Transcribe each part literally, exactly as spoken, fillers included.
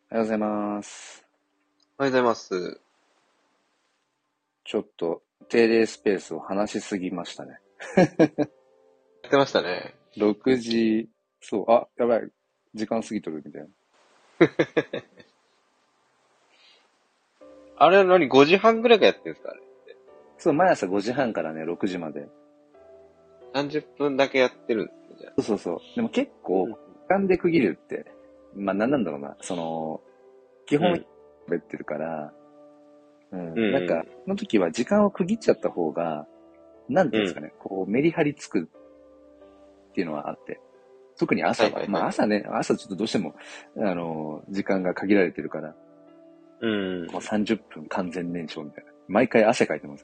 おはようございます。 おはようございます。 ちょっと定例スペースを話しすぎましたね。 やってましたね。 ろくじ、そう、あ、やばい。時間過ぎとるみたいな。 あれは何 ?ご 時半ぐらいからやってるんですかあれ。 そう、毎朝ごじはんからね、ろくじまで。 さんじゅっぷんだけやってるんですね、じゃあ。 そうそうそう。でも結構、時間で区切るって、まあ何なんだろうな。その、基本喋ってるから、うん。うん、なんか、その時は時間を区切っちゃった方が、なんていうんですかね、うん、こう、メリハリつくっていうのはあって。特に朝は、はいはいはい、まあ朝ね、朝ちょっとどうしても、あの、時間が限られてるから、 うん。 もうさんじゅっぷん完全燃焼みたいな。毎回汗かいてます。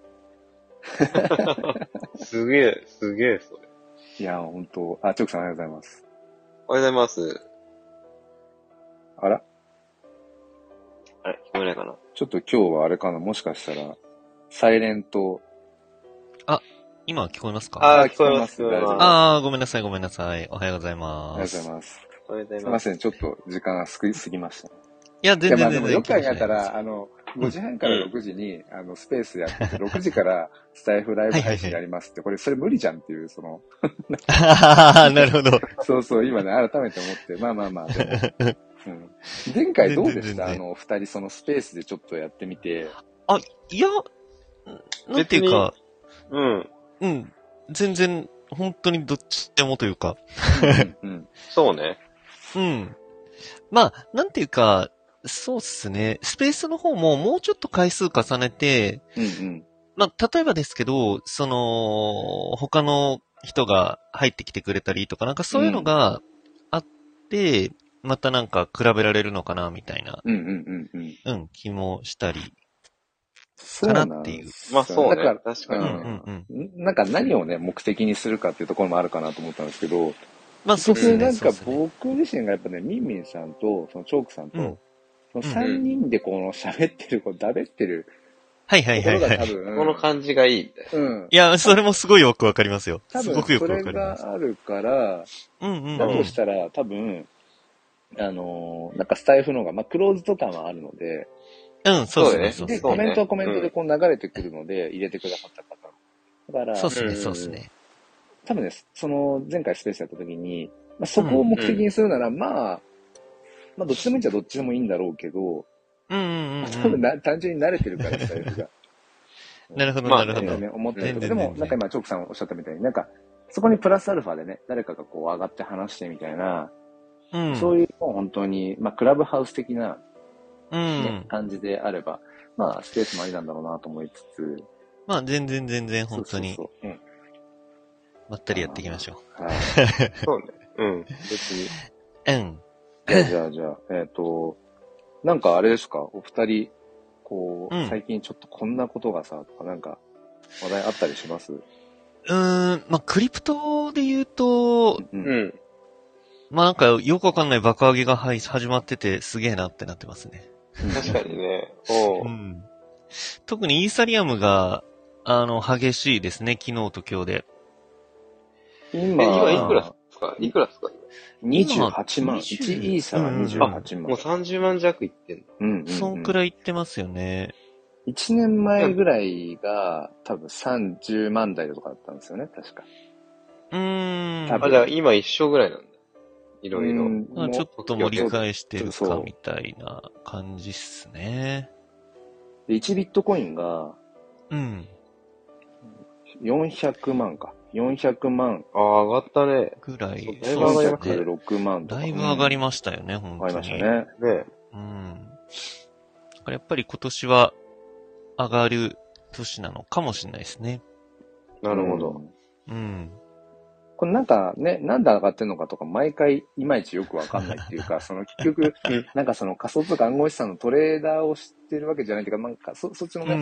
すげえ、すげえ、それ。 いや、ほんと。あ、チョークさんおはようございます。 おはようございます。 あらあれ、聞こえないかな。 ちょっと今日はあれかな、もしかしたら、サイレント。 あ、今聞こえますか？ あ、聞こえます。 あー、ごめんなさい、ごめんなさい。おはようございます。 おはようございます。 おはようございます。 すいません、ちょっと時間が過ぎました。 いや、全然全然。いや、まあでもよく考えたら、あの、ごじはんからろくじに、うん、あの、スペースやってて、ろくじからスタイフライブ配信やりますって、これ、それ無理じゃんっていう、その。 ああ、なるほど。 そうそう、今ね、改めて思って、まあまあまあ、でも、うん、前回どうでした？あの、二人、そのスペースでちょっとやってみて。 あ、いや、なんていうか、 うん。 うん。全然、本当にどっちでもというか。 うんうん、 そうね。 うん。まあ、なんていうか、そうっすね。スペースの方ももうちょっと回数重ねて、 うんうん、 まあ、例えばですけど、その、他の人が入ってきてくれたりとか、なんかそういうのがあって、うん、またなんか比べられるのかな、みたいな、 うんうんうんうん、 うん、気もしたり、 かなっていう。 まあそうね。 だから、 確かに、 うんうんうん。なんか何をね、目的にするかっていうところもあるかなと思ったんですけど、 まあそうですね。 なんか僕自身がやっぱね、ミンミンさんと、そのチョークさんと、うん、そのさんにんでこの喋ってる、こう、だべってる。 はいはいはいはい。 多分、 この感じがいいみたいな。うん。いや、それもすごいよくわかりますよ。すごくよくわかります。 それがあるから、 うんうん、うん。 だとしたら多分、あのー、なんかスタイフの方が、まあ、クローズとかもあるので、 うん、そうですね。 で、コメントはコメントでこう流れてくるので、入れてくださった方。だから、 そうですね、そうですね。 多分ね、その前回スペースやった時に、まあ、そこを目的にするなら、うん、まあ、まあ、どっちでもいいんじゃどっちでもいいんだろうけど、 うんうんうん、うん。 多分な、単純に慣れてるから、スタイフが。 なるほど、なるほど。 ね、思ったりとか。でも、なんか今、チョークさんおっしゃったみたいに、なんか、そこにプラスアルファでね、誰かがこう上がって話してみたいな、うん、そういうもう本当に、まあ、クラブハウス的な、ね、うん、感じであれば、まあ、スペースもありなんだろうなと思いつつ。 まあ、全然全然本当に。そうそうそう。うん。まったりやっていきましょう。はい。そうね。うん。別に。 うん。 じゃあ、じゃあ、じゃあ、えっと、なんかあれですか、お二人、こう、うん、最近ちょっとこんなことがさ、とかなんか、話題あったりします？ うーん、まあ、クリプトで言うと、うん。うん、まあなんか、よくわかんない爆上げが始まってて、すげえなってなってますね。 確かにね。おう、 うん。特にイーサリアムが、あの、激しいですね、昨日と今日で。 今、今いくらですか？いくらですか？ にじゅうはちまん。いちイーサがにじゅうはちまん。 もうさんじゅうまん弱いってんの。 うんうんうん。そんくらいいってますよね。 いちねんまえぐらいが多分さんじゅうまん台とかだったんですよね、確か。 うーん。 あ、じゃあ今一緒ぐらいなんだ。いろいろ。 まあ、ちょっと盛り返してるかみたいな感じっすね。 で、いちビットコインが、 うん。 よんひゃくまんか。よんひゃくまん。 ああ、上がったね。 ぐらい。 だいぶ上がりましたね。 よんひゃくろくまんとか。 だいぶ上がりましたよね、うん、本当に。 上がりましたね。 ね。 うん。やっぱり今年は上がる年なのかもしれないですね。 なるほど。 うん。うんこれなんかね、なんで上がってんのかとか、毎回いまいちよくわかんないっていうか、その結局、なんかその仮想通貨暗号資産のトレーダーを知ってるわけじゃないっていうか、なんかそ、そっちのね、うん、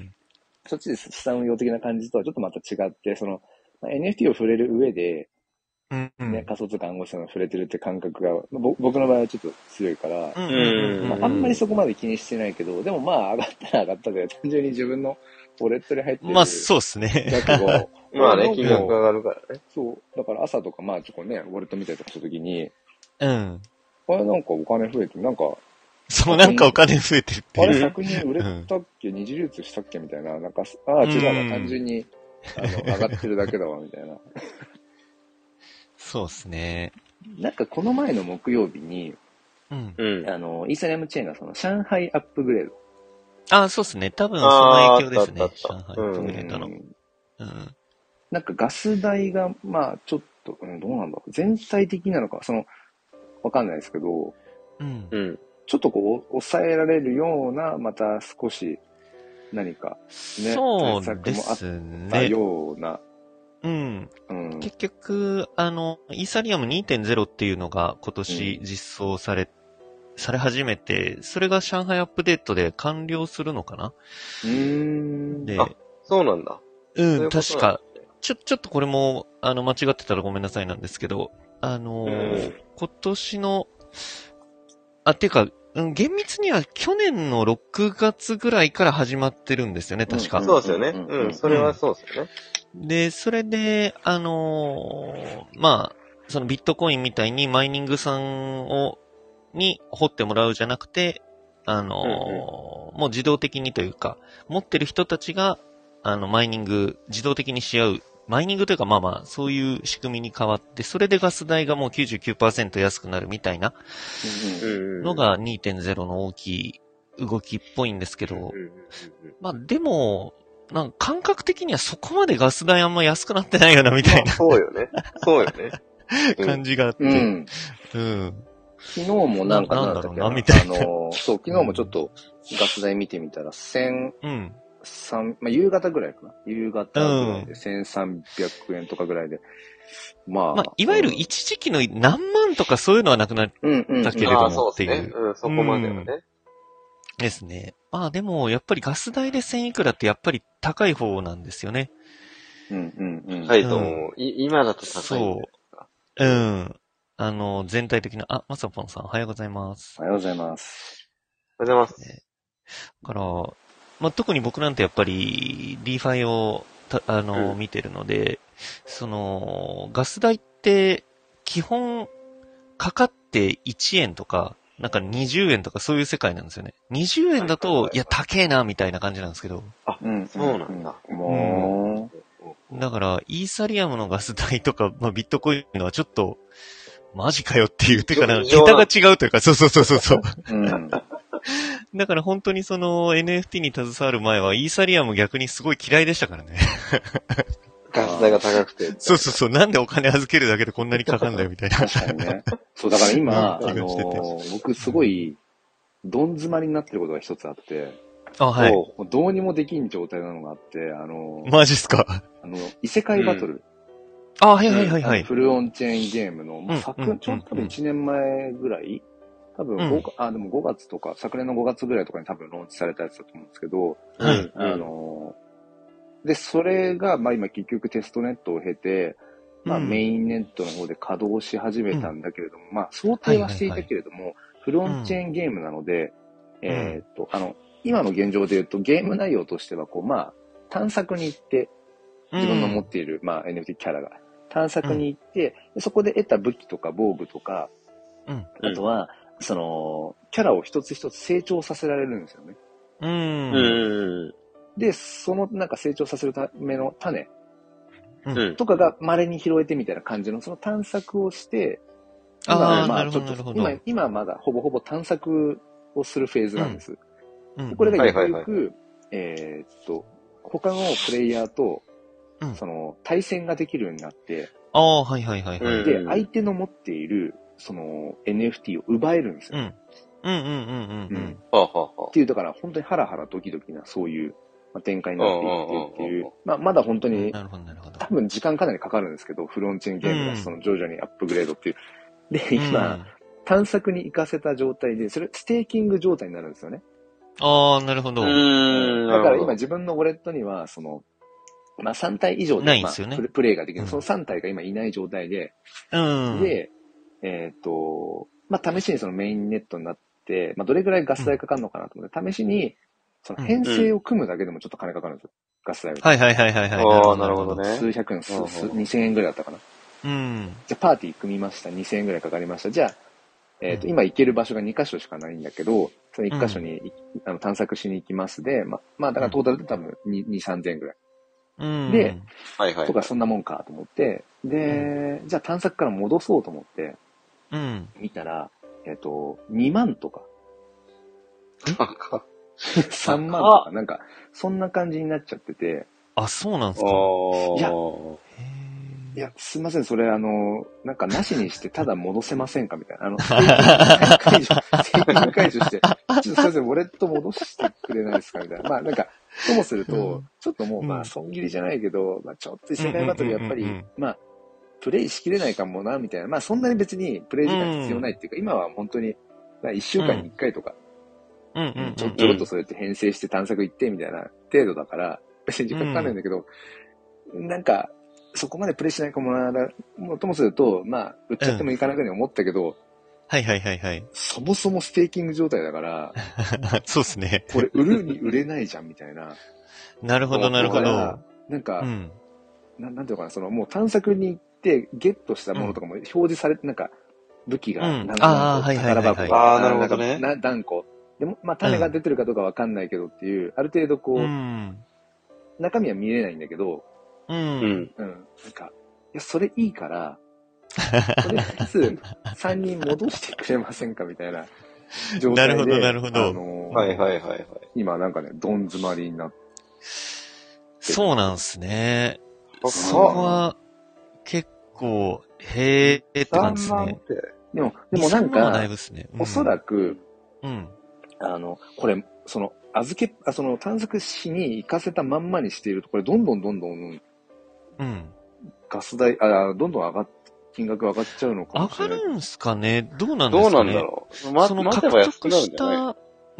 そっちで資産運用的な感じとはちょっとまた違って、その、まあ、エヌエフティー を触れる上で、 うんうん、 ね、仮想通貨暗号資産を触れてるって感覚が、まあ、僕の場合はちょっと強いから、 うんうんうんまあ、あんまりそこまで気にしてないけど、でもまあ上がったら上がったで、単純に自分のウォレットに入ってる。 まあそうっすね。 額をまあね、金額が上がるからね。 そう。だから朝とか、まあちょっとね、ウォレット見たりとかしたときに、 うん。 あれなんかお金増えて、なんか、 そう、なんかお金増えてるっていう。 あれ作品売れたっけ、うん、二次流通したっけみたいな。なんか、ああ、違うわ、単純に、あの、上がってるだけだわ、みたいな。 そうっすね。 なんかこの前の木曜日に、うん、あの、イーサリアムチェーンがその、上海アップグレード。 ああ、そうっすね。多分その影響ですね。上海アップグレードの。うん。うん、 なんかガス代が、まあ、ちょっと、うん、どうなんだろう。全体的なのか、その、わかんないですけど、うん。ちょっとこう、抑えられるような、また少し、何か、ね、 そうですね。 対策もあったような。 うん。うん、結局、あの、イーサリアム にてんゼロ っていうのが今年実装され、うん、され始めて、それが上海アップデートで完了するのかな？ うーん。 で、あ、そうなんだ。 うん、うう確か。ちょ、ちょっとこれも、あの、間違ってたらごめんなさいなんですけど、あのー、今年の、あ、っていうか、うん、厳密には去年のろくがつぐらいから始まってるんですよね、確か。 うん、そうですよね。うん、それはそうですよね。 で、それで、あのー、まあ、そのビットコインみたいにマイニングさんを、に掘ってもらうじゃなくて、あのーうんうん、もう自動的にというか、持ってる人たちが、あの、マイニング自動的にし合う。マイニングというかまあまあ、そういう仕組みに変わって、それでガス代がもう きゅうじゅうきゅうパーセント 安くなるみたいなのが にてんゼロ の大きい動きっぽいんですけど、まあでも、なんか感覚的にはそこまでガス代あんま安くなってないよなみたいな。 そうよね。そうよね。 感じがあって。うん。うん。 昨日もなんかなんだろうな、みたいな。あの、そう、昨日もちょっとガス代見てみたら、千、うん。三、まあ、夕方ぐらいかな。夕方ぐらいでせんさんびゃくえんとかぐらいで。まあ。まあ、 いわゆる一時期の何万とかそういうのはなくなったけれどもっていう。うんうん、 そうですね。うん、そこまではね。 ですね。まあでも、やっぱりガス代でせんいくらってやっぱり高い方なんですよね。 うんうんうん。 高いと思う。うん、今だと高い。 そう。うん。あの、全体的な、あ、まさぽんさんおはようございます。 おはようございます。 おはようございます。 ね、だから、まあ、特に僕なんてやっぱり ディーファイ をたあの、うん、見てるので、その、ガス代って基本かかっていちえんとか、なんかにじゅうえんとかそういう世界なんですよね。にじゅうえんだと、はいはいはい、いや、高えな、みたいな感じなんですけど。 あ、うん、そうなんだ。 もう、うん。だから、イーサリアムのガス代とか、まあ、ビットコインのはちょっと、マジかよっていう、てかな、桁が違うというか、そうそうそうそうそう。うん、だから本当にその エヌエフティー に携わる前は、イーサリアム逆にすごい嫌いでしたからね。 ガス代が高くて。 そうそうそう、なんでお金預けるだけでこんなにかかんだよみたいな。 確かにね。そう、だから今、あのー、僕すごい、どん詰まりになってることが一つあって、 あ、はい。 もうどうにもできん状態なのがあって、あのー、 マジっすか。 あの、異世界バトル。うん、 あ、はいはいはいはい。 フルオンチェーンゲームの、うん、昨、うん、ちょうど多分いちねんまえぐらい、多分ご、うん、あ、でもごがつとか、昨年のごがつぐらいとかに多分ローンチされたやつだと思うんですけど、 うん、 あのー、で、それが、まあ今結局テストネットを経て、まあメインネットの方で稼働し始めたんだけれども、うん、まあ想定はしていたけれども、はいはいはい、フルオンチェーンゲームなので、うん、えー、っと、あの、今の現状で言うとゲーム内容としては、こう、まあ、探索に行って、自分の持っている、うん、まあ エヌエフティー キャラが、探索に行って、うん、そこで得た武器とか防具とか、うん、あとは、その、キャラを一つ一つ成長させられるんですよね。 うん。 で、そのなんか成長させるための種とかが稀に拾えてみたいな感じの、その探索をして、今はまあちょっと、今、今はまだほぼほぼ探索をするフェーズなんです。うん、これがゆくゆく、えー、っと、他のプレイヤーと、うん、その、対戦ができるようになって、 ああ、はいはいはいはい。 で、相手の持っている、その、エヌエフティー を奪えるんですよ。 うん。うんうんうんうんうん。 はあはあ、 っていう、だから本当にハラハラドキドキな、そういう、まあ、展開になっていってっていう、まあ、まだ本当に、 なるほどなるほど。 多分時間かなりかかるんですけど、フロンチェンゲームがその徐々にアップグレードっていう。で、今、うん、探索に行かせた状態で、それ、ステーキング状態になるんですよね。 ああ、なるほど。 だから今自分のウォレットには、その、まあさん体以上で、 ないんですよね、 まあ、プレイができる、うん。そのさん体が今いない状態で、 うん、 で、えっ、ー、と、まあ試しにそのメインネットになって、まあどれぐらいガス代かかるのかなと思って、うん、試しに、その編成を組むだけでもちょっと金かかるんですよ。ガス代は。 はいはいはいはいはい。 ああ、なるほどね。 数百円、数、にせんえんぐらいだったかな。 うん。 じゃあパーティー組みました。にせんえんぐらいかかりました。じゃあ、 えっと、今行ける場所がにカ所しかないんだけど、そのいっカ所に、うん、あの探索しに行きますで、ま、まあ、だからトータルで多分に、に、さんぜんえんぐらい。うん、で、はいはい。とかそんなもんかと思って、で、うん、じゃあ探索から戻そうと思って、うん。見たら、えっと、にまんとか。さんまんとか、なんか、そんな感じになっちゃってて。 あ、そうなんですか。 いや、いや、すいません、それあの、なんかなしにしてただ戻せませんかみたいな。あの、解除、請求解除して、ちょっとすいません、ウォレット戻してくれないですかみたいな。まあなんか、ともすると、ちょっともうまあ、損切りじゃないけど、まあちょっと異世界バトルやっぱり、まあ、プレイしきれないかもな、みたいな。まあそんなに別にプレイ時間必要ないっていうか、今は本当に、いっしゅうかんにいっかいとか、ちょ、ちょろっとそうやって編成して探索行ってみたいな程度だから、別に時間かかんないんだけど、なんか、そこまでプレイしないかもな、もともすると、まあ、売っちゃってもいいかなぐらいに思ったけど、 はいはいはいはい。 そもそもステーキング状態だから、 そうですね。 これ売るに売れないじゃんみたいな。 なるほどなるほど。 なんか、うん、ななんていうのかな、そのもう探索に行ってゲットしたものとかも表示されて、なんか武器が何個、うん、 ああ、はいはいはい、はい。 ああ、なるほどね。 な何個。でも、まあ種が出てるかどうかわかんないけどっていう、うん、ある程度こう、うん、中身は見れないんだけど、うん。うん。なんか、いや、それいいから、とりあえずさんにん戻してくれませんかみたいな状態で。 なるほど、なるほど。 あのー、 はいはいはいはい。 今なんかね、どん詰まりになって。 そうなんすね。そこは、結構、へーって感じですね。 でも、でもなんか、 だいぶっすね。 うん、おそらく、うん。あの、これ、その、預け、あその探索しに行かせたまんまにしていると、これどんどんどんどん、うん。ガス代、あ、どんどん上がっ、金額上がっちゃうのかもしれない。 上がるんすかね？どうなんですかね？ どうなんだろう。ま、 その獲得した、うん、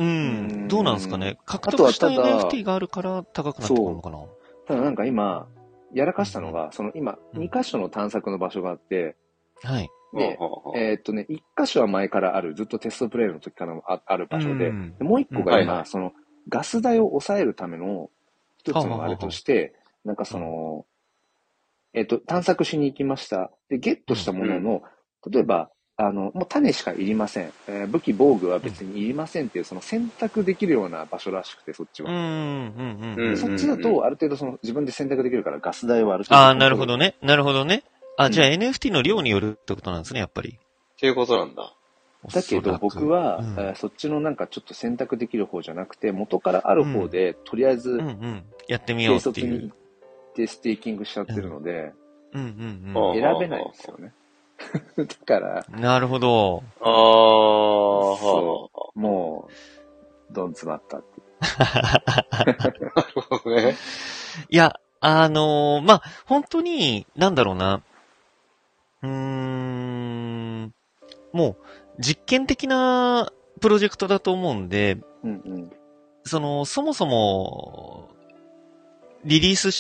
どうなんすかね？獲得した エヌエフティー があるから高くなってくるのかな？ ただなんか今、やらかしたのが、うん、その今、にカ所の探索の場所があって、 はい。 で、えー、っとね、いっカ所は前からある、ずっとテストプレイの時からあある場所で、うん、でもういっこが今、うん、その、ガス代を抑えるための一つのあれとして、なんかその、えっと、探索しに行きました。で、ゲットしたものの、うん、例えば、あの、もう種しかいりません。えー、武器、防具は別にいりませんっていう、その選択できるような場所らしくて、そっちは。うんうんうん、そっちだと、ある程度その自分で選択できるから、ガス代はある程度。 ああ、なるほどね。なるほどね。あ、じゃあ エヌエフティー の量によるってことなんですね、やっぱり。 っていうことなんだ。 だけど僕は、うん、えー、そっちのなんかちょっと選択できる方じゃなくて、元からある方で、うん、とりあえず、うんうん、 やってみようっていう。 軽率に行ってステーキングしちゃってるので、うんうんうん、選べないんですよね。だから。 なるほど。 ああ、 そう。もう、どん詰まったって。 なるほどね。 いや、あのー、まあ、本当に、なんだろうな。うーん、もう、実験的なプロジェクトだと思うんで、うんうん、その、そもそも、リリースして、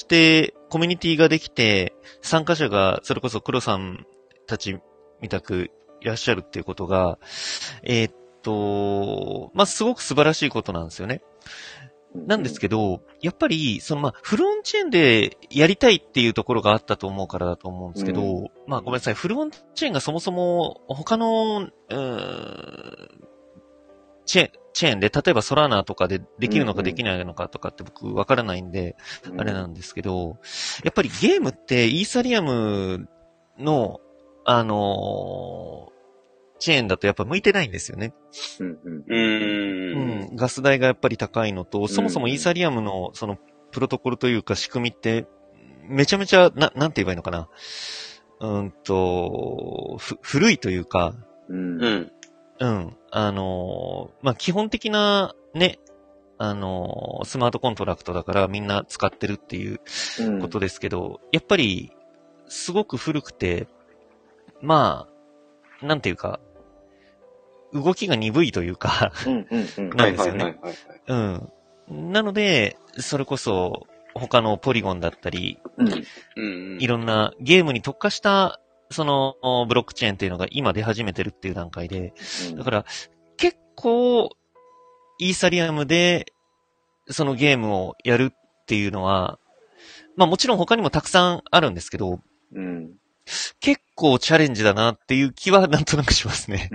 コミュニティができて、参加者が、それこそ黒さんたちみたくいらっしゃるっていうことが、えー、っと、まあ、すごく素晴らしいことなんですよね。なんですけど、やっぱり、そのまあ、フルオンチェーンでやりたいっていうところがあったと思うからだと思うんですけど、うん、まあごめんなさい、フルオンチェーンがそもそも他の、うーん、チェーン、チェーンで、例えばソラナとかでできるのかできないのかとかって僕わからないんで、うんうん、あれなんですけど、やっぱりゲームってイーサリアムの、あのー、チェーンだとやっぱ向いてないんですよね。 うんうんうん、ガス代がやっぱり高いのと、そもそもイーサリアムのそのプロトコルというか仕組みってめちゃめちゃななんて言えばいいのかな、うんとふ古いというか、 うん、 うん、あのまあ基本的なね、あのスマートコントラクトだからみんな使ってるっていうことですけど、うん、やっぱりすごく古くて、まあなんていうか。動きが鈍いというかなんですよね。うん。なので、それこそ他のポリゴンだったり、うん、いろんなゲームに特化したそのブロックチェーンっていうのが今出始めてるっていう段階で、だから結構イーサリアムでそのゲームをやるっていうのは、まあもちろん他にもたくさんあるんですけど、うん、結構チャレンジだなっていう気はなんとなくしますね。 うんうん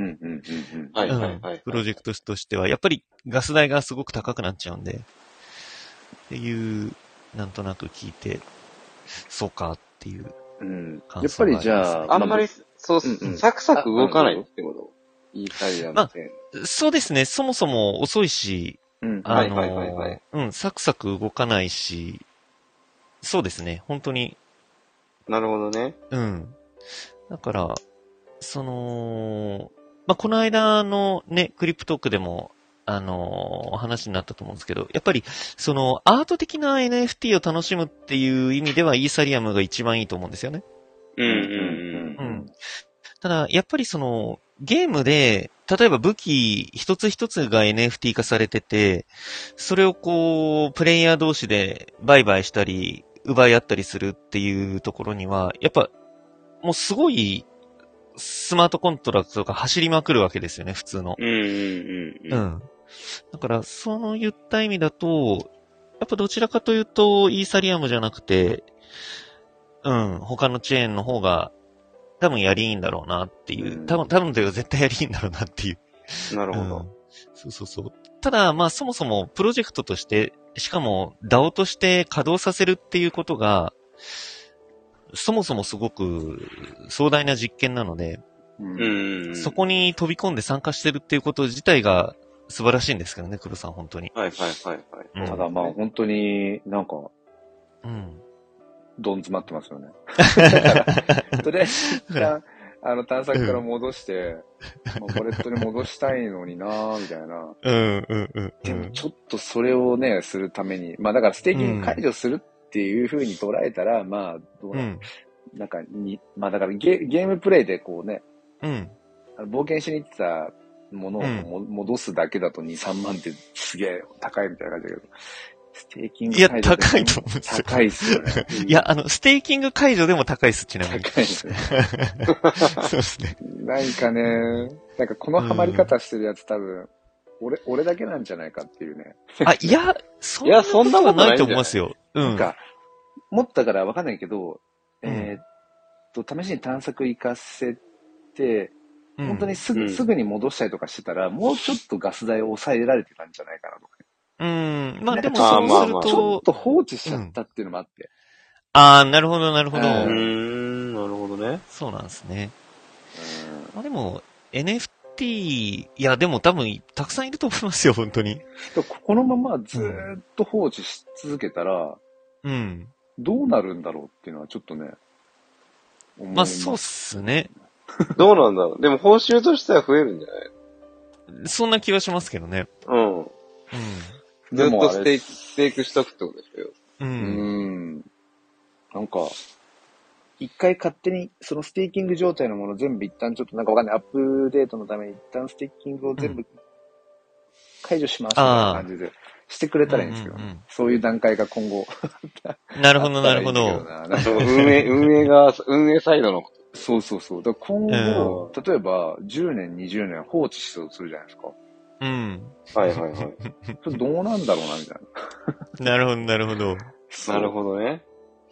うんはいはいはいはい。 プロジェクトとしては、やっぱりガス代がすごく高くなっちゃうんで、っていう、なんとなく聞いて、そうかっていううん。 感やっぱり想がありますね。 じゃあ、 あんまり、そう、 うんうんサクサク動かないってことイーサリアムまあって。 そうですね、そもそも遅いし、 うん。 あの、 はいはいはいはいうん、サクサク動かないし、そうですね、本当に、 なるほどね。 うん。だから、その、まあ、この間のね、クリプトークでも、あのー話になったと思うんですけど、やっぱり、その、アート的な エヌエフティー を楽しむっていう意味では、イーサリアムが一番いいと思うんですよね。 うんうんうん。 うん。ただ、やっぱりその、ゲームで、例えば武器一つ一つが エヌエフティー 化されてて、それをこう、プレイヤー同士で売買したり、奪い合ったりするっていうところには、やっぱ、もうすごい、スマートコントラクトが走りまくるわけですよね、普通の。 うんうんうんううん。 ん。だから、そういった意味だと、やっぱどちらかというと、イーサリアムじゃなくて、うん、他のチェーンの方が、多分やりいいんだろうなっていうう。 ん多分、多分というか絶対やりいいんだろうなっていう。 なるほど。 うん。そうそうそう。ただ、まあそもそもプロジェクトとして、しかも ダオ として稼働させるっていうことが、そもそもすごく壮大な実験なので、 うんうんうん。 そこに飛び込んで参加してるっていうこと自体が素晴らしいんですけどね、黒さん、本当に。 はいはいはいはい。 うんただまあ本当になんか、 うん。 どん詰まってますよね。だからとりあえず一旦、あの探索から戻して、まあ、コレットに戻したいのになーみたいな。 うん、うん、うん。 でもちょっとそれをね、するために、まあだからステーキング解除するっていう風に捉えたら、まあ、どうな、 うん。 なんかに、まあだからゲゲームプレイでこうね、 うん。 あの冒険しに行ってたものをも、戻すだけだとに、さんまんってすげえ高いみたいな感じだけど、ステーキングいや、 解除って高いと思うんですよ。 高いっすよね。 いや、あの、ステーキング解除でも高いっす、ちなみに。 高いですね。 そうですね。 なんかね、なんかこのハマり方してるやつ多分、俺、俺だけなんじゃないかっていうね。 あ、いや、そんいやなことはないとそんなことないんじゃない思いますよ。うん。 なんか、持ったからわかんないけど、 うんえーっと、試しに探索行かせて、 うん本当にすぐ、 うんすぐに戻したりとかしてたら、もうちょっとガス代を抑えられてたんじゃないかなとか。 うん。まあでもなんかそうするあーまあまあちょとっ、と放置しちゃったっていうのもあって。 ああ、なるほど、なるほど。 ううーん、なるほどね。 そうなんですね。 うんまあでも、エヌエフティー、いや、でも多分、たくさんいると思いますよ、本当に。 でここのままずーっと放置し続けたら、 うん。 どうなるんだろうっていうのはちょっとね、思いまあ、そうっすね。 どうなんだろう。でも報酬としては増えるんじゃないそんな気はしますけどね。 うん。 うずっとステでーキ、ステークしとくってことでしょよ。 ん。う。 うんん。なんか、一回勝手に、そのステーキング状態のもの全部一旦ちょっとなんかわかんない、アップデートのために一旦ステーキングを全部解除しますみたいな感じでしてくれたらいいんですけど、ねうんうんうんそういう段階が今後。 なるほど、なるほあったらいいんど。 だけなその運営、運営が、運営サイドの。 そうそうそう。だから今後、例えばじゅうねん、にじゅうねん放置しようとするじゃないですか。 うん。 はいはいはい。 それどうなんだろうな、みたいな。 なるほど、なるほど。 なるほどね。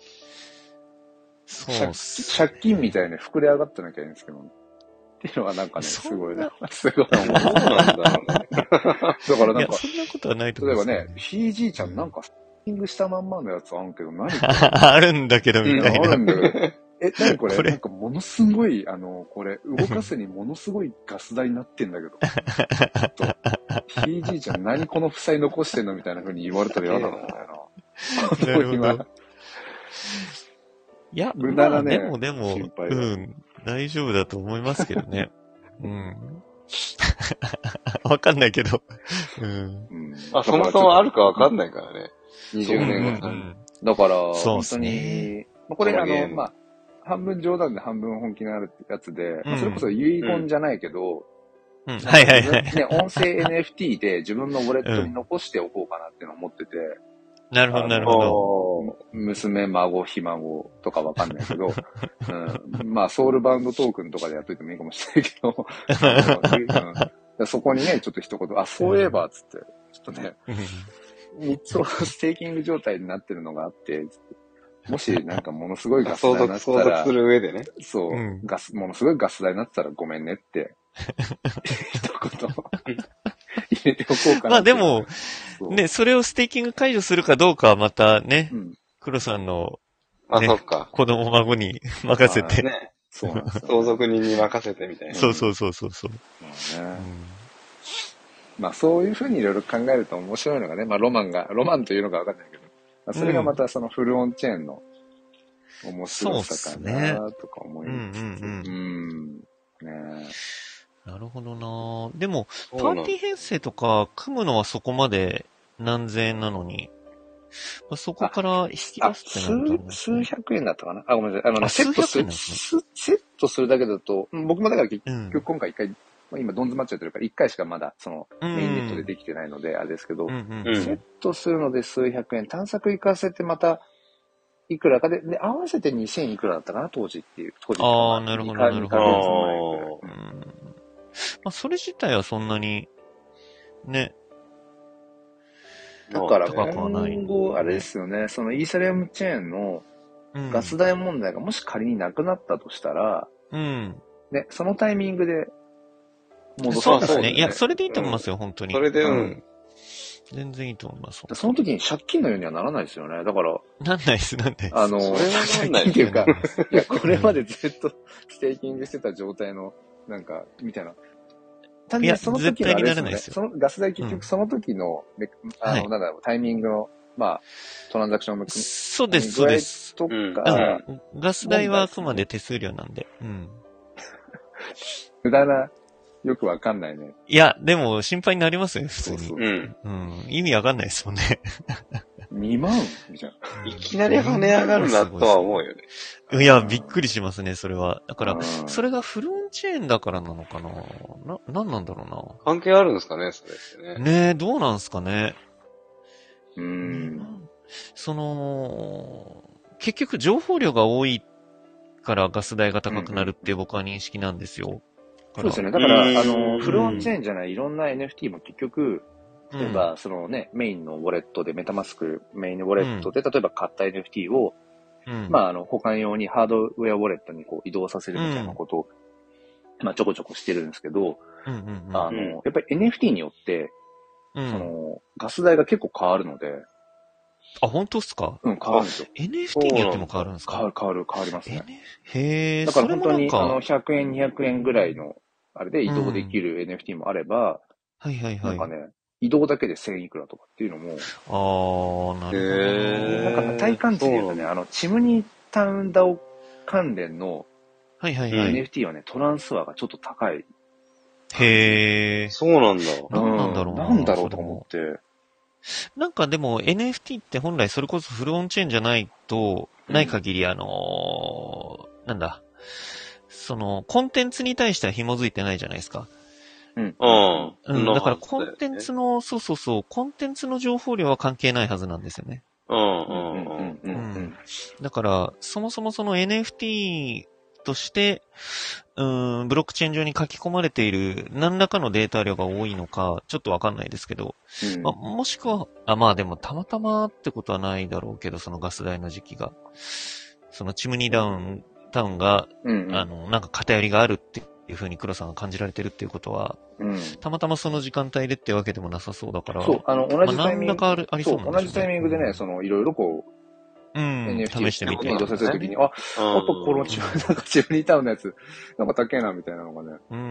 借そうっす。 借金みたいに膨れ上がってなきゃいいんですけど、っていうのはなんかね、すそんなごいね。すごい思う。 どうなんだろうね。 だからいや、 なんか、 そんなことはないと思例えばうんですね、ひいじいちゃんなんかステーキングしたまんまのやつあんけど、何これあるんだけど、みうんたいな。 あるんだけど。え、何これこれなんかものすごい、あの、これ、動かすにものすごいガス代になってんだけど。ちょっと、ひいじいちゃん何この負債残してんのみたいな風に言われたら嫌だな、みたいな。 なるほ今ど。いや、 無駄なねまあでもでも心、配がうん、大丈夫だと思いますけどね。うん。わかんないけど。うん。 うんあ、そもそもあるかわかんないからね。にじゅうねんご。 うんうんだから、 そうっす本当にね、 まあ、これあの、 そのゲームまあ、半分冗談で半分本気のあるやつで、まあ、 うんそれこそ遺言じゃないけど、 うん。はいはいはい。 ね、音声 エヌエフティー で自分のウォレットに残しておこうかなっていうのを思ってて、 なるほど、なるほど。 娘、孫、ひ孫とかわかんないけど、うん、まあ、ソウルバウンドトークンとかでやっといてもいいかもしれないけど、うん、そこにね、ちょっと一言、あ、そういえば、つって、ちょっとね、三つをステーキング状態になってるのがあって、つってもしなんかものすごいガス代相続、 になったら相続す、る上でね。 そう、 うんガス、ものすごいガス代になってたらごめんねって一言入れておこうかな。 まあでも、ね、それをステーキング解除するかどうかはまたね、うん、黒さんの、 ね、あ、そっか。 子供孫に任せて。 ね。そうなんですよ、ね。相続人に任せてみたいな。 そうそうそうそうそう。 まあね、うん、まあそういうふうにいろいろ考えると面白いのがね、まあロマンが、ロマンというのがわかんないけど、まあ、それがまたそのフルオンチェーンの面白さかなとか思いつつ。うんうんうん。うんね、 なるほどな。でも、パーティー編成とか組むのはそこまで何千円なのに、まあ、そこから引き出すってなると、 ね、数、数百円だったかなあ、ごめんなさい。あのね、セットする、セットするだけだと、僕もだから結局今回一回、うん、まあ、今どん詰まっちゃってるから一回しかまだそのメインネットでできてないのであれですけど、うんうん、セットするので数百円、探索行かせてまたいくらかで、で、合わせてにせんいくらだったかな当時っていう。当時ああ、なるほど、なるほど。 うん、 まあ、それ自体はそんなに、ね。 だから、今後、あれですよね、そのイーサリアムチェーンのガス代問題がもし仮になくなったとしたら、 うん。 ね、そのタイミングで戻そうですね。いや、それでいいと思いますよ、うん、本当に。 それで、うん。 全然いいと思います。 その時に借金のようにはならないですよね。だから。 なんないです、なんないです。 あの、借金っていうか、いや、これまでずっとステーキングしてた状態の、なんか、みたいな。単純にその時のあれですよね。そのガス代結局その時の、うん、あの、はい、なんだろう、タイミングの、まあ、トランザクションのそうです、そうです。 とか、 うん、ガス代はあくまで手数料なんで。うん。 無駄な、よくわかんないね。 いや、でも心配になりますよ、普通に。 そうそうそう、うん。 うん。意味わかんないですもんね。 にまんみたいな。 いきなり跳ね上がるなとは思うよね。 いや、びっくりしますね、それは。だから、それがフルオンチェーンだからなのかなな、なんなんだろうな。 関係あるんですかね、それってね。 ねえ、どうなんすかね。 うーん。 その、結局情報量が多いからガス代が高くなるって僕は認識なんですよ。 そうですよね。だから、あの、フルオンチェーンじゃないいろんな エヌエフティー も結局、例えば、そのね、メインのウォレットで、メタマスクメインのウォレットで、例えば買った エヌエフティー を、うん、まあ、あの、保管用にハードウェアウォレットにこう移動させるみたいなことを、うん、まあ、ちょこちょこしてるんですけど、 うんうんうん、 あの、やっぱり エヌエフティー によって、うん、その、ガス代が結構変わるので、 あ、本当っすか？ うん、変わるんですよ。 エヌエフティー によっても変わるんですか？ 変わる、変わる、変わりますね。 へー。 だから本当に、あの、ひゃくえん、にひゃくえんぐらいの、あれで移動できる エヌエフティー もあれば、 はいはいはい。 なんかね、移動だけでせんいくらとかっていうのも。 あー、なるほど。なんか体感値で言うとね、あの、チムニータウンダオ関連のはいはいはい。 エヌエフティー はね、トランスファーがちょっと高い。 へー。 そうなんだ。 なんなんだろうな。 なんだろうと思って。 なんかでも エヌエフティー って本来それこそフルオンチェーンじゃないと、ない限りあのー、なんだ。その、コンテンツに対しては紐づいてないじゃないですか。 うん。うん。 だからコンテンツの、そうそうそう、コンテンツの情報量は関係ないはずなんですよね。 うんうんうんうん。 だから、そもそもその エヌエフティー として、うーん、ブロックチェーン上に書き込まれている何らかのデータ量が多いのか、ちょっとわかんないですけど、うんまあ、もしくは、あ、まあでもたまたまってことはないだろうけど、そのガス代の時期が。そのチムニーダウン、タウンが、うんうん、あの、なんか偏りがあるっていう風に黒さんが感じられてるっていうことは、うん、たまたまその時間帯でってわけでもなさそうだから、 そう、あの、同じタイミング、 まあ、何らかあるありそうなんですよね。 そう、同じタイミングでね、その、いろいろこう、 うん、エヌエフティー 試してみて。 移動させるときに、あ、やっぱこのチム、なんかチムニータウンのやつ、なんか高えな、みたいなのがね。 うん。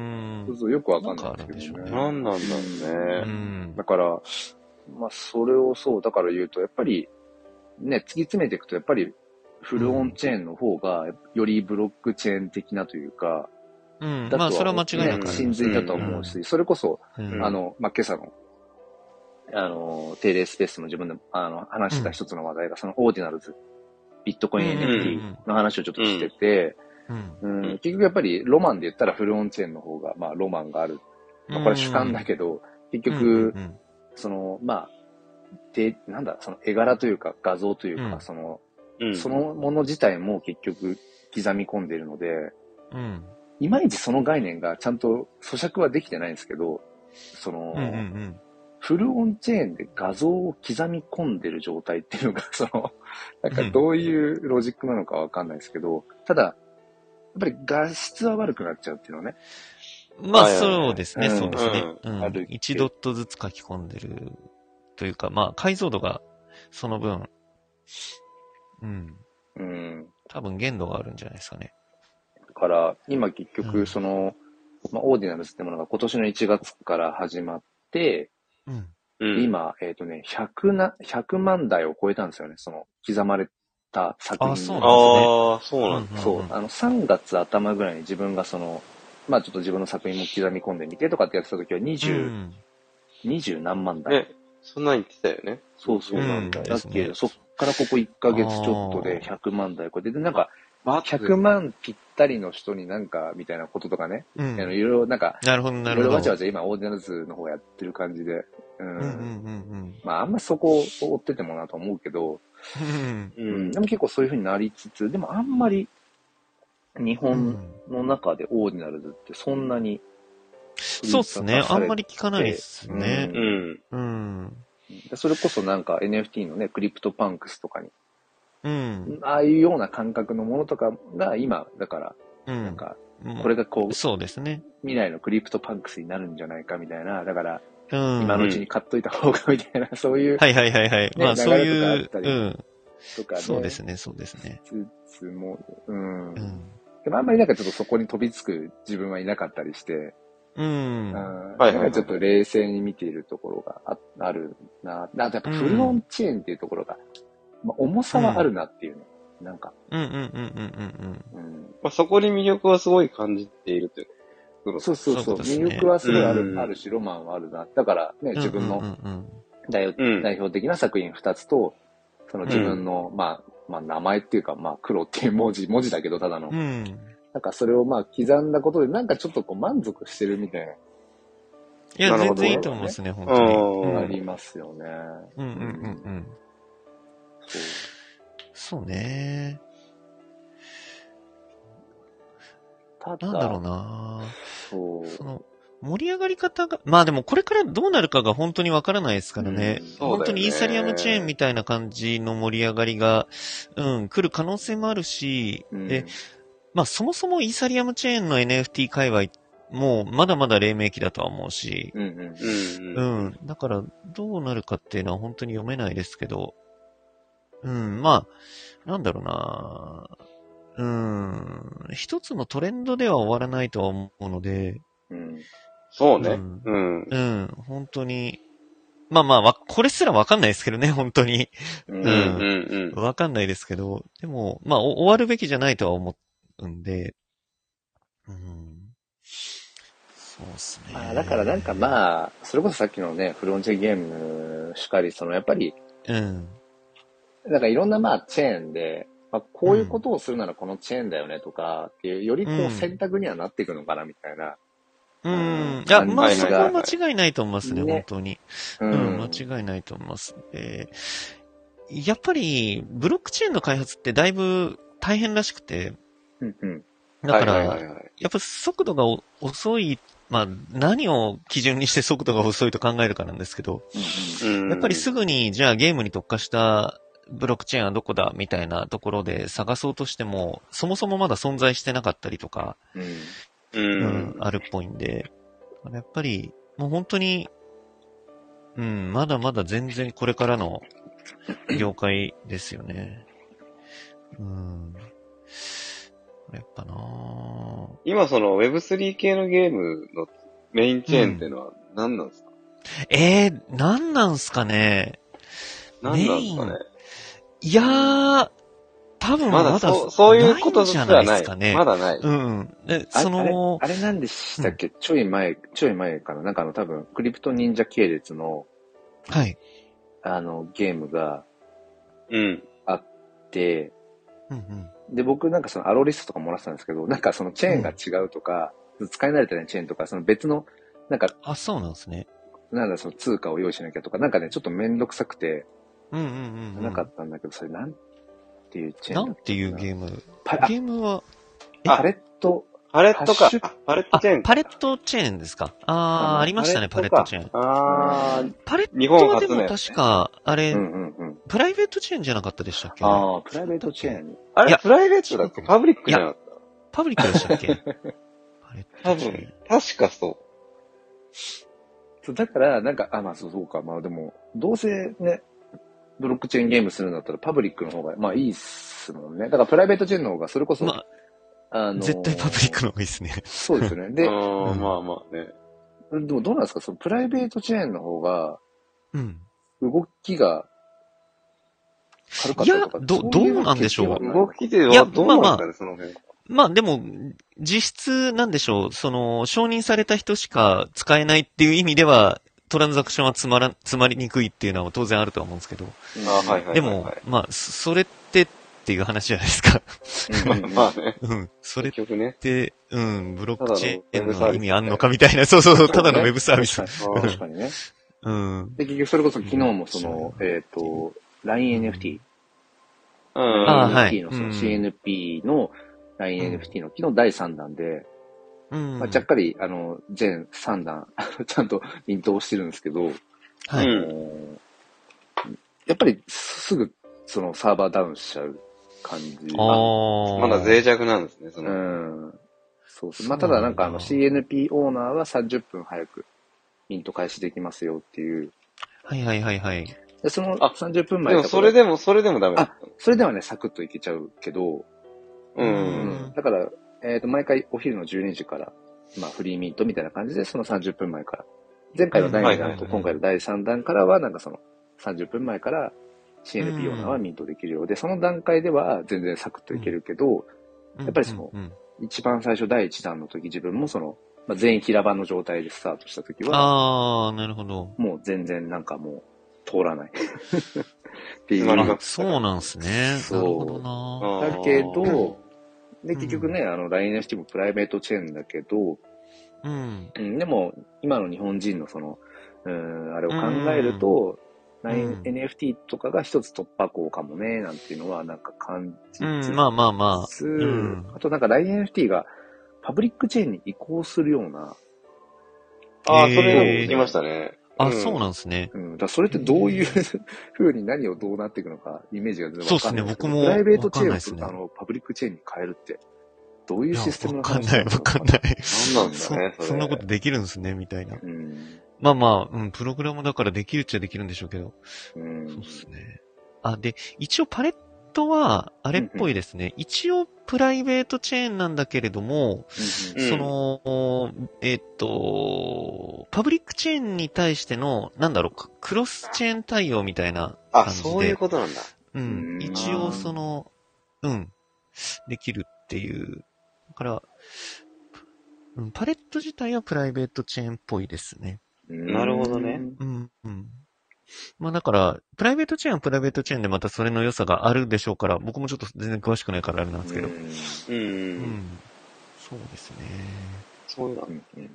そうそう、よくわかんないんですけどね。 なんなんだろうね。 うん。 だから、まあ、それをそう、だから言うと、やっぱり、ね、突き詰めていくと、やっぱり、フルオンチェーンの方が、よりブロックチェーン的なというか、 うん、まあ、それは間違いなく、 ね、真髄だと思うし、それこそ、あの、まあ、今朝の、あの、定例スペースも自分で、あの、話した一つの話題が、そのオーディナルズ、ビットコイン エヌエフティー の話をちょっとしてて、うんうん、結局やっぱりロマンで言ったらフルオンチェーンの方が、まあ、ロマンがある。まあ、これ主観だけど、結局、その、まあ、で、なんだ、その絵柄というか画像というか、その、そのもの自体も結局刻み込んでいるので、 うんいまいちその概念がちゃんと咀嚼はできてないんですけど、その、 うんうんうん、 フルオンチェーンで画像を刻み込んでる状態っていうのが、その、なんかどういうロジックなのかわかんないですけど、ただ、やっぱり画質は悪くなっちゃうっていうのはね。 まあはいはいはいそうですね、 うんそうですね。うんあるいちドットずつ書き込んでるというか、まあ解像度がその分、うん、 うん。 多分限度があるんじゃないですかね。 だから、今結うん局、その、まあ、オーディナルズってものが今年のいちがつから始まって、 うん。 うん。 今、えっ、とね、ひゃくな、ひゃくまん台を超えたんですよね、その、刻まれた作品あそうのなんああ、そうなんだ。 そう、あの、さんがつ頭ぐらいに自分がその、まあちょっと自分の作品も刻み込んでみてとかってやってた時はう 20、 ん。 にじゅう何万台。 ね。そんなん言ってたよね。 そうそう。 うんだですねけど、そっからここいっかげつちょっとでひゃくまん台超えて、で、なんか、ひゃくまんぴったりの人になんか、みたいなこととかね、 うあのん。 いろいろなんか、 なるほど、ないるほど。 ろいろわちゃわちゃ今、オーディナルズの方やってる感じで、うん。 うんうんうんまあ、あんまそこを追っててもなと思うけど、 うん。 ううん、 んで。も結構そういう風になりつつ、でもあんまり日本の中でオーディナルズってそんなに、 そうっすね。あんまり聞かないっすね。 う。ん。 うん。 でそれこそなんか エヌエフティー のね、クリプトパンクスとかに、 うん。 ああいうような感覚のものとかが今、だから、 うん。 なんか、 うんこれがこう、 そうですね。 未来のクリプトパンクスになるんじゃないかみたいな、だから、 うん。 今のうちに買っといた方がみたいな、そういう、 はいはいはいはい。まあそういう流れとかあっ、たりうん。 とかね、 そうですね、そうですね。 つつも、うん。 うん。 でもあんまりなんかちょっとそこに飛びつく自分はいなかったりして、 うん。 うんはいはいはいなんかちょっと冷静に見ているところがああるな。あとやっぱフルオンチェーンっていうところが、まあ、重さはあるなっていうね。なんか、 うんうんうんうんうんうん。 まあ、そこに魅力はすごい感じているということ。 そうそうそう。 そうですね魅力はすごいある、 うんあるし、ロマンはあるな。だからね、 うん。 自分のうんうん代表,、 うん代表的な作品ふたつと、その自分の、まあ、まあ名前っていうか、まあ黒っていう文字、文字だけどただの。 うん。うん。 なんかそれをまあ刻んだことで、なんかちょっとこう満足してるみたいな。 いや、 なるほど全然いいと思いますね、本当に。 うんありますよね。 うんうんうんうん。 そう。 そうね。 ただ、 なんだろうなそう。 その、盛り上がり方が、まあでもこれからどうなるかが本当にわからないですからね。 うんそうだよね本当にイーサリアムチェーンみたいな感じの盛り上がりが、うん、来る可能性もあるし、 うんで、まあそもそもイーサリアムチェーンの エヌエフティー 界隈もまだまだ黎明期だとは思うし、 うんうん。 うん。 ううん。 ん。だからどうなるかっていうのは本当に読めないですけど、うん、まあ、なんだろうなうん、一つのトレンドでは終わらないとは思うので、 うん。 そうね。 うんうん。 うん、本当に、まあまあわ、これすらわかんないですけどね、本当に。 うん。 うん。うん。うん。 わかんないですけど、でも、まあ、お終わるべきじゃないとは思うんで、うん。そうですね。 まあ、だからなんかまあ、それこそさっきのね、フロンチェゲームしかり、そのやっぱり、 うん。 なんかいろんなまあチェーンで、まあ、こういうことをするならこのチェーンだよねとかっていう、よりこううん選択にはなっていくのかなみたいな。 うん。いや、まあ、 はいはいそこははい間違いないと思いますね、 ね本当に。 ううん、間違いないと思います。で、やっぱり、ブロックチェーンの開発ってだいぶ大変らしくて、 うんうん。 だから、 はいはいはいはい。 やっぱ速度がお遅い、まあ、何を基準にして速度が遅いと考えるかなんですけど、 うん。 やっぱりすぐに、じゃあゲームに特化したブロックチェーンはどこだみたいなところで探そうとしても、そもそもまだ存在してなかったりとか、 うん。 う。 うんん、あるっぽいんで、やっぱり、もう本当に、うん、まだまだ全然これからの業界ですよね。うん。やっぱなぁ。 今その ウェブスリー 系のゲームのメインチェーンっていうのは何なんですか、 えー、なんなんすかね。 何なんですかね。 いやー、多分まだ、 まだそう、そういうことじゃではない。 ないですかね。 まだない。 うん。で、 あその、 あれ、あれなんでしたっけ、ちょい前、ちょい前かななんかあの多分、クリプト忍者系列の、 はい。 あの、ゲームがうん。 あって、 うんうん。 で、僕なんかそのアローリストとかもらってたんですけど、なんかそのチェーンが違うとか、使い慣れてないチェーンとか、その別の、なんか、 あ、そうなんですね。 なんだその通貨を用意しなきゃとか、なんかね、ちょっとめんどくさくて、 うんうんうん、うん。 なかったんだけど、それなんていうチェーンだったなんていうーゲームパあゲームは、 ムパレット、 パレットかハッシュ。 あパレッあトチェーン。、 パレットチェーンですかあー、 あありましたね、パレットチェーン。 あー、 パレッ日本トはでも初のやつね確か、あれ、 うんうんうん。 プライベートチェーンじゃなかったでしたっけああ、プライベートチェーン。 あれいやプライベートだっけパブリックじゃなかっパブリックでしたっけパレッ多分、確かそそうだから、なんか、あ、まあそうそうか。まあでも、どうせね、ブロックチェーンゲームするんだったらパブリックの方が、まあいいっすもんね。だからプライベートチェーンの方が、それこそ、 まあ、 あのー絶対パブリックの方がいいですね。 そうですよね。 う。 で、 ああ、 うんまあまあね。 でもどうなんですかそのプライベートチェーンの方が、 うん。 動きが軽かったりとか。 いやどそういどうなんでしょうわけではない動きでいやはどうなんですかね、 まあその辺。 まあでも、実質なんでしょう、その、承認された人しか使えないっていう意味では、トランザクションはつまら、詰まりにくいっていうのは当然あるとは思うんですけど。 あはいはいはいはい。 でも、まあ、そそれってっていう話じゃないですか。 うんうんうんまあね。 うん。それっ結局ね。 て、うん、ブロックチェーンただのウェブサービスの意味あんのかみたいな、そうそうそう、ただのウェブサービス。 確かに確かにね。 うん。 で、結局それこそ昨日もその、えっ、と、ラインエヌエフティー。 うん。 あーはいラインエヌエフティー のそうんの シーエヌピー の ラインエヌエフティー の昨日だいさん弾で、 うん。 まあ、ちゃっかり、あの、全さん弾、ちゃんとイントをしてるんですけど、 はい。 あのやっぱりすぐそのサーバーダウンしちゃう感じ。 ああ。 まだ脆弱なんですね、そうの。 ん。そうそう。まあ、 そうなんだただなんかあの シーエヌピー オーナーはさんじゅっぷん早くイント開始できますよっていう。 はいはいはいはい。 で、そのあさんじゅっぷん前でもそれでも、それでもダメだっあ、それではね、サクッといけちゃうけど、 た。う。 うんんだから、えっ、と、毎回お昼のじゅうにじから、まあ、フリーミントみたいな感じで、そのさんじゅっぷんまえから。前回のだいに弾と今回のだいさん弾からは、なんかそのさんじゅっぷんまえから シーエヌピー オーナーはミントできるようで、その段階では全然サクッといけるけど、やっぱりそのうんうん一番最初だいいち弾の時自分もその、まあ、全員平場の状態でスタートした時は、 ああ、なるほど。 もう全然なんかもう通らない。っていう。 あなるほど、 そうなんすね。 そうなるほどな。 だけど、で、 うん結局ね、あの、ラインエヌエフティー もプライベートチェーンだけど、 うん。 うん、でも、今の日本人のその、うん、あれを考えると、ラインエヌエフティー とかが一つ突破口かもね、なんていうのはなんか感じつつ、 うん、まあまあまあ。うんあとなんか ラインエヌエフティー がパブリックチェーンに移行するような、 ああ、 へーそれ言いましたね。 あ、そうなんですね。 うん、だからそれってどういう風に何をどうなっていくのか、イメージが全然わかんないですけど。 そうっすね僕もプライベートチェーンを、 わかんないっすねあの、パブリックチェーンに変えるって、どういういやシステムのわかんない、 話のわかんない。 なんなんそだね、それ。 そんなことできるんですね、みたいな。 うん。 まあまあ、うん、プログラムだからできるっちゃできるんでしょうけど。 うん。 そうですね。あ、で、一応パレットは、あれっぽいですね。一応プライベートチェーンなんだけれども、 うんその、えっと、パブリックチェーンに対しての、なんだろう、クロスチェーン対応みたいなあ、 感じで。 そういうことなんだ。 ううんん。一応その、うん。できるっていう。だから、うん、パレット自体はプライベートチェーンっぽいですね。 なるほどね。 うん、うん。まあだから、プライベートチェーンはプライベートチェーンでまたそれの良さがあるでしょうから、僕もちょっと全然詳しくないからあれなんですけど。 うんうん。 うん。そうですね。 そうなんだ。 うんうん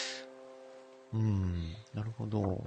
うん。なるほど。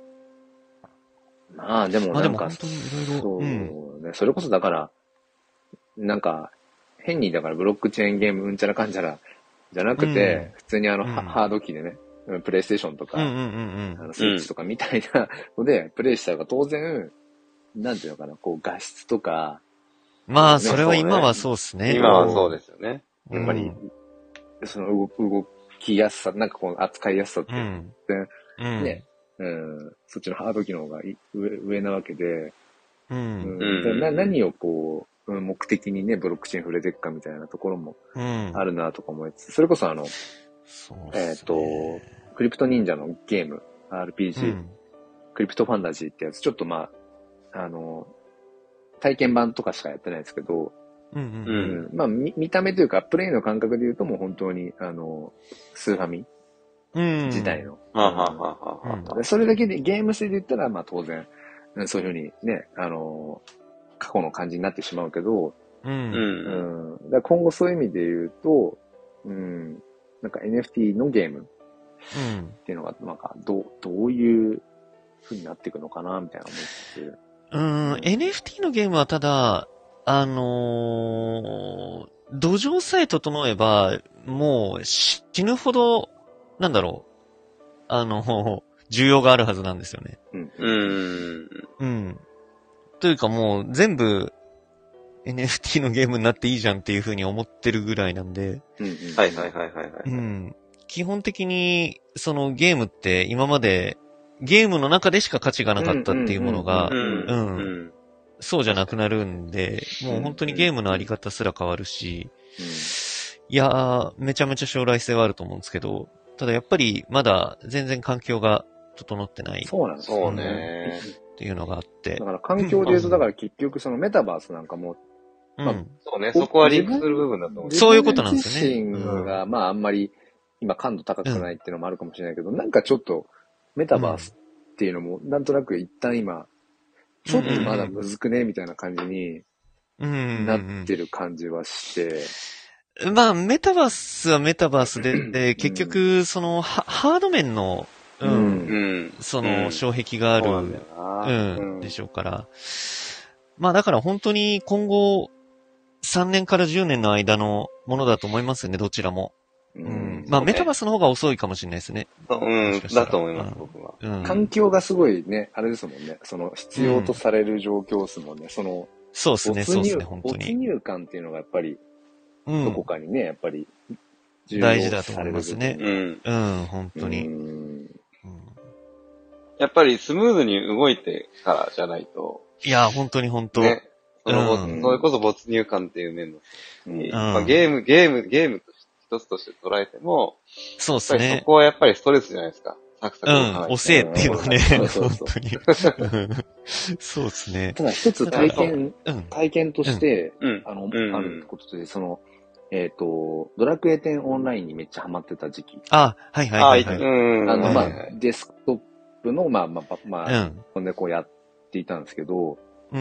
まあでもまあなんか、 でも本当にいろいろ。 そううん。 ね、それこそだから、なんか、変にだからブロックチェーンゲームうんちゃらかんちゃらじゃなくて、普通にあの、 うんハハード機でね、うんプレイステーションとか、 うんうんうんうん。 あのスイッチとかみたいなので、プレイしたら当然、なんていうのかな、こう画質とか、 まあ、 ねそれは今はそうですね。 今はそうですよね。 うんやっぱり、その動動きやすさ、なんかこう扱いやすさって、 うん。 ねうん。 ねうん、そっちのハード機の方がい上上なわけで、 う。 うんうん。 うんな何をこう、うん目的にね、ブロックチェーン触れていくかみたいなところもうん。 あるなとか思いつつ、それこそあの、 そうえっ、 すねと、クリプト忍者のゲーム、アールピージー、 うん。 クリプトファンタジーってやつ、ちょっとまあ、あの、体験版とかしかやってないですけど、 うんううんん、まあ見、見た目というか、プレイの感覚で言うともう本当に、あの、スーファミうん。 自体の。 はあ、はあはあはあはあでそれだけで、ゲーム性で言ったら、まあ当然、うんそういうふうにね、あの、過去の感じになってしまうけど、 う。 うん。 うんん、だから今後そういう意味で言うと、うん、なんか エヌエフティー のゲームうん。 っていうのが、なんか、どう、どういう風になっていくのかな、みたいな思って。 うん。エヌエフティー のゲームはただ、あのー土壌さえ整えば、もう死ぬほど、なんだろう。あの、需要があるはずなんですよね。 うん。 うん。 うん。というかもう全部 エヌエフティー のゲームになっていいじゃんっていう風に思ってるぐらいなんで。 うん。うん。 はいはいはいはいはい。 うん。 基本的に、そのゲームって今まで、ゲームの中でしか価値がなかったっていうものが、 うん。 うん。そうじゃなくなるんで、もう本当にゲームのあり方すら変わるし、 うん、 いやー、めちゃめちゃ将来性はあると思うんですけど、ただやっぱりまだ全然環境が整ってない。 そうなんですよね。 っていうのがあって。 だから環境で言うと、だから結局そのメタバースなんかも、 うん、まあ、 そうね、そこはリンクする部分だと思う。 そういうことなんですよね。 自分自身が、まああんまり今感度高くないっていうのもあるかもしれないけど、うん、なんかちょっとメタバースっていうのも、なんとなく一旦今、ちょっとまだむずくねみたいな感じになってる感じはして。 まあ、メタバースはメタバースで、で結局、その、ハード面の、うん、うん、その、障壁がある、うん、うん、でしょうから。まあ、だから本当に今後、さんねんからじゅうねんの間のものだと思いますよね、どちらも。うん。まあ、メタバースの方が遅いかもしれないですね。 うん、だと思います、僕は。 うん。環境がすごいね、あれですもんね。その、必要とされる状況ですもんね。その、 そうですね、そうですね、本当に。 没入感っていうのがやっぱり、どこかにね、やっぱり、 大事だと思いますね。うん。うん、本当に。 やっぱりスムーズに動いてからじゃないと。 いや、本当に本当。 ね。その、うん、それこそ没入感っていう面の、うんまあ、ゲーム、ゲーム、ゲームとして一つとして捉えても、 そうですね。 そこはやっぱりストレスじゃないですか。サクサクうん、遅えっていうのね、本当に。そうですね。 ただ一つ体験、体験として、あの、あることで、その、えっと、ドラクエテンオンラインにめっちゃハマってた時期。 あ、はいはいはい。 あの、まあ、デスクトップの、まあまあ、まあ、ほんでこうやっていたんですけど、 うん。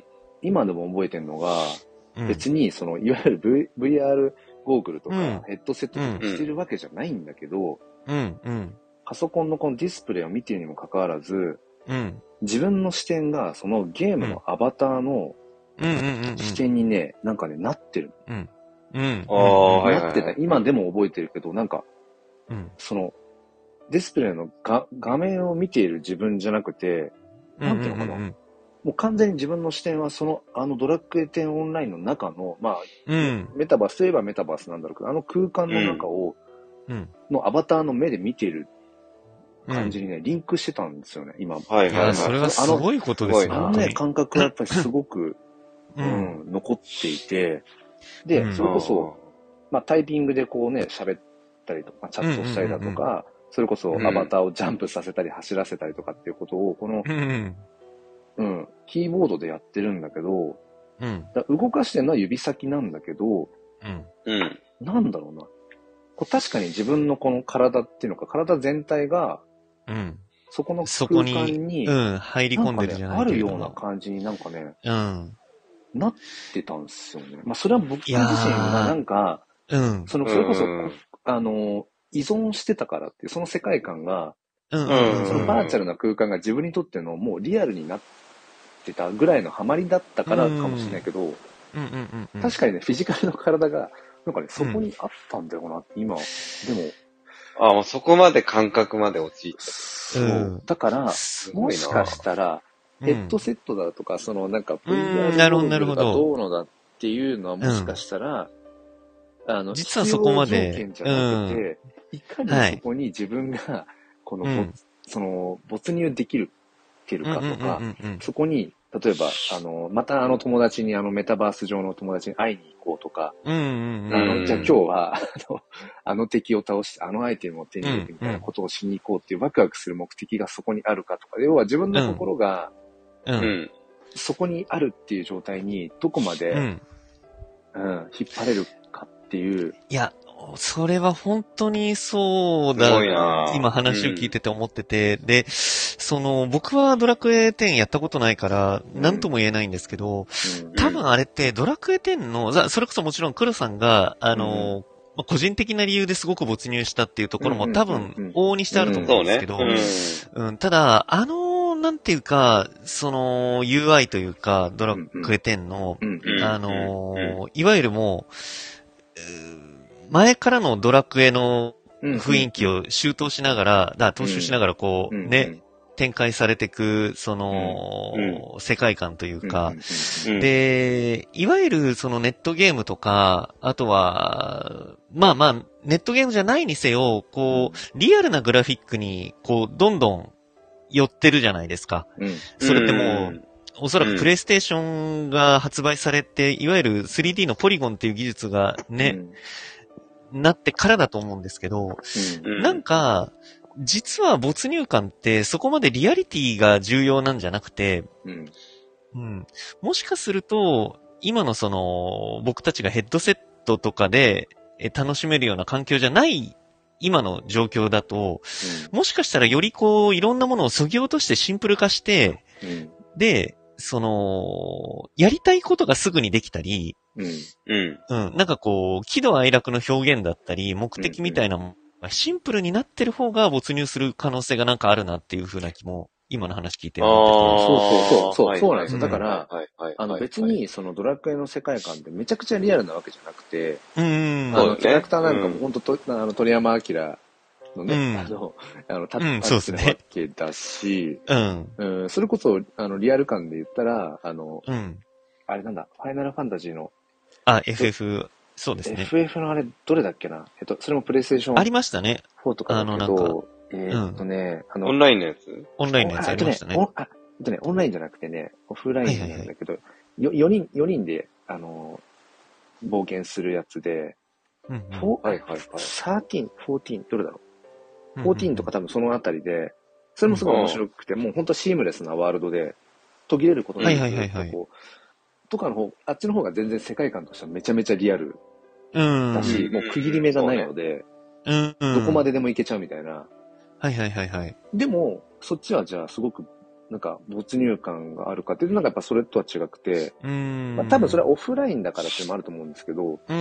今でも覚えてるのが、別に、その、いわゆる v、ブイアール ゴーグルとか、ヘッドセットとかしてるわけじゃないんだけど、 うんうん、 パソコンのこのディスプレイを見てるにもかかわらず、 うん、 自分の視点がそのゲームのアバターの視点にね、なんかね、なってる。 うんうん、 なってた。今でも覚えてるけど、なんか、 うん、 その、ディスプレイのが画面を見ている自分じゃなくて、なんていうのかな。もう完全に自分の視点はその、あのドラクエテンオンラインの中の、まあ、 うん、 メタバースといえばメタバースなんだろうけど、あの空間の中を、 うん、 のアバターの目で見ている感じにね、リンクしてたんですよね、今。 はいはいはい。 それはすごいことですね。 あのね、感覚はやっぱりすごく、うん、残っていて、で、それこそ、まあタイピングでこうね、喋ったりとか、チャットしたりだとか、それこそアバターをジャンプさせたり走らせたりとかっていうことを、この、うん、キーボードでやってるんだけど、 うん、 だ動かしてるのは指先なんだけど、 うんうん、 なんだろうな。こ確かに自分のこの体っていうのか、体全体が、 うん、 そこの空間に、にうん、入り込んでるじゃないけど、ね、あるような感じになんかね、 うん、 なってたんですよね。まあ、それは僕自身がなんか、 うん、 その、それこそ、あの、依存してたからっていう、その世界観が、 うん、 そのバーチャルな空間が自分にとってのもうリアルになってたぐらいのハマりだったからかもしれないけど、 うんうんうんうん、 確かにね、フィジカルの体が、なんかね、そこにあったんだよなって、今、でも。 ああ、もうそこまで感覚まで陥った。 そう。だから、もしかしたら、ヘッドセットだとか、そのなんか ブイアール ゴーグルがどうのだっていうのはもしかしたら、あの、 実はそこまで、 必要条件じゃなくて、いかにそこに自分が、この、その、没入できる、てるかとか、そこに、例えば、あの、またあの友達に、あのメタバース上の友達に会いに行こうとか、 うんうんうん、 あの、じゃあ今日は、あの、あの敵を倒して、あのアイテムを手に入れてみたいなことをしに行こうっていうワクワクする目的がそこにあるかとか、要は自分の心が、 うん、 そこにあるっていう状態に、どこまで、うん、うん、引っ張れるかっていう。 いや、それは本当にそうだ。今話を聞いてて思ってて、うん、で、その、僕はドラクエテンやったことないから、何とも言えないんですけど、うん、多分あれってドラクエテンの、それこそもちろん黒さんが、あの、うんまあ、個人的な理由ですごく没入したっていうところも多分、往々にしてあると思うんですけど、うん、ただ、あの、なんていうか、その、ユーアイ というか、ドラクエテンの、あの、いわゆるもう、前からのドラクエの雰囲気を周到しながら、だ踏襲しながらこう、ね、 展開されていく、その、 うん、 世界観というか、 うん、 で、いわゆるそのネットゲームとか、あとは、まあまあ、ネットゲームじゃないにせよ、こう、リアルなグラフィックに、こう、どんどん寄ってるじゃないですか。 うん、 それってもう、おそらくプレイステーションが発売されて、いわゆる スリーディー のポリゴンっていう技術がね、うん、なってからだと思うんですけど、うん、なんか、実は没入感ってそこまでリアリティが重要なんじゃなくて、うんうん、もしかすると、今のその、僕たちがヘッドセットとかで楽しめるような環境じゃない今の状況だと、うん、もしかしたらよりこう、いろんなものを削ぎ落としてシンプル化して、うん、で、その、やりたいことがすぐにできたり、うんうんうん、なんかこう、喜怒哀楽の表現だったり、目的みたいなもの、うんうんシンプルになってる方が没入する可能性がなんかあるなっていう風な気も、今の話聞いて思ってて。 そうそうそう、そう、そうなんですよ。だから、あの別にそのドラクエの世界観ってめちゃくちゃリアルなわけじゃなくて、うん、あのキャラクターなんかも本当と、あの鳥山明のね、うん、あの、あの、立ってるわけだし、うん、うん、それこそ、あの、リアル感で言ったら、あの、うん、あれなんだ、ファイナルファンタジーの、 あ、エフエフ、そうですね。 エフエフ のあれ、どれだっけなえっと、それもプレイステーション。 ありましたね。 フォーとかだけど、えー、っとね、 あの、オンラインのやつオンラインのやつありましたね。 あ、えっとね、オンラインじゃなくてね、オフラインなんだけど、よにん、よにんで、あの、冒険するやつで、 うんうん、はいはいはい。 じゅうさん、じゅうよん、どれだろう ?じゅうよん とか多分そのあたりで、それもすごい面白くて、もう本当シームレスなワールドで、途切れることなく、はいはいはいはい、とかの方、あっちの方が全然世界観としてはめちゃめちゃリアル。だし、もう区切り目がないので、うんうん、どこまででも行けちゃうみたいな。 はいはいはいはい。 でも、そっちはじゃあすごく、なんか没入感があるかっていうと、なんかやっぱそれとは違くて、うんまあ、多分それはオフラインだからっていうのもあると思うんですけど、うん、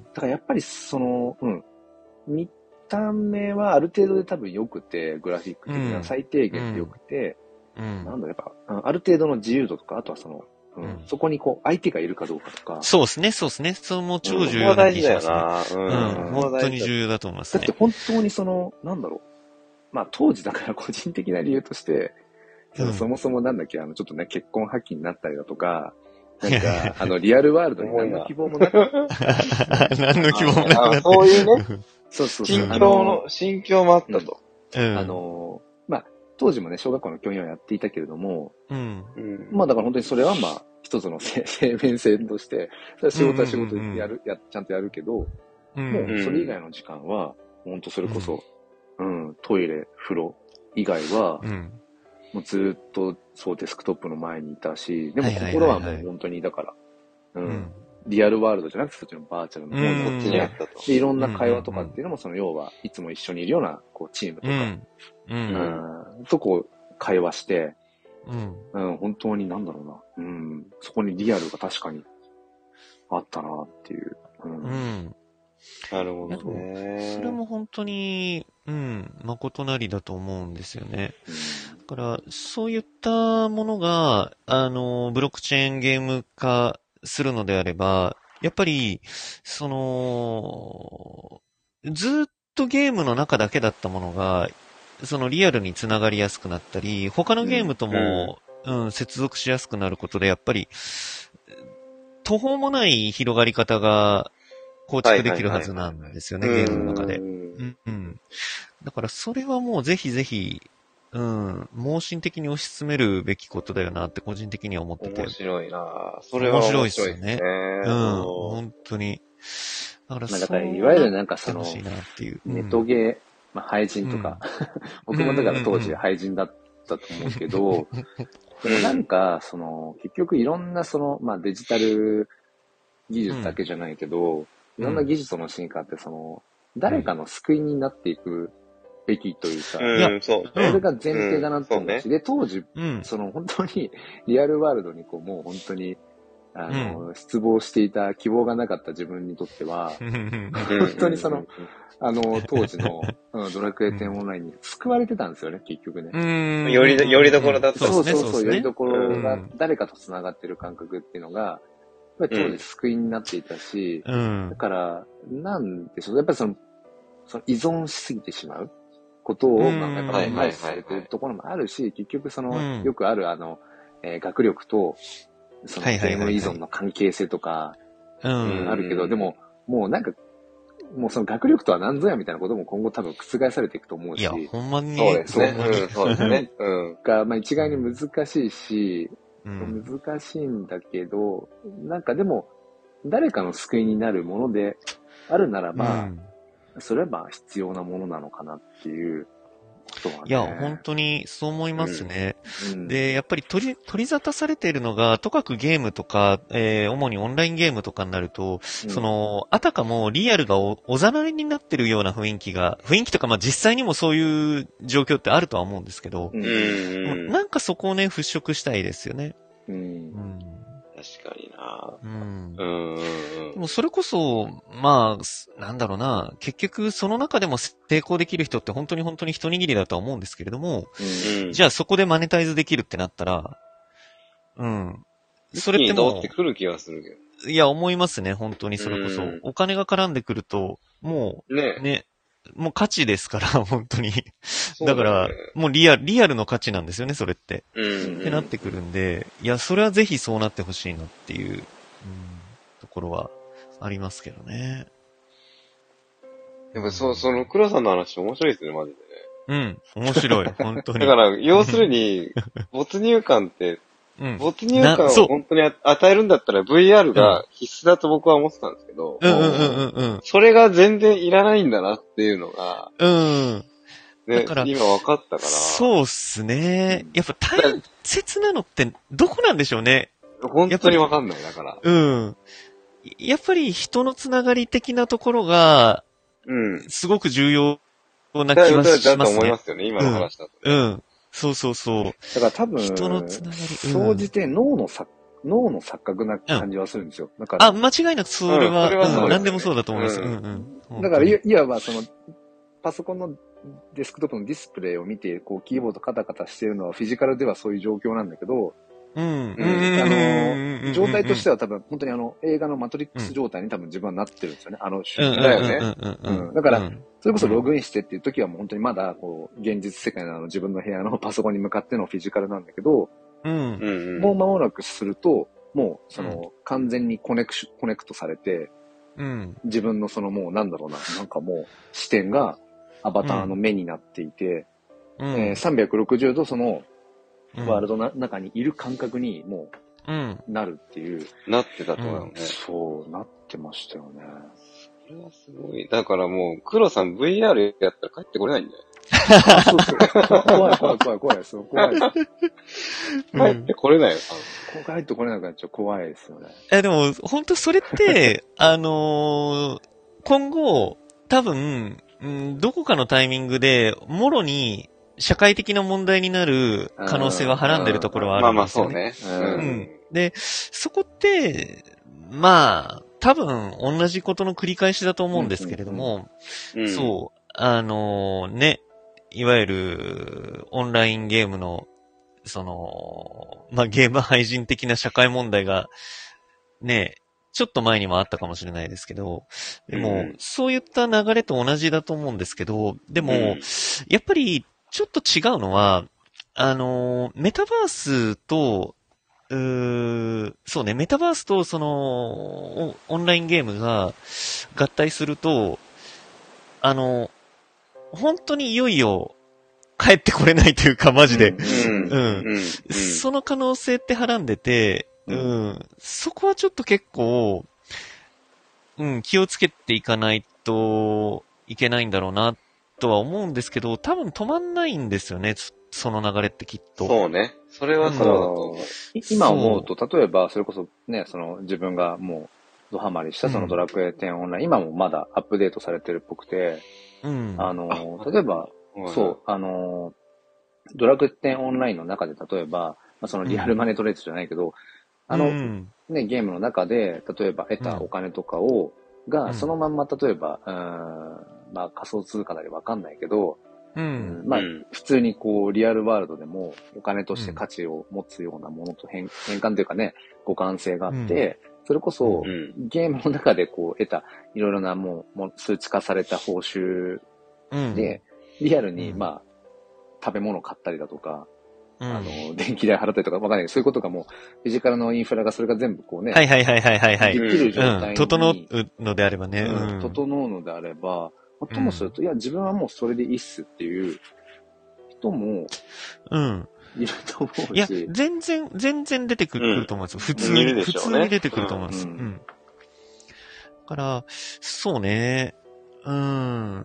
だからやっぱりその、うん、見た目はある程度で多分良くて、グラフィック的な最低限で良くて、うんうん、なんだやっぱ、ある程度の自由度とか、あとはその、うんうん、そこにこう、相手がいるかどうかとか。 そうですね、そうですね。それも超重要な気がしますね。うん、うん、本当に重要だと思いますね。 だって本当にその、なんだろう。まあ当時だから個人的な理由として、うん、そもそもなんだっけ、あの、ちょっとね、結婚破棄になったりだとか、なんか、あの、リアルワールドに何の希望もなかった。 何の希望もなかった。 そういうね。 そうそうそう。 心境の、心境もあったと。 うん、あの、まあ、当時もね、小学校の教員をやっていたけれども、うん、まあだから本当にそれはまあ、一つの生命線として、それは仕事は仕事やる、や、ちゃんとやるけど、うん、もうそれ以外の時間は、本当それこそ、うん、うん、トイレ、風呂以外は、うん、もうずっとそうデスクトップの前にいたし、でも心はもう本当にだから、うん、リアルワールドじゃなくてそっちのバーチャルの方にこっちにあったと。で、いろんな会話とかっていうのもその要はいつも一緒にいるようなこうチームとか、うんうんうん、とこう会話して、うんうん、本当になんだろうな、うん、そこにリアルが確かにあったなっていう。うんうん、 なるほどね。 それも本当に、うん、誠なりだと思うんですよね。うん、だから、そういったものが、あの、ブロックチェーンゲーム化するのであれば、やっぱり、その、ずっとゲームの中だけだったものが、そのリアルにつながりやすくなったり、他のゲームとも、うん、うん、接続しやすくなることで、やっぱり、途方もない広がり方が構築できるはずなんですよね、ゲームの中で。うんうん。だからそれはもうぜひぜひ、うん、盲信的に推し進めるべきことだよなって個人的には思ってて。 面白いなそれは面白いですよね。 うん、本当に。 だからそう、だからいわゆるなんかその、ネトゲー、まあ、廃人とか、うん、僕もだから当時廃人だったと思うけど、でもなんか、その、結局いろんなその、まあデジタル技術だけじゃないけど、うん、いろんな技術の進化ってその、誰かの救いになっていくべきというか、 うん、いや、そう、 それが前提だなと思うし、うん、で、当時、うん、その本当にリアルワールドにこう、もう本当に、あの、うん、失望していた、希望がなかった自分にとっては、本当にその、あの、当時の、うん、ドラクエテンオンラインに救われてたんですよね、結局ね。 うん。より、よりどころだった。 そうそうそう、よりどころが誰かと繋がってる感覚っていうのが、やっぱり当時救いになっていたし、うん、だから、なんでしょう、やっぱりその、その依存しすぎてしまう。 ことを、 うんまあ、やっぱ考えされてるところもあるし、結局その、 うん、 よくあるあの、えー学力と、そのゲーム依存の関係性とか、 うん、 あるけど、でも、もうなんか、もうその学力とは何ぞやみたいなことも今後多分覆されていくと思うし。 いや、ほんまに。 そうですね。 ほんまにうん、そうですね。うん。 が、まあ一概に難しいし、 うん、 難しいんだけど、なんかでも、誰かの救いになるものであるならば、 うんそれはまあ必要なものなのかなっていうことはね。 いや、本当にそう思いますね。 うん、 で、やっぱり取り、取り沙汰されているのが、とかくゲームとか、えー、主にオンラインゲームとかになると、 うん、 その、あたかもリアルがお、おざなりになってるような雰囲気が、雰囲気とか、まあ実際にもそういう状況ってあるとは思うんですけど、 うん、 うん。 なんかそこをね、払拭したいですよね。 うん。 うん確かにな。 うんう。ん。 でもそれこそ、まあ、なんだろうな、結局その中でも成功できる人って本当に本当に一握りだとは思うんですけれども、 うん、 じゃあそこでマネタイズできるってなったら、うん。それっても一気に通ってくる気がするけど。 う、いや、思いますね、本当にそれこそうん。 お金が絡んでくると、もねう、ね、もう価値ですから、本当に。 そうよねだから、もうリアル、リアルの価値なんですよね、それって。 うん。 ってなってくるんで、いや、それはぜひそうなってほしいなっていう、うん、ところはありますけどね。 やっぱそう、その黒さんの話面白いですね、マジでね。 うん、面白い、本当に。 だから、要するに、没入感って、 うん。 没入感をなそう本当にあ与えるんだったら ブイアール が必須だと僕は思ってたんですけど、 うんうんうんうんうん。 それが全然いらないんだなっていうのが、 うん。 ねだから、 今分かったから、 そうっすね。やっぱ大切なのってどこなんでしょうね。 本当に分かんない、だから。 うん。やっぱり人のつながり的なところが、 うん。 すごく重要なだ気はしだだとますね。 思いますよね、今の話だと。 うん。そうそうそう。 だから多分、 人のつながり。 総じて脳の錯、脳の錯覚な感じはするんですよ。だから、 あ、間違いなくそれは、 うんそれはそうですねうん何でもそうだと思います。ううんんうん。 だからい、 本いわばその、パソコンのデスクトップのディスプレイを見て、こう、キーボードカタカタしてるのはフィジカルではそういう状況なんだけど、 当にうん。 うんあの、状態としては、 は多分、本当にあの、映画のマトリックス状態に多分自分はなってるんですよね。あの、 うんうんだよねうんうんだからそれこそログインしてっていう時はもう本当にまだ、こう、現実世界のあの自分の部屋のパソコンに向かってのフィジカルなんだけど、 うん。 うんうん。 もう間もなくすると、もう、その、完全にコネクション、コネクトされて、 うん。 自分のそのもう、なんだろうな、なんかもう、視点がアバターの目になっていて、 うん。 えーさんびゃくろくじゅうどその、 うんワールドの中にいる感覚にもうん。 う、なるっていう、 なってたと思うよね。 そう、なってましたよね。 それはすごい。だからもう、黒さん ブイアール やったら帰ってこれないんだよ。 あそうそう。怖い怖い怖い怖いですよ。怖いです。 帰ってこれないよ、多帰ってこれなくなっちゃう怖いですよね。 え、でも、本当それって、あのー今後、多分、うん、どこかのタイミングで、もろに社会的な問題になる可能性ははらんでるところはあまあまあるんですよね。 そうね。 ううんん。で、そこって、まあ、多分同じことの繰り返しだと思うんですけれども、 うん。 そう、あのね、いわゆるオンラインゲームの、その、まあゲーム配信的な社会問題が、ね、ちょっと前にもあったかもしれないですけど、でも、 うんそういった流れと同じだと思うんですけど、でも、 うんやっぱりちょっと違うのは、あの、メタバースと、うーそうね、メタバースとその、オオンラインゲームが合体すると、あの、本当にいよいよ帰ってこれないというか、マジで。 うん。 うんうん。うん。 その可能性ってはらんでて、 ううんん、そこはちょっと結構、うん、気をつけていかないといけないんだろうな、とは思うんですけど、多分止まんないんですよね、そその流れってきっと。 そうね。それはそうだと思う。 い今思うと、例えば、それこそね、その自分がもう、ドハマりしたそのドラクエテンオンライン、今もまだアップデートされてるっぽくて、 うん。 あの、例えば、 うんそう、あの、ドラクエテンオンラインの中で例えば、まあ、そのリアルマネートレードじゃないけど、あの、 うん、 ね、ゲームの中で、例えば得たお金とかを、が、 うんそのまんま、例えば、うーん、まあ仮想通貨なりわかんないけど、 ううんん。 まあうん、 普通にこう、リアルワールドでもお金として価値を持つようなものと変変換というかね、互換性があって、それこそ、 うん。 ゲームの中でこう、得たいろいろなもう、もう数値化された報酬うん。 で、 リアルに、 うんまあ、食べ物買ったりだとか、 うん。 あの、電気代払ったりとか、わかんないけど、そういうことがもう、フィジカルのインフラがそれが全部こうね、 はいはいはいはいはいはい。 できる状うん。 態に、 整うのであればね。 ううんん。 整うのであれば、まあともすると、いや、自分はもうそれでいいっすっていう人もうん。 いると思ういやし、、 全然、全然出てくうんると思うんですよ。普通いに、 るでしょうね普通に出てくると思います。 ううんん。だから、そうね。うん。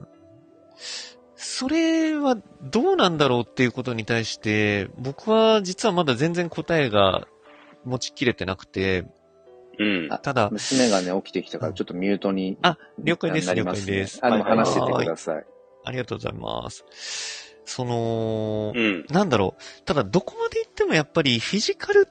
それはどうなんだろうっていうことに対して、僕は実はまだ全然答えが持ちきれてなくて、 うん。 あただ、 娘がね、起きてきたから、ちょっとミュートにあ、了解です、了なりますね。 解です。 あ、でもはいはい話しててください。 ありがとうございます。その、 うん。 なんだろう。ただ、どこまで行ってもやっぱりフィジカルって、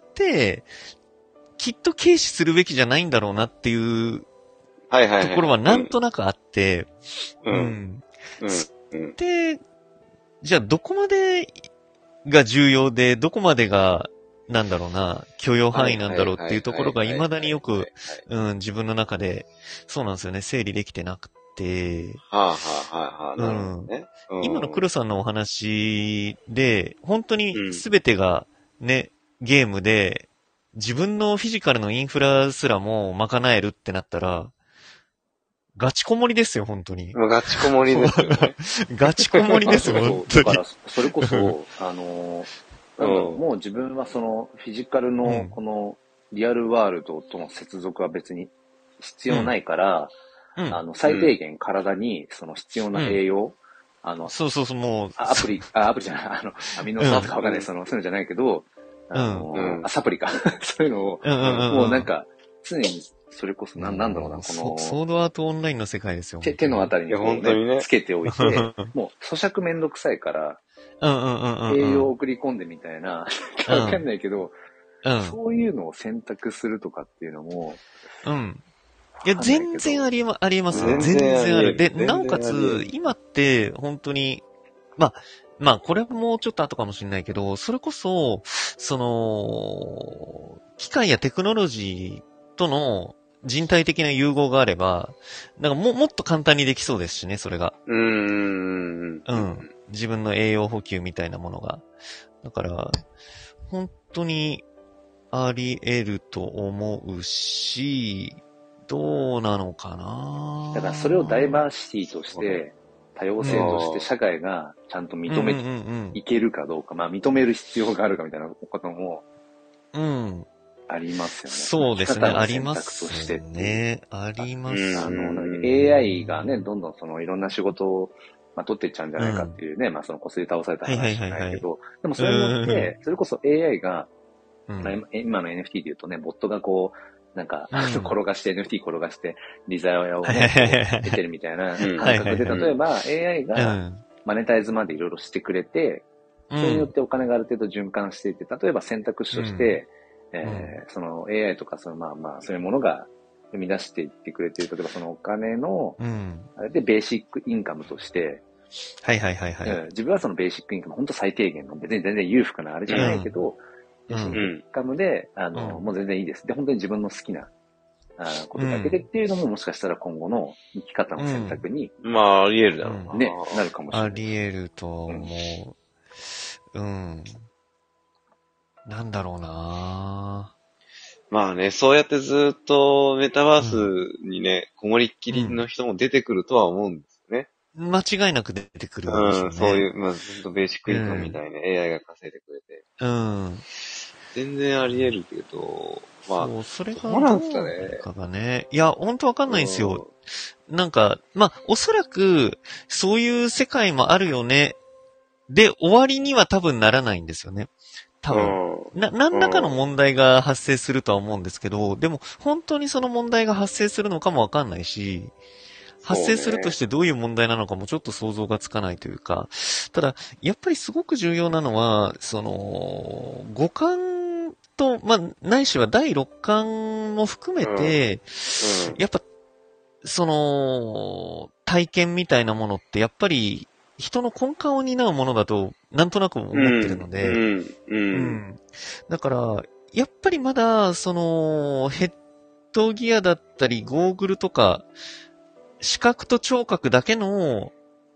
きっと軽視するべきじゃないんだろうなっていうはいはいはい。 ところはなんとなくあって、 う。 うんん。 うん。うん。 で、じゃあどこまでが重要で、どこまでが、なんだろうな、許容範囲なんだろうっていうところが未だによく、うん、自分の中で、そうなんですよね、整理できてなくて、 はあはあはあはあ、なるほどね。うん今の黒さんのお話で、本当にうん全てがね、ゲームで、自分のフィジカルのインフラすらも賄えるってなったら、ガチこもりですよ、本当に。 もうガチこもりですよね。 ガチこもりですよ、 そう本当にだから。、それこそ、あの、なんだろううんもう自分はその、フィジカルうのん、 この、リアルワールドとの接続は別に必要ないから、 うんあの、最低限体にその必要な栄養、あの、 そうそうそう、もう、 あアプリ、あ、アプリじゃない、あの、アミノ酸とかわかんない、 うんその、そういうのじゃないけど、あの、 うんあ、サプリか。そういうのを、 うんうんうんうんもうなんか、常に、それこそ、なん、なんだろうな、この、 ソソードアートオンラインの世界ですよ。 手、手のあたりにこいやう本当にねつけておいて、もう咀嚼めんどくさいから、 うんうんうんうんうん。 栄養を送り込んでみたいな、 うんわかんないけど、 うん。 そういうのを選択するとかっていうのも、 うん。いや、全然ありえま、ありえますよ。全全然然ある。で、 全然なおかありえつる、 今って、本当に、まあ、まあ、これもちょっと後かもしれないけど、それこそ、その、機械やテクノロジーとの人体的な融合があれば、なんかも、もっと簡単にできそうですしね、それが。 うーん。 うん。自分の栄養補給みたいなものが。だから、本当にあり得ると思うし、どうなのかな。 だからそれをダイバーシティとして、多様性として社会がちゃんと認めうんうんいけるかどうか、まあ認める必要があるかみたいなこともうん。うん。 ありますよね。 そうですね。 生き方のあり選択とますして。 ね。あります。 あの、 うんエーアイ がね、どんどんそのいろんな仕事を、まあ、取っていっちゃうんじゃないかっていうね、まあそのこすり倒された話じゃないけど、でもそれによって、それこそ エーアイ が、 うんまあ今の エヌエフティー で言うとね、ボットがこう、なんか、 うん転がして、エヌエフティー 転がして、リザヤをはいはいはいはいね、こう得てるみたいなうん感覚で、 はいはいはい例えば エーアイうがん。 マネタイズまでいろいろしてくれて、 うそれによっん。 てお金がある程度循環していて、例えば選択肢として、えーその エーアイ とか、そのまあまあ、そういうものが生み出していってくれている、例えばそのお金の、 うん。 あれでベーシックインカムとして、 はいはいはいはい。 うん自分はそのベーシックインカム、本当最低限の、別に全然裕福なあれじゃないけど、ベーシックインカムで、あの、 うんもう全然いいです。で、本当に自分の好きな、あことだけでっていうのも、もしかしたら今後の生き方の選択に、 まあ、あり得るだろうな。 ね、なるかもしれない。 あり得ると思う。うん。なんだろうなまあね、そうやってずっとメタバースにね、こもりっきりの人も出てくるとは思うんですよね。 間違いなく出てくるうん、 でしょうね。 そういう、まあ、ほんとベーシックインカムみたいな エーアイ が稼いでくれて。 うん。 全然あり得るけど、まあ、 そう、それがどうなんすかねどうかがね。いや、ほんとわかんないんですよ。なんか、まあ、おそらく、そういう世界もあるよね。で、終わりには多分ならないんですよね。多う分。 ん。 な、何らかの問題が発生するとは思うんですけど、でも、本当にその問題が発生するのかもわかんないし、発生するとしてどういう問題なのかもちょっと想像がつかないというか、ただ、やっぱりすごく重要なのは、その、五感と、まあ、ないしは第六感も含めて、 うん。 やっぱ、その、体験みたいなものって、やっぱり、人の根幹を担うものだと、なんとなく思ってるので、 うん。う。 うんん。だから、やっぱりまだ、その、ヘッドギアだったり、ゴーグルとか、視覚と聴覚だけの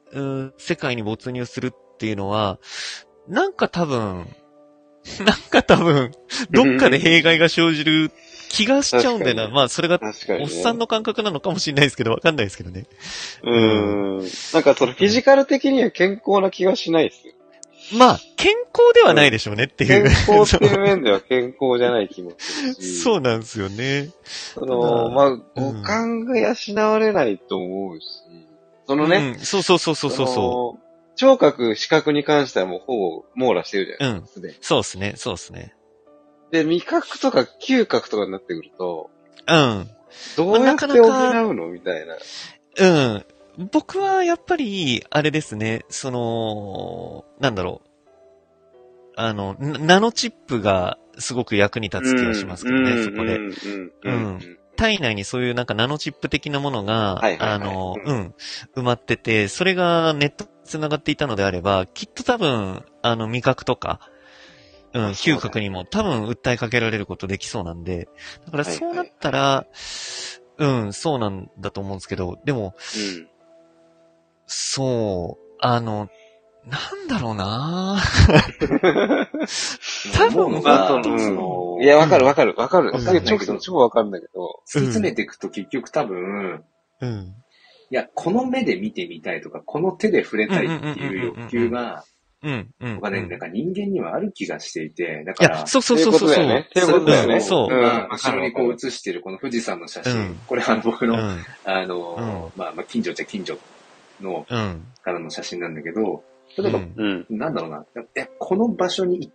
うん、世界に没入するっていうのは、なんか多分、なんか多分、どっかで弊害が生じる気がしちゃうんだよな。まあ、それが、おっさんの感覚なのかもしれないですけど、わかんないですけどね。 うーん。なんかそのフィジカル的には健康な気がしないですよ。 まあ、健康ではないでしょうねっていう。 健康っていう面では健康じゃない気もするし。 そうなんですよね。 その、まあ、五感が養われないと思うし、そのね、 うん、そうそうそうそうそう。 聴覚、視覚に関してはもうほぼ網羅してるじゃないですか。 うん。そうですね、そうですね。 で、味覚とか嗅覚とかになってくると、 うん。 どうやって補うのみたいな。 うん。僕はやっぱり、あれですね、その、なんだろう。あの、ナノチップがすごく役に立つ気がしますけどね、そこで。うん。体内にそういうなんかナノチップ的なものが、あの、うん、埋まってて、それがネットに繋がっていたのであれば、きっと多分、あの、味覚とか、うん、嗅覚にも多分訴えかけられることできそうなんで、だからそうなったら、うん、そうなんだと思うんですけど、でも、うん、そう、あの、なんだろうな多分、 まあ、その、いや、わかるわかるわかる。わかる。超、超わかるんだけど。 突き詰めていくと結局多分、うん。いや、この目で見てみたいとか、この手で触れたいっていう欲求が、うん、うん。僕はね、なんか人間にはある気がしていて、だから、いや、 そうそうそうそうそう。 っていうことだよね。 そう。まあ、後ろにこう映してるこの富士山の写真、これは僕の、あの、まあ、まあ、近所っちゃ近所の、からの写真なんだけど、例えば、うん、なんだろうな。え、この場所に行って、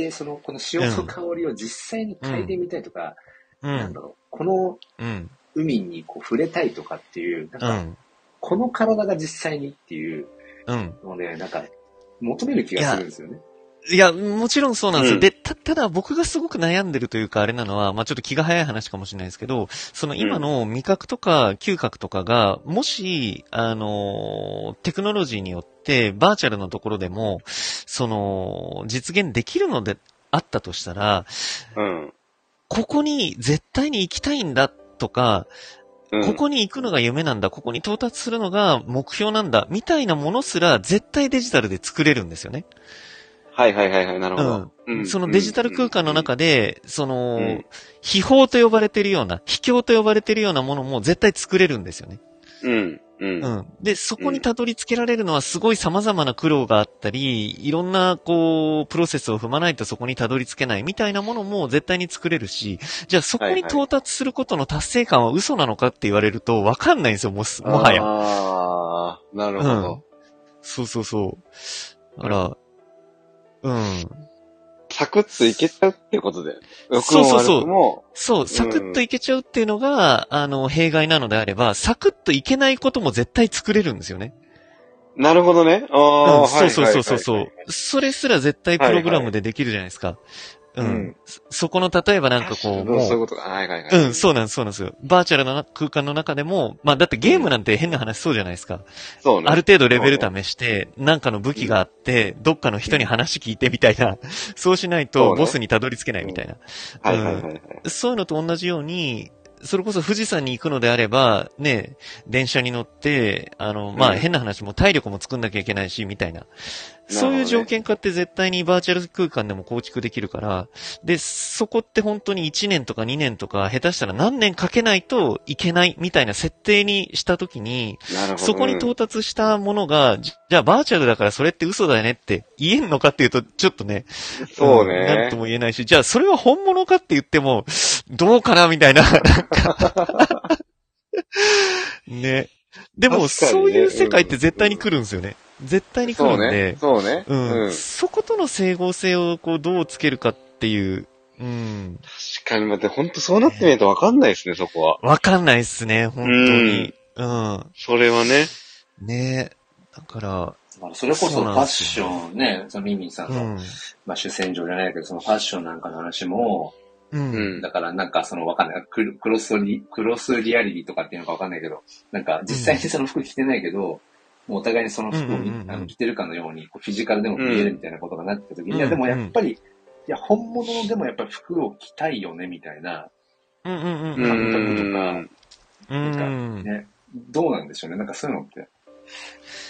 その、この潮の香りを実際に嗅いでみたいとか、うん、なんだろう。この、海にこう触れたいとかっていう、なんか、うん、この体が実際にっていうのをね、なんか、求める気がするんですよね。 いや、もちろんそうなんですよ。うん、で、た、ただ僕がすごく悩んでるというかあれなのは、まあちょっと気が早い話かもしれないですけど、その今の味覚とか嗅覚とかが、もし、あの、テクノロジーによってバーチャルのところでも、その、実現できるのであったとしたら、うん、ここに絶対に行きたいんだとか、ここに行くのが夢なんだ、ここに到達するのが目標なんだ、みたいなものすら絶対デジタルで作れるんですよね。 はいはいはいはい、なるほど。 うん。そのデジタル空間の中で、その、うん、秘宝と呼ばれているような、秘境と呼ばれているようなものも絶対作れるんですよね。うん。うん。うん。で、そこにたどり着けられるのはすごい様々な苦労があったり、いろんな、こう、プロセスを踏まないとそこにたどり着けないみたいなものも絶対に作れるし、じゃあそこに到達することの達成感は嘘なのかって言われるとわかんないんですよ、もう、もはや。 ああ、なるほど、うん。 そうそうそう。だから、うん。 サクッといけちゃうってことだよね。 そうそうそう。そう、サクッといけちゃうっていうのが、うん、あの、弊害なのであれば、サクッといけないことも絶対作れるんですよね。 なるほどね。ああ、 うん、そうそうそうそうそう。それすら絶対プログラムでできるじゃないですか。はいはいうん。そこの、例えばなんかこう、もう。 そういうことか。はいはいはい。 うん、そうなんです、そうなんですよ。バーチャルな空間の中でも、まあだってゲームなんて変な話そうじゃないですか。そうね。ある程度レベル試して、なんかの武器があって、どっかの人に話聞いてみたいな。そうしないと、ボスにたどり着けないみたいな。はいはいはい。そういうのと同じように、それこそ富士山に行くのであれば、ね、電車に乗って、あの、まあ、変な話も体力も作んなきゃいけないし、みたいな。そういう条件化って絶対にバーチャル空間でも構築できるから、で、そこって本当にいちねんとかにねんとか、下手したら何年かけないといけないみたいな設定にしたときに、そこに到達したものが、じゃあバーチャルだからそれって嘘だよねって言えんのかっていうと、ちょっとね、 そうね、 うん。なんとも言えないし、じゃあそれは本物かって言っても、どうかなみたいな、なんかね。でも、ね、そういう世界って絶対に来るんですよね。絶対に来るんで。 そうね。そうね。 うん。うん、そことの整合性をこうどうつけるかっていう。うん。 確かに、待って、本当そうなってみないとわかんないですね、そこは。 わかんないっすね、本当に。うん。うん、 それはね。 ねだから。 それこそファッションね、そのミミさんの、うん、まあ主戦場じゃないけど、そのファッションなんかの話も、うん。だからなんかそのわかんない。クロスリ、クロスリアリティとかっていうのかわかんないけど、なんか実際にその服着てないけど、うんもうお互いにその服を、うんうんうん、あの着てるかのように、こうフィジカルでも見えるみたいなことがなってた時に、うん、いやでもやっぱり、いや本物でもやっぱり服を着たいよねみたいな感覚とか、うん、なんかね、どうなんでしょうね。なんかそういうのって。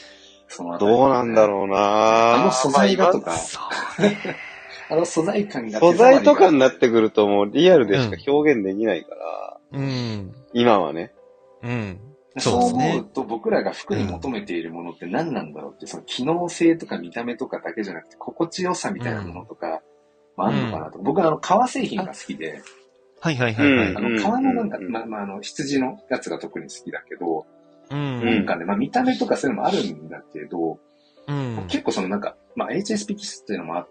そのあたり、 どうなんだろうなあの素材がとか、 そうね。 あの素材感が素材とかになっくてくるともうリアルでしか表現できないから、 うん。 今はね。 うん。 そうですね思うと僕らが服に求めているものって何なんだろうって、その機能性とか見た目とかだけじゃなくて心地よさみたいなものとかもあるのかなと。僕はあの革製品が好きで、 はいはいはいはい。 あの革のなんか、 うんまあまああの羊のやつが特に好きだけど、 うん。 なんかね、まあ見た目とかそういうのもあるんだけど、 うん。 結構そのなんか、まあ エイチエスピー キスっていうのもあって、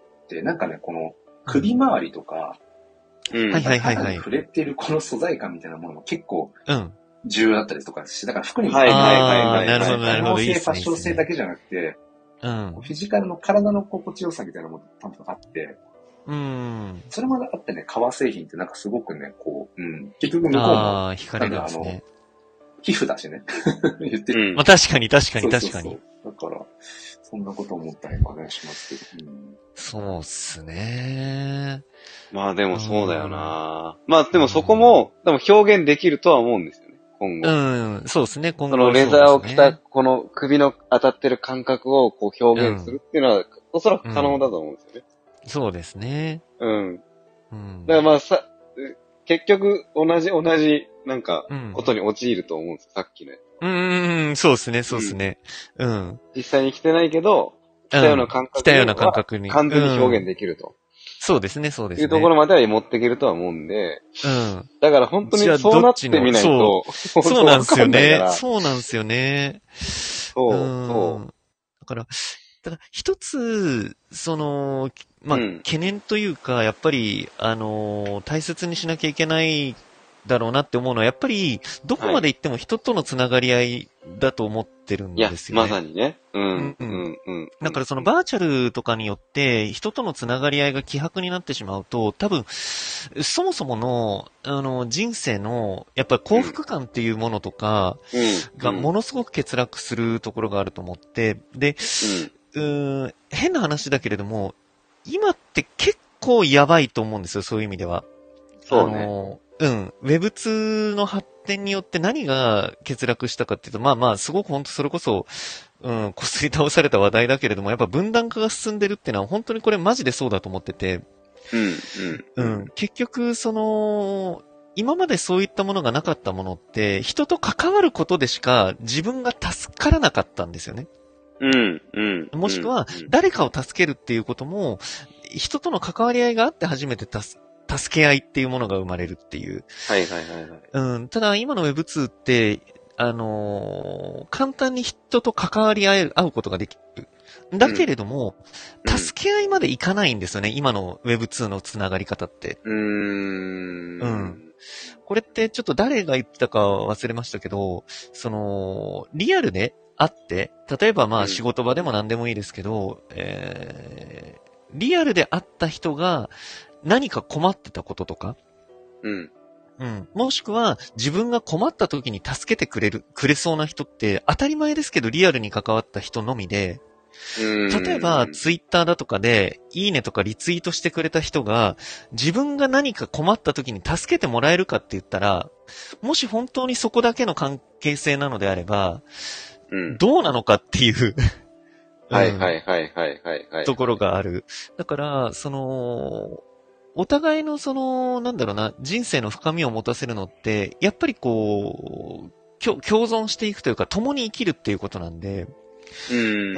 なんかね、この首周りとか、 うん。 はいはいはいはい肌に触れてるこの素材感みたいなものも結構うん。 重要だったりとかして、だから服にも、 はいはいはいあはい。 ーなるほどなるほど。 機能性、 いいっすね。 ファッション性だけじゃなくて、 うん。 フィジカルの体の心地よさみたいなものも多分あって、 うん。 それもあってね、革製品ってなんかすごくね、こう、うん、結局向こうも、 ああ、惹かれるんですなんね。 皮膚だしね、言ってる。 うんまあ確かに確かにそうそうそう確かに。 だから、そんなこと思ったりもね、しますけど。うんそうっすね。 まあでもそうだよな。まあでもそこも、でも表現できるとは思うんですよね、今後。 うん、そうですね、今後そのレザーを着た、 そうこの首の当たってる感覚をこう表現するっていうのは、おそらく可能だと思うんですよね。 そうですね。 うん。 うん。 だからまあさ、結局同じ同じなんかうんことに陥ると思うんですよ、さっきのやつ。 うんうんうん、そうですね、そうですね。うん。 実際に着てないけど、着たような感覚着たような感覚に。 完全に表現できると。 そうですね、そうですね。 いうところまでは持っていけるとは思うんで、 うん。 だから本当にそうなってみないと、 そうなんですよね。 そそうなんですよね。 そう、そう。 だから、ただ一つ、その、まあ、 うん懸念というか、やっぱり、あの、大切にしなきゃいけないだろうなって思うのは、やっぱり、どこまで行っても人とのつながり合いだと思ってるんいや、 ですよね。 まさにね。うん、 ううんん、うん。 だからそのバーチャルとかによって人とのつながり合いが希薄になってしまうと、多分、そもそもの、あの、人生の、やっぱり幸福感っていうものとかがものすごく欠落するところがあると思って、で、うーん、変な話だけれども、今って結構やばいと思うんですよ、そういう意味では。 そうね。 あのうん。ウェブツーの発展によって何が欠落したかっていうと、まあまあ、すごく本当それこそ、うん、こすり倒された話題だけれども、やっぱ分断化が進んでるっていうのは本当にこれマジでそうだと思ってて、 うん、 うん、うん。結局、その、今までそういったものがなかったものって、人と関わることでしか自分が助からなかったんですよね。 うん、うん。 もしくは、誰かを助けるっていうことも、人との関わり合いがあって初めて助助け合いっていうものが生まれるっていう。 はいはいはいはい。 うん。ただ、今の ウェブツー って、あのー、簡単に人と関わり合える、会うことができる。だけれども、うん、助け合いまでいかないんですよね、今の ウェブツー のつながり方って。 うーん。 うん。これってちょっと誰が言ったか忘れましたけど、その、リアルで会って、例えばまあ仕事場でも何でもいいですけど、うん、えー、リアルで会った人が何か困ってたこととか、 うん。 うん。もしくは、自分が困った時に助けてくれる、くれそうな人って、当たり前ですけど、リアルに関わった人のみで、例えば、ツイッターだとかで、いいねとかリツイートしてくれた人が、自分が何か困った時に助けてもらえるかって言ったら、もし本当にそこだけの関係性なのであれば、うん、どうなのかっていうはいはいはいはいはい、はい。 ところがある。だから、その、お互いのその、なんだろうな、人生の深みを持たせるのって、やっぱりこう、共存していくというか、共に生きるっていうことなんで、 うん。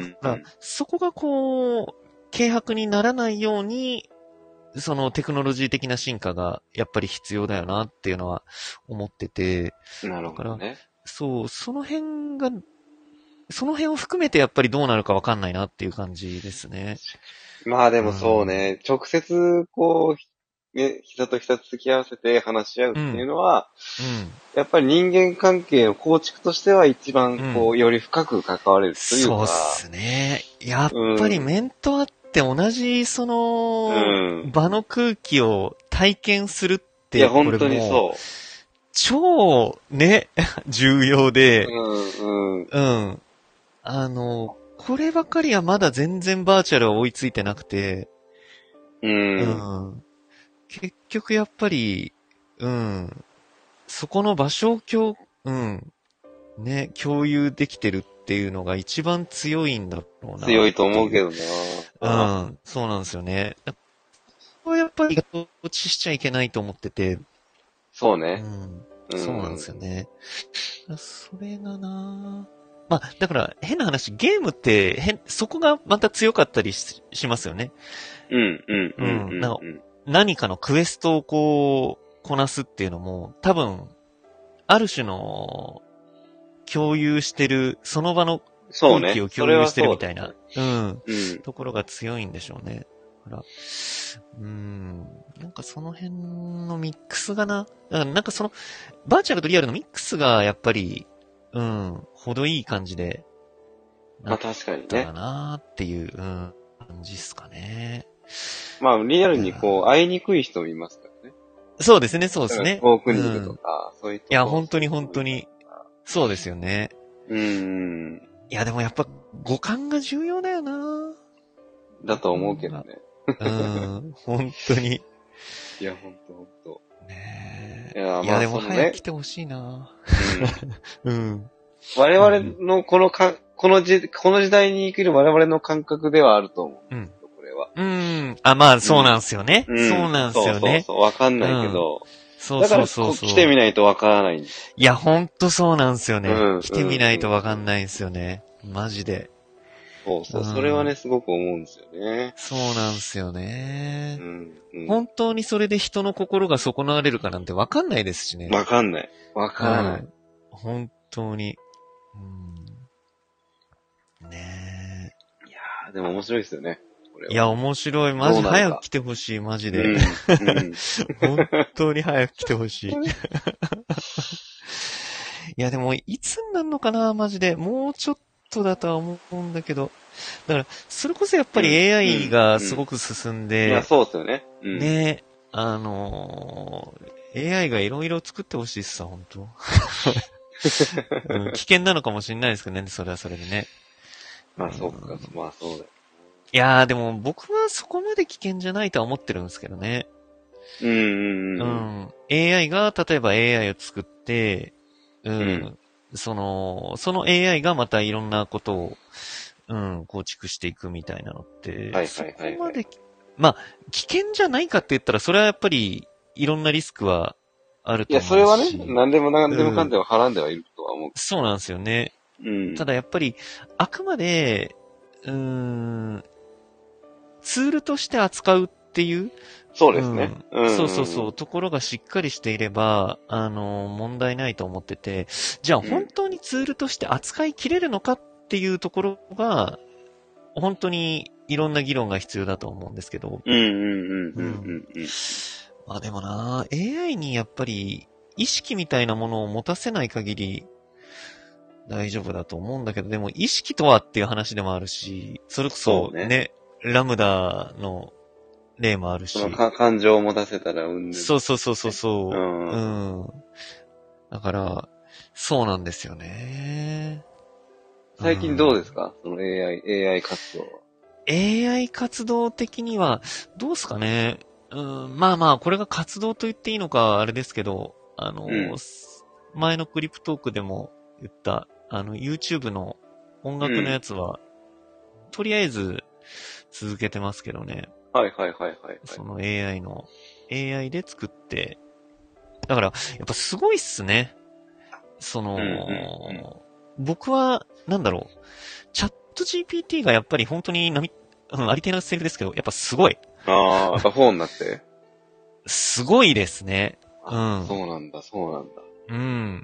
だからそこがこう、軽薄にならないように、そのテクノロジー的な進化がやっぱり必要だよなっていうのは思ってて。 なるほどね。 だからそう、その辺が、その辺を含めてやっぱりどうなるかわかんないなっていう感じですね。 まあでもそうね、うん、直接こう、ね、人と人と付き合わせて話し合うっていうのは、うんうん、やっぱり人間関係の構築としては一番こう、うん、より深く関われるというか。 そうっすね。やっぱり面と会って同じその、場の空気を体験するって、 いや本当にそう。 超ね、重要で、 うんうん。 うん。あの、こればかりはまだ全然バーチャルは追いついてなくて、 うん。 うん、結局やっぱり、うん、そこの場所を共、うん、ね、共有できてるっっていうのが一番強いんだろうな。 強いと思うけどな。うん、そうなんですよね。これやっぱり落ちしちゃいけないと思ってて。 そうね。 うん、そうなんですよね。それがなまあ、だから変な話、ゲームって変、そこがまた強かったり し, しますよね。 うん、うん、うん。うん、 なんか何かのクエストをこう、こなすっていうのも、多分、ある種の、共有してる、その場の空気を共有してるみたいな、うねうね、うん、うん、ところが強いんでしょうね。だから、うん、なんかその辺のミックスがな、だからなんかその、バーチャルとリアルのミックスがやっぱり、うん、ほどいい感じで、 まあ確かにね。 だなっていう、うん、感じっすかね。 まあリアルにこう、会いにくい人もいますからね。 そうですね、そうですね。 遠くにいるとか、うん、そういうところ。 いや、本当に本当に。そうですよね。 うーん。 いや、でもやっぱ五感が重要だよな。 だと思うけどね。 うん、本当に。 いや、本当本当。 ねえ。いや、まあ、 いやでも早く来てほしいな。うん。うん。 我々のこのか、この時、この時代に生きる我々の感覚ではあると思う。うん。これは。 うん。あ、まあ、そうなんすよね。うん、そうなんすよね。そうそうそう、わかんないけど。 うんそうそうそうそう。 だから来てみないとわからないんです。 いや、ほんとそうなんすよね。うん、来てみないとわかんないんすよね。マジで。 そうそう、うん、それはね、すごく思うんですよね。 そうなんすよね。 うんうん、 本当にそれで人の心が損なわれるかなんてわかんないですしね。 わかんない。わからない。うん、 本当に。うん、ねえ。いやー、でも面白いですよね。 いや、面白い。マジ早く来てほしい、マジで。うんうん、本当に早く来てほしい。いや、でも、いつになるのかな、マジで。もうちょっとだとは思うんだけど。だから、それこそやっぱり エーアイ がすごく進んで。 いや、そうですよね。 うん、ね、あのー、エーアイ がいろいろ作ってほしいっすさ、本当、うん。危険なのかもしれないですけどね、それはそれでね。 まあ、そうか、まあ、そうだよ。 いやー、でも僕はそこまで危険じゃないとは思ってるんですけどね。 うんうんうん。うん。 エーアイ が、例えば エーアイ を作って、うん。うん、その、その エーアイ がまたいろんなことを、うん、構築していくみたいなのって、はいはいはいはい、そこまで、まあ、危険じゃないかって言ったら、それはやっぱり、いろんなリスクはあると思うし。 いや、それはね、何でも何でもかんでもはらんではいるとは思う、 うん。そうなんですよね。うん。ただやっぱり、あくまで、うーん、ツールとして扱うっていう。 そうですね。 うん、そうそうそう。ところがしっかりしていれば、あの、問題ないと思ってて、じゃあ本当にツールとして扱いきれるのかっていうところが、本当にいろんな議論が必要だと思うんですけど。 うんうんうんうんうんうん。 まあでもな、エーアイ にやっぱり意識みたいなものを持たせない限り大丈夫だと思うんだけど、でも意識とはっていう話でもあるし、それこそね、ねラムダの例もあるし。 そのか感情を持たせたらうんで。 そうそうそうそうそう、うん。うん。だから、そうなんですよね。 最近どうですか、うん、その エーアイ、エーアイ 活動は。 エーアイ 活動的には、どうですかね。うん、まあまあ、これが活動と言っていいのか、あれですけど、あの、うん、前のクリプトークでも言った、あの、YouTube の音楽のやつは、うん、とりあえず続けてますけどね。 はいはいはいはい、はい。 その エーアイ の、エーアイ で作って、だから、やっぱすごいっすね。その、うんうんうん、僕は、なんだろう、チャット ジーピーティー がやっぱり本当になみ、うん、ありていなセリフですけど、やっぱすごい。 ああ、やっぱフォーになってすごいですね。うん。 そうなんだ、そうなんだ。 うん。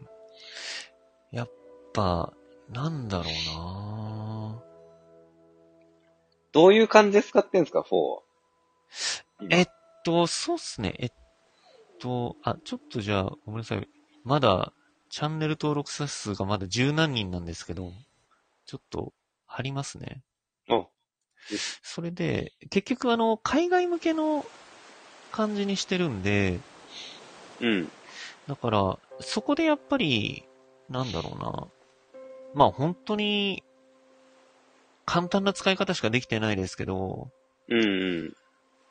やっぱ、なんだろうなどういう感じで使ってんすか、フォーは。 えっと、そうっすね。えっと、あ、ちょっとじゃあ、ごめんなさい。まだ、チャンネル登録者数がまだ十何人なんですけど、ちょっと、貼りますね。 あ、 それで、結局あの、海外向けの感じにしてるんで、 うん。 だから、そこでやっぱり、なんだろうな。まあ本当に、簡単な使い方しかできてないですけど、 うんうん。うん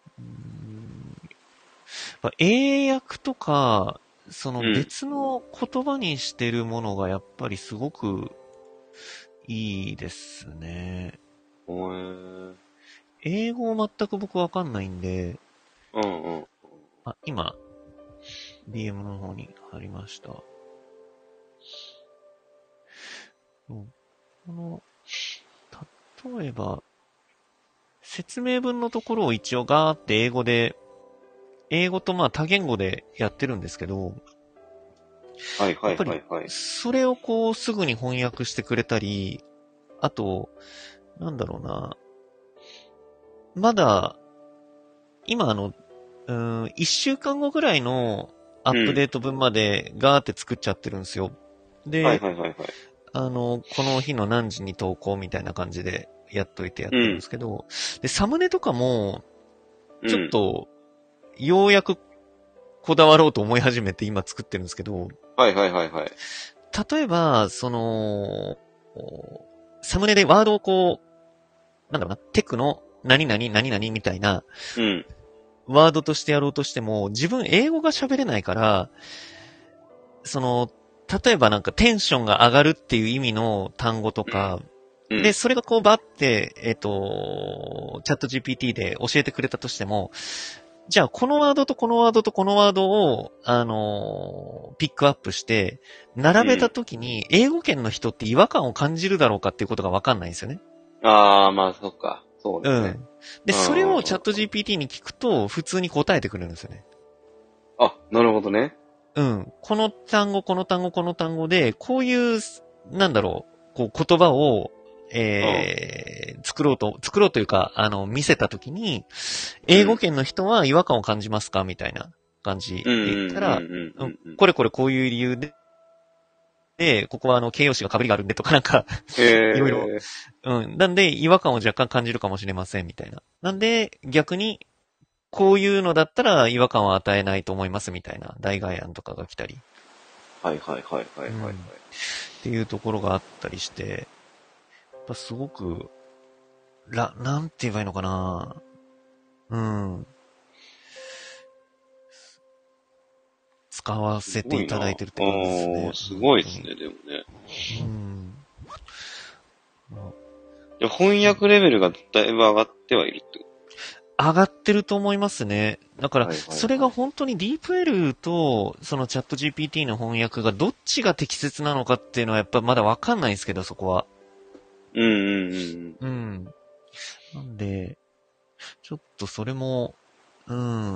英訳とか、その別の言葉にしてるものがやっぱりすごくいいですね。 へー。 英語は全く僕わかんないんで、 うんうん。 あ、今、ディーエム の方に貼りました。うん、この、例えば、説明文のところを一応ガーって英語で、英語とまあ多言語でやってるんですけど、 はいはいやっぱりはいはい。 それをこうすぐに翻訳してくれたり、あと、なんだろうな、まだ、今あの、うーん、一週間後ぐらいのアップデート分までガーって作っちゃってるんですよ。で、 はいはいはいはい。 あの、この日の何時に投稿みたいな感じでやっといてやってるんですけど、で、サムネとかも、ちょっと、ようやくこだわろうと思い始めて今作ってるんですけど、 はいはいはいはい。 例えば、その、サムネでワードをこう、なんだろうな、テクの何々何々みたいな、 うん。 ワードとしてやろうとしても、自分英語が喋れないから、その、例えばなんかテンションが上がるっていう意味の単語とか、 うん、 で、それがこうバって、えっと、チャット ジーピーティー で教えてくれたとしても、じゃあこのワードとこのワードとこのワードを、あのー、ピックアップして、並べたときに英語圏の人って違和感を感じるだろうかっていうことがわかんないんですよね。 ああ、まあそっか。そうですね。 うん。で、それをチャット ジーピーティー に聞くと、普通に答えてくれるんですよね。 あ、なるほどね。 うん。この単語、この単語、この単語で、こういう、なんだろう、こう言葉を、えー、うん、作ろうと、作ろうというか、あの、見せたときに、英語圏の人は違和感を感じますかみたいな感じで言ったら、これこれこういう理由で、で、ここはあの形容詞が被りがあるんでとかなんか、いろいろ。うん。なんで、違和感を若干感じるかもしれません、みたいな。なんで、逆に、こういうのだったら違和感を与えないと思います、みたいな代替案とかが来たり。 はいはいはいはいはい、はいうん。 っていうところがあったりして、やっぱすごく、ら、なんて言えばいいのかなうん。使わせていただいてるって感じですね。 すごいですね、でもね。うん。翻訳レベルがだいぶ上がってはいるってこと上がってると思いますね。だから、それが本当に ディープエル と、そのチャット ジーピーティー の翻訳がどっちが適切なのかっていうのはやっぱまだわかんないんですけど、そこは。 うんうんうん。 うん。なんで、ちょっとそれも、うん、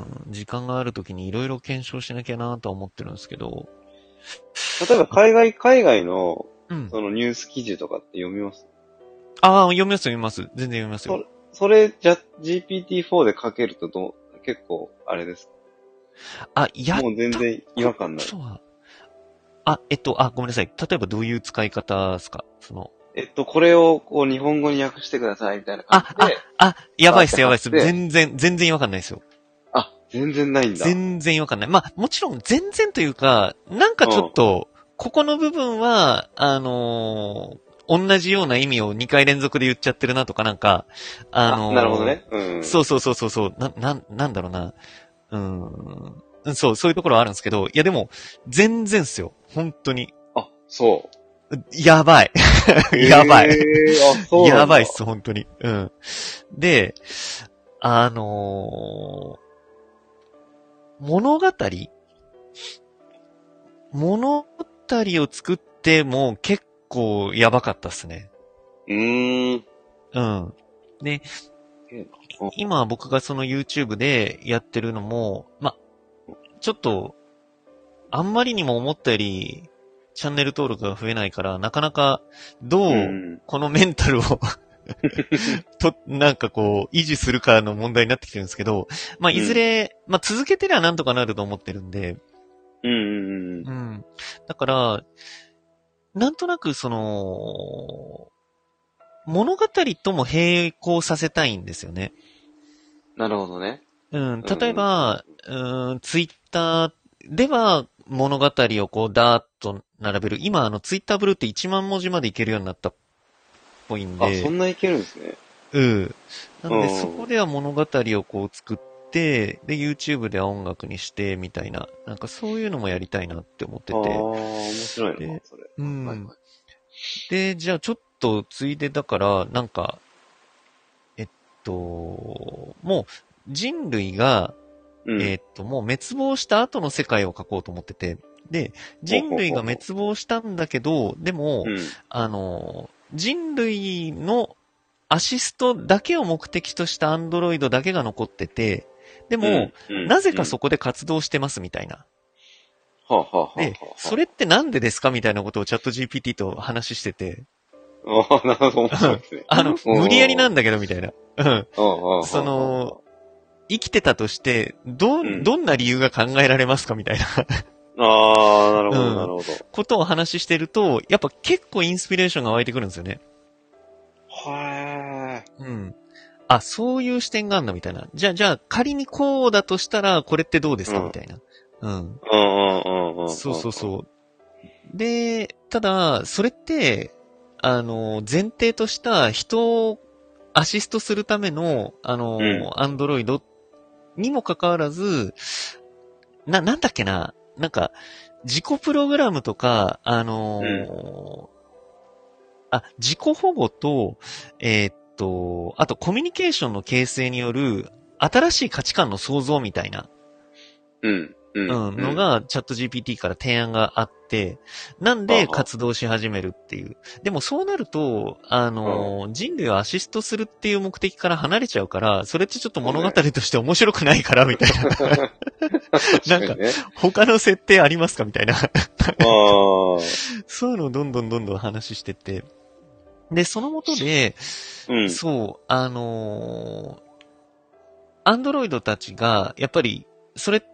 時間があるときにいろいろ検証しなきゃなとは思ってるんですけど。 例えば海外、海外の、そのニュース記事とかって読みます、 うん、ああ、読みます読みます。全然読みますよ。 それ、それじゃ、ジーピーティーフォー で書けるとどう、結構、あれですかあ、やっもう全然違和感ない。 あ、えっと、あ、ごめんなさい。例えばどういう使い方ですかその。 えっと、これをこう日本語に訳してくださいみたいな感じで。 あ、あ、あ、やばいっすやばいっす。全然、全然違和感ないですよ。 あ、全然ないんだ。 全然違和感ない。まあ、もちろん全然というか、なんかちょっと、うん、ここの部分は、あのー、同じような意味をにかい連続で言っちゃってるなとかなんか、あのー、 あなるほどね。うん。 そうそうそうそうそう、な、な、なんだろうな。うん。そう、そういうところはあるんですけど、いやでも、全然っすよ。本当に。 あ、そう。 やばい。やばい。 えー、あ、そうやばいっす、本当に。うん。で、あのー、物語物語を作っても結構やばかったっすね。 うーん。 うん。で、今僕がその YouTube でやってるのも、ま、ちょっと、あんまりにも思ったより、チャンネル登録が増えないから、なかなか、どう、このメンタルをと、なんかこう、維持するかの問題になってきてるんですけど、まあ、いずれ、うん、まあ、続けてりゃなんとかなると思ってるんで、 うんうんうん。 うん。だから、なんとなくその、物語とも並行させたいんですよね。 なるほどね。 うん。例えば、うん、ツイッターでは物語をこうダーッと並べる。今あのツイッターブルーっていちまん文字までいけるようになったっぽいんで。 あ、そんないけるんですね。 うん。なんでそこでは物語をこう作って、で YouTube では音楽にしてみたいな、なんかそういうのもやりたいなって思ってて。 ああ、面白いな、それ。 うん。はいはい、で、じゃあちょっとついでだから、なんか、えっと、もう人類が、 うん。 えっと、もう滅亡した後の世界を描こうと思ってて、で、人類が滅亡したんだけど、でも、 うん。 あの、人類のアシストだけを目的としたアンドロイドだけが残ってて、でも、 うん。 なぜかうんそこで活動してますみたいな。 はあ、はあはあはで、 あ、 それってなんでですかみたいなことをチャット ジーピーティー と話してて、 ああ、なるほど、面白いですね。 あの、無理やりなんだけどみたいな。うん。 うん。 その、生きてたとして、ど、 うん、 どんな理由が考えられますかみたいな。 ああ、なるほど、 うんなるほど。 ことを話してると、やっぱ結構インスピレーションが湧いてくるんですよね。 はうん。あ、そういう視点があるんだみたいな。じゃあ、じゃあ、仮にこうだとしたら、これってどうですか、 うんみたいな。うん。 うんうんうんうん。 そうそうそう。で、ただ、それって、あの、前提とした人をアシストするための、あの、アンドロイドにもかかわらず、な、なんだっけな、なんか、自己プログラムとか、あのーあ、自己保護と、えーっと、あとコミュニケーションの形成による新しい価値観の創造みたいな、 うん。うん。 うん、のがチャット ジーピーティー から提案があって、なんで活動し始めるっていう。でもそうなると、あのー、人類をアシストするっていう目的から離れちゃうから、それってちょっと物語として面白くないから、みたいな。なんか、他の設定ありますかみたいな。そういうのをどんどんどんどん話してて。で、そのもとで、 うん、 そう、あのー、アンドロイドたちが、やっぱり、それって、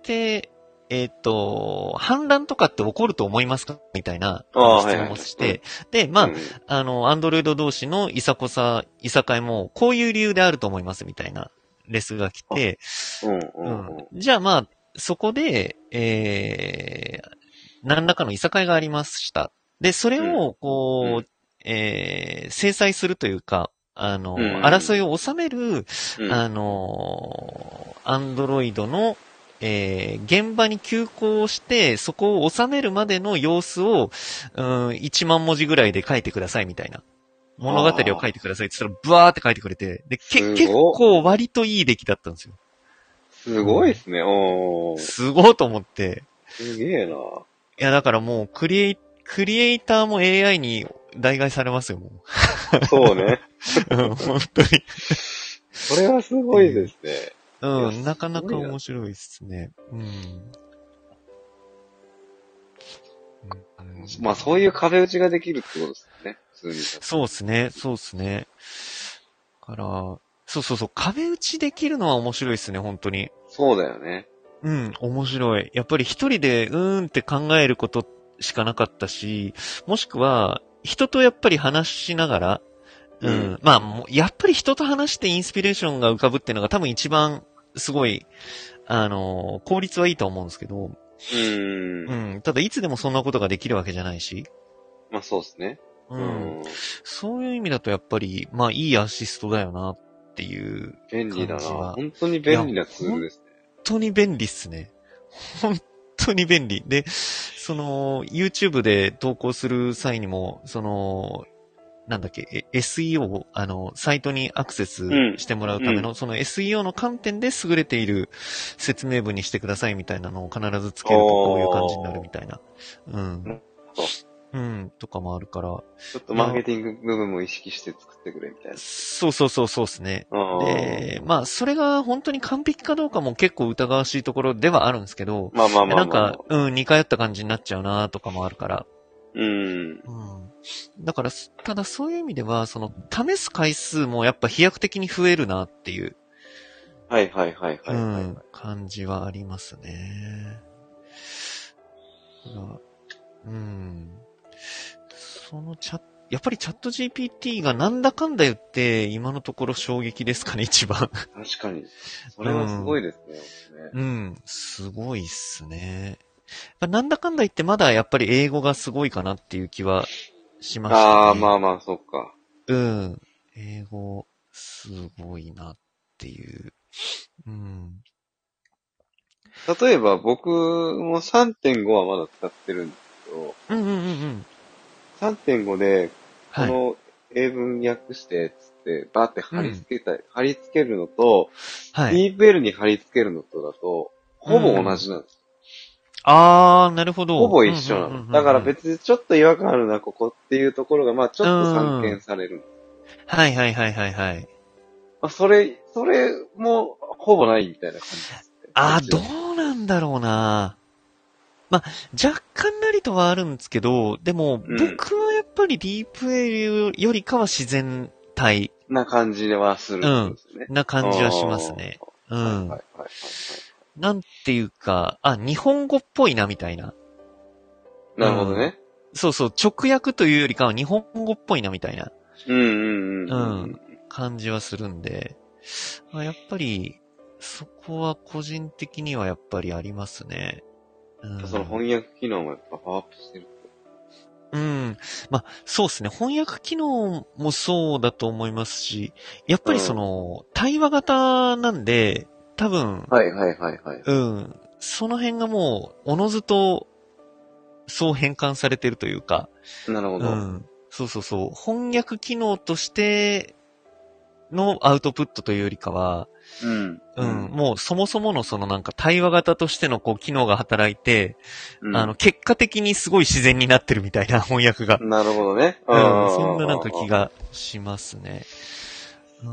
えっ、ー、と、反乱とかって起こると思いますかみたいな質問をして、はいはいうん、で、まあ、うん、あの、アンドロイド同士のいさこさ、いさかいも、こういう理由であると思いますみたいなレスが来て、うんうんうん、じゃあまあ、そこで、えー、何らかのいさかいがありました。で、それを、こう、うん、えー、制裁するというか、あの、うん、争いを収める、うん、あの、アンドロイドの、えー、現場に急行して、そこを収めるまでの様子を、うん、いちまん文字ぐらいで書いてくださいみたいな。物語を書いてくださいって言ったら、ブワーって書いてくれて、で、け結構割といい出来だったんですよ。 すごいですね、うん、おー。 すごいと思って。 すげえな。いや、だからもう、クリエイ、クリエイターも エーアイ に代替されますよ、もう。そうね。 うん、本当に。 これはすごいですね。 うん、なかなか面白いですね。うん。 まあ、そういう壁打ちができるってことですね。普通に。 そうですね、そうですね。から、そうそうそう、壁打ちできるのは面白いですね、本当に。 そうだよね。 うん、面白い。やっぱり一人でうーんって考えることしかなかったし、もしくは、人とやっぱり話しながら、うん、うん、まあ、もうやっぱり人と話してインスピレーションが浮かぶっていうのが多分一番すごい、あのー、効率はいいと思うんですけど、 うーん。 うん。ただいつでもそんなことができるわけじゃないし。 まあそうですね。 うん。うんそういう意味だとやっぱり、まあいいアシストだよなっていう感じは。 便利だな。本当に便利なツールですね。 本当に便利っすね。本当に便利。で、その、YouTube で投稿する際にも、その、なんだっけ、エスイーオー、あの、サイトにアクセスしてもらうための、うん、その エスイーオー の観点で優れている説明文にしてくださいみたいなのを必ずつけるとこういう感じになるみたいな。うん。うん、とかもあるから。 ちょっとマーケティング部分も意識して作ってくれみたいな。 そうそうそうそうですね。で、まあ、それが本当に完璧かどうかも結構疑わしいところではあるんですけど、 まあまあまあ、まあ、 なんか、うん、似通った感じになっちゃうなとかもあるから。 うん。うん。 だから、ただそういう意味では、その、試す回数もやっぱ飛躍的に増えるなっていう。 はいはいはいはい、はい、うん。 感じはありますね。うん。そのチャット、やっぱりチャット ジーピーティー がなんだかんだ言って、今のところ衝撃ですかね、一番。 確かに。それはすごいですね。 うん、うん、すごいっすね。なんだかんだ言ってまだやっぱり英語がすごいかなっていう気はしましたね。 ああ、まあまあ、そっか。 うん。英語、すごいなっていう。うん。 例えば僕も さんてんご はまだ使ってるんですけど、 うんうんうんうん。 さんてんご で、この英文訳して、つって、バーって貼り付けたい、うん、貼り付けるのと、 はい。 ディープ L に貼り付けるのとだと、ほぼ同じなんです。 うん、あー、なるほど。 ほぼ一緒なの。だから別にちょっと違和感あるな、ここっていうところが、まあちょっと散見される。 はいはいはいはいはい。 まあ、それ、それも、ほぼないみたいな感じです、ね。 あー、どうなんだろうな。まあ、若干なりとはあるんですけど、でも、僕はやっぱりディープ L よりかは自然体。 な感じではするんですね。 うん。な感じはしますね。うん。はいはいはいはい、なんていうか、あ、日本語っぽいなみたいな。 なるほどね、 うん。そうそう、直訳というよりかは日本語っぽいなみたいな。 うんうんうん、うん。 うん。感じはするんで、まあ、やっぱり、そこは個人的にはやっぱりありますね。 うん、その翻訳機能もやっぱパワーアップしてる。 うん。まあ、そうですね。翻訳機能もそうだと思いますし、やっぱりその、うん、対話型なんで、多分、 はいはいはいはい。 うん。その辺がもう、おのずと、そう変換されてるというか。 なるほど。 うん。そうそうそう。翻訳機能としてのアウトプットというよりかは、 うん。 うん。もうそもそものそのなんか対話型としてのこう機能が働いて、うん、あの、結果的にすごい自然になってるみたいな翻訳が。 なるほどね。 うん。そんななんか気がしますね。うん。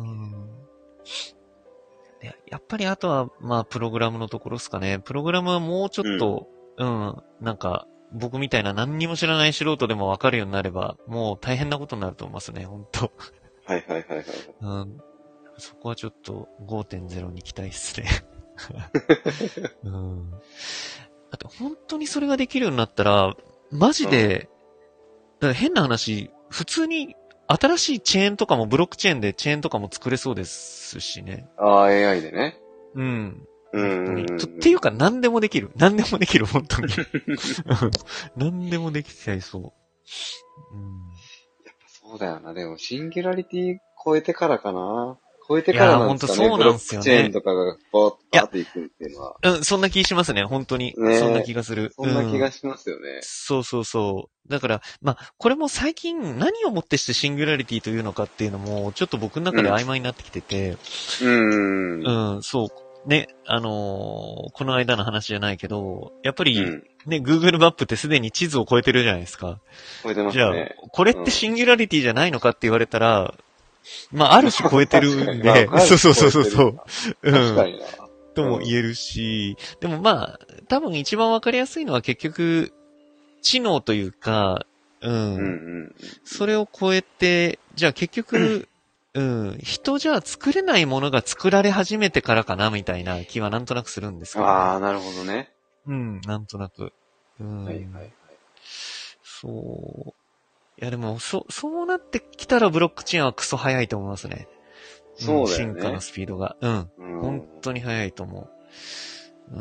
でやっぱりあとは、まあ、プログラムのところですかね。プログラムはもうちょっと、うん、うん、なんか、僕みたいな何にも知らない素人でもわかるようになれば、もう大変なことになると思いますね、本当はいはいはいはい。 うん。そこはちょっと ごてんゼロ に期待っすね。うん。あと、本当にそれができるようになったら、マジで、うん、だから変な話、普通に新しいチェーンとかもブロックチェーンでチェーンとかも作れそうですしね。 ああ、エーアイ でね。 うん。 うん。 っていうか何でもできる。何でもできる、本当に。何でもできちゃいそう。 うん、やっぱそうだよな。でも、シンギュラリティ超えてからかな。超えてからなんですかね。 いや、本当そうなんですよね。 ブロックチェーンとかがバーッとバーッといくっていうのは。 うん、そんな気しますね、本当に。ね、そんな気がする。 そんな気がしますよね。うん、 そうそうそう。だから、まあ、これも最近何をもってしてシンギュラリティというのかっていうのも、ちょっと僕の中で曖昧になってきてて。 うん。 うん、うん、そう。ね、あのー、この間の話じゃないけど、やっぱり、うん、ね、Google マップってすでに地図を超えてるじゃないですか。 超えてますね。じゃあ、これってシンギュラリティじゃないのかって言われたら、うん、まあ、ある種超えてるんで、まあ、そうそうそうそうそう。 うん。確かにな。 とも言えるし、うん、でもまあ、多分一番わかりやすいのは結局、知能というか、うん。うんうん、それを超えて、じゃあ結局、うん、人じゃ作れないものが作られ始めてからかな、みたいな気はなんとなくするんですけど、ね。 ああ、なるほどね。 うん、なんとなく。うん、 はいはいはい。 そう。いやでも、そ、そうなってきたらブロックチェーンはクソ早いと思いますね。 そうだよね。 進化のスピードが。うん。うん、本当に早いと思う。うん。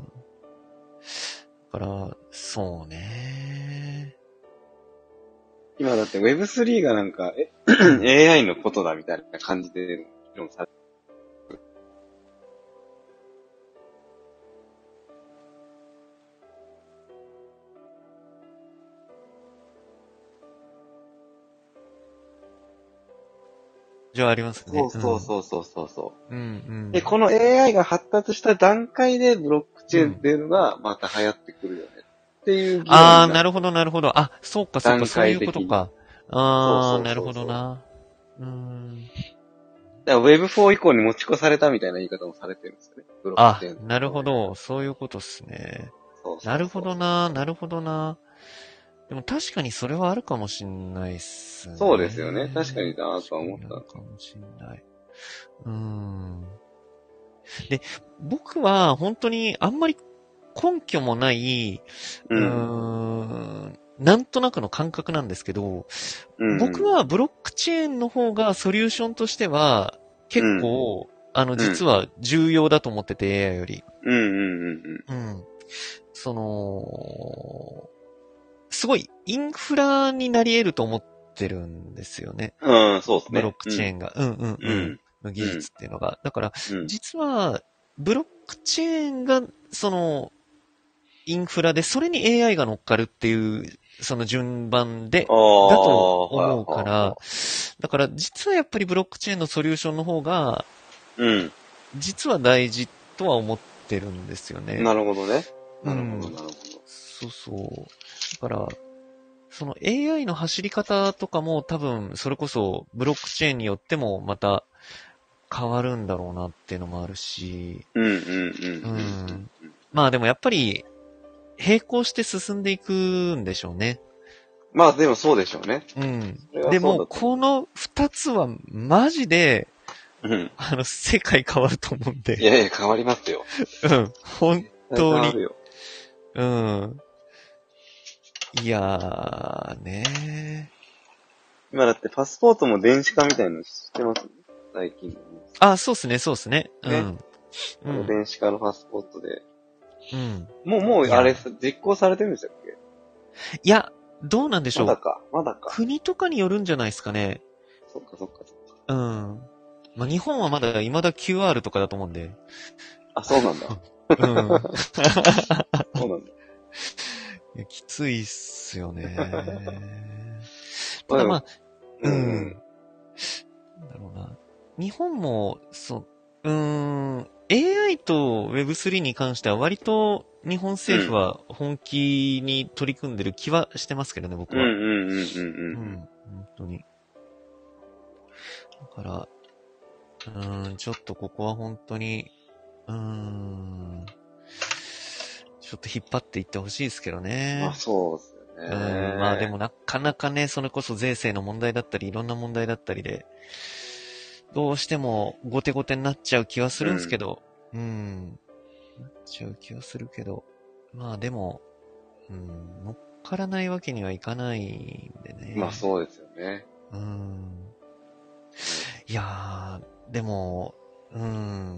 だから、そうね。 今だって ウェブスリー がなんか、え、エーアイ のことだみたいな感じで議論されてる。 じゃあありますね。 そうそうそうそうそう。 うんうん。 で、この エーアイ が発達した段階でブロックチェーンっていうのがまた流行ってくるよね。っていう議論ああ、なるほどなるほど。あ、そうかそうか、そういうことか。ああ、 そうそうそうそうなるほどな。うーん。 だから ウェブフォー 以降に持ち越されたみたいな言い方もされてるんですよね。ブロックチェーン、 あ、なるほど。そういうことっすね。 そうそうそうなるほどな、なるほどな。でも確かにそれはあるかもしんないっすね。 そうですよね。確かになとは思った。 かもしんない。うーん。で、僕は本当にあんまり根拠もない、うーん、なんとなくの感覚なんですけど、うん、僕はブロックチェーンの方がソリューションとしては結構、うん、あの、実は重要だと思ってて、エーアイ より。 うんうんうんうん。 うん。その、すごいインフラになり得ると思ってるんですよね。 うん、そうですね。 ブロックチェーンが。うん、うん、うん、うん。の技術っていうのが。だから、実は、ブロックチェーンが、その、 インフラで、それに エーアイ が乗っかるっていう、その順番で、だと思うから、だから実はやっぱりブロックチェーンのソリューションの方が、 うん。 実は大事とは思ってるんですよね。 なるほどね。なるほど、なるほど。 そうそう。だから、その エーアイ の走り方とかも多分、それこそブロックチェーンによってもまた変わるんだろうなっていうのもあるし。 うんうんうん。 うん。まあでもやっぱり、並行して進んでいくんでしょうね。 まあでもそうでしょうね。 うん。でも、この二つはマジで、 うん。 あの、世界変わると思うんで。 いやいや、変わりますよ。 うん。本当に。 変わるよ。 うん。いやー、ねー。 今だってパスポートも電子化みたいなの知ってます？最近。 あ、そうっすね、そうっすね。 ね。 うん。 うん、電子化のパスポートで。 うん。 もう、もう、あれ、実行されてるんでしたっけ？ いや、どうなんでしょう。 まだか、まだか。 国とかによるんじゃないですかね。 そっかそっかそっか。うん。まあ、日本はまだ、未だ キューアール とかだと思うんで。 あ、そうなんだ。 うん。そうなんだ。いや、きついっすよね。ただまあ、うん。うん、なんだろうな。日本も、そう、うーん、エーアイ と ウェブスリー に関しては割と日本政府は本気に取り組んでる気はしてますけどね、僕は。 うんうんうんうんうん。うん、 本当に。だから、うーん、ちょっとここは本当に、うーん、ちょっと引っ張っていってほしいですけどね。 まあそうですよね。 うん、まあでもなかなかね、それこそ税制の問題だったり、いろんな問題だったりで、どうしても後手後手になっちゃう気はするんですけど、うん、うん、なっちゃう気はするけど、まあでも、うん、乗っからないわけにはいかないんでね。 まあそうですよね。 うん。いやー、でも、うん。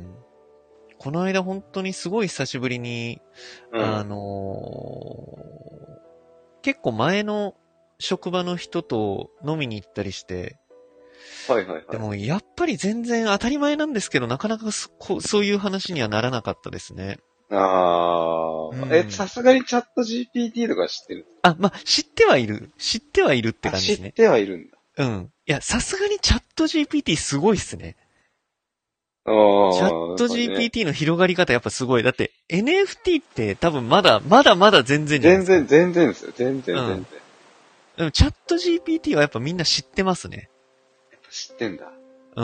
この間本当にすごい久しぶりに、うん、あのー、結構前の職場の人と飲みに行ったりして、 はいはいはい。 でもやっぱり全然当たり前なんですけど、なかなか そ, そういう話にはならなかったですね。 ああ、うん、え、さすがにチャット ジーピーティー とか知ってる？ あ、まあ、知ってはいる。知ってはいるって感じですね。 知ってはいるんだ。 うん。いや、さすがにチャット ジーピーティー すごいっすね。 チャット ジーピーティー の広がり方やっぱすごい。だって エヌエフティー って多分まだ、まだまだ全然じゃないですか。 全然、全然ですよ。全然、全然。うん、 でもチャット ジーピーティー はやっぱみんな知ってますね。 やっぱ知ってんだ。 うん。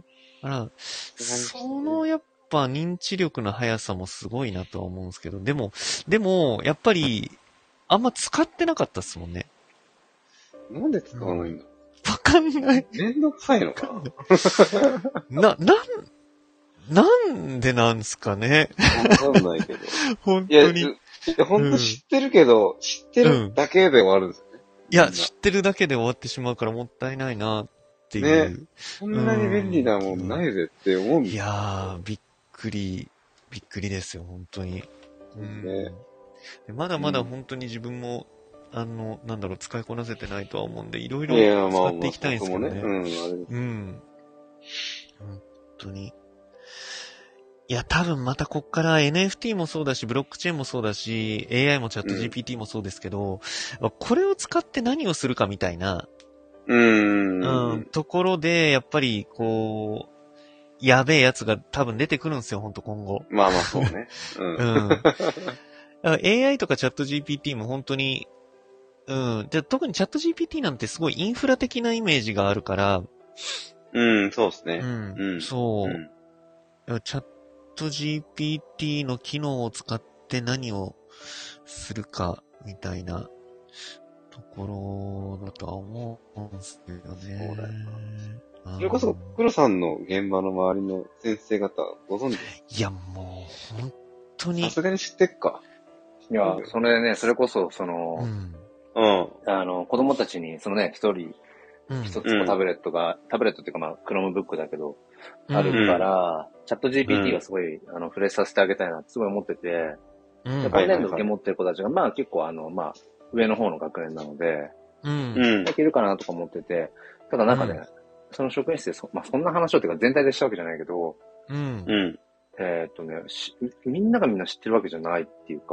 だから、そのやっぱ認知力の速さもすごいなとは思うんですけど、でも、でも、やっぱり、あんま使ってなかったっすもんね。 なんで使わないんだ、 わ、うん、かんない。 めんどくさいのかな。な、なん、なんでなんすかね。 わかんないけど。 本当に。 いや、本当知ってるけど、うん、知ってるだけで終わるんですよね、うん。 いや、知ってるだけで終わってしまうからもったいないなっていう。 ね。そんなに便利なもんないぜって思うんですよ。 いやー、びっくり、びっくりですよ、本当に。うん、ね、でまだまだ本当に自分も、うん、あの、なんだろう、使いこなせてないとは思うんで、いろいろ使っていきたいんですけどね。 まあまあ、うん、あれです。 うん。本当に。いや、多分またこっから エヌエフティー もそうだし、ブロックチェーンもそうだし、エーアイ もチャット ジーピーティー もそうですけど、うん、これを使って何をするかみたいな、 うーん、 うん、ところで、やっぱり、こう、やべえやつが多分出てくるんですよ、ほんと今後。 まあまあそうね。うん。うん、 だから エーアイ とかチャット ジーピーティー も本当に、うん。で、特にチャット ジーピーティー なんてすごいインフラ的なイメージがあるから。 うん、そうですね。 うん。うん、そう、うん。チャット ジーピーティー の機能を使って何をするか、みたいなところだとは思うんですけどね。 そうだよな。それこそ、黒さんの現場の周りの先生方、ご存知ですか？ いや、もう、本当に。 さすがに知ってっか。 いや、それね、それこそ、その、 うんうん。 あの、子供たちに、そのね、一人、一つタブレットが、うん、タブレットっていうかまあ、クロームブックだけど、うん、あるから、チャット ジーピーティー がすごい、うん、あの、触れさせてあげたいなってすごい思ってて、うん、今年度受け持ってる子たちが、まあ結構あの、まあ、上の方の学年なので、 うん。 いけるかなとか思ってて、ただなんかね、うん、その職員室でそ、まあそんな話をっていうか全体でしたわけじゃないけど、 うん。 うん。 えー、っとね、みんながみんな知ってるわけじゃないっていうか、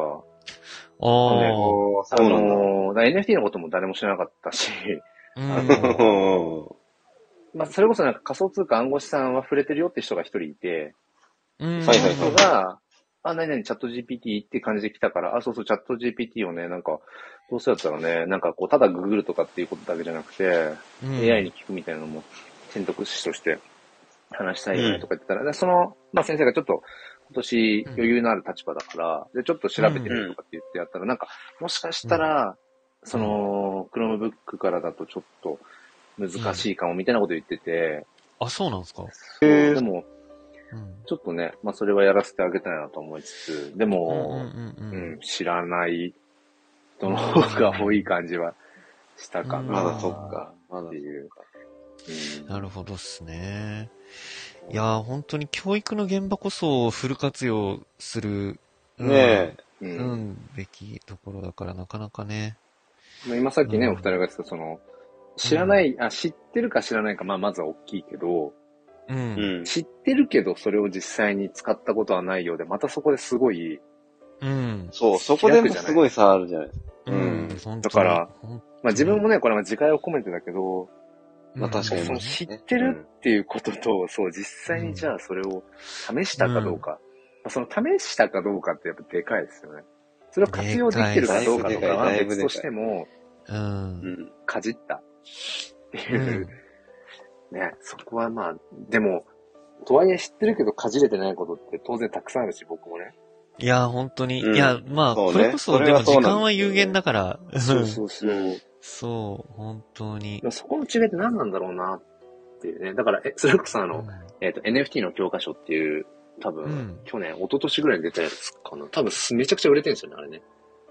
ああ。 おー、そあうなんだ。 のー、エヌエフティー のことも誰も知らなかったし、 うあん。 のまあ、それこそなんか仮想通貨暗号資産は触れてるよって人が一人いて、 うん。 はいはいその人が、あ、何々チャット ジーピーティー って感じで来たから、あ、そうそう、チャット ジーピーティー をね、なんか、どうせだったらね、なんかこう、ただググるとかっていうことだけじゃなくて、 うん、 エーアイ に聞くみたいなのも選択肢として話したいよねとか言ってたら、でその、まあ先生がちょっと今年余裕のある立場だから、で、ちょっと調べてみるとかって言ってやったら、なんか、もしかしたら、その、Chromebook からだとちょっと難しいかもみたいなこと言ってて、 あ、そうなんですか。 そうでも、 うん。 ちょっとね、まあそれはやらせてあげたいなと思いつつ、でうんも、 うんうんうん、知らない人の方が多い感じはしたかうんな。 まだそっか。まだっていう。うんなるほどっすね。いやー、本当に教育の現場こそフル活用する、うん、 ねううんん、べきところだからなかなかね。 まあ今さっきね、 うんお二人が言ってた、その、知らない、あ、知ってるか知らないか、まあまずは大きいけど、 うえ。 ん。 うん。 知ってるけどそれを実際に使ったことはないようで、またそこですごい、 うん。 そう、そこでもすごい差あるじゃないですか。 ううんん。本当にだから、 ほんまあ自分もね、これは自戒を込めてだけど、 まあ確かにその知ってるっていうことと、そう、実際にじゃあそれを試したかどうか。まあその試したかどうかってやっぱでかいですよね。それを活用できてるかどうかとかは別としても、 うんう。ん。 かじったっていうう、ね、そこはまあ、でも、とはいえ知ってるけどかじれてないことって当然たくさんあるし、僕もね。 いや、本当に。 うんいや、まあ、 そうねこれこそ、 それでも時はそうなんですよね間は有限だから。 そうそうそう。 うんそう、本当に。 そこの違いって何なんだろうなっていうね。だから、え、それこそあの、えっ、と、エヌエフティー の教科書っていう、多分、 うん去年、一昨年ぐらいに出たやつかな。多分、めちゃくちゃ売れてるんですよね、あれね。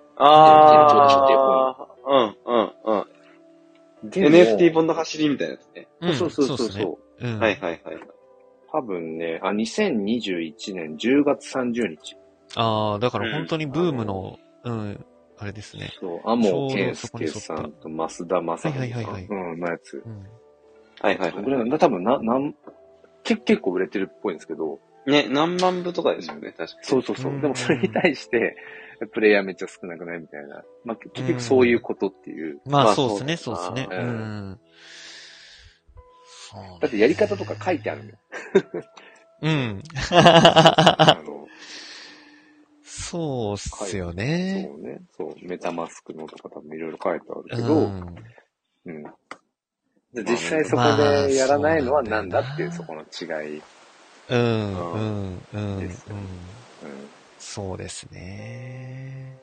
ああ、うん、うん、うん。 でもエヌエフティー 本の走りみたいなやつね。 うんそうそうそうそう。 っすねうん。 はいはいはい。 多分ね、あ、にせんにじゅういちねんじゅうがつさんじゅうにち。 ああ、だから本当にブームの、うん、あれですね。 そう、天野健ちょうどそこに介沿ったさんと増田正はい文さん、 はいはいはいうん、のやつ。 うん。 はいはいはこれ、多分な、なん、け結構売れてるっぽいんですけど、 い。ね、何万部とかですよね、確かに。 そうそうそうう。 んでもそれに対して、プレイヤーめっちゃ少なくないみたいな。まあ、結局そういうことっていう。 まあまあそうですね、 そだなそううですね。 ううんん。そうねだってやり方とか書いてあるのよ。 うん。 あの、 そうっすよね。 そうね。そう、メタマスクのとか多分いろいろ書いてあるけうど、 ん。 うん。で実際そこでやらないのはなんだっていう、そこの違い。 うん、うん、うん、うんです。うん。 そうですね。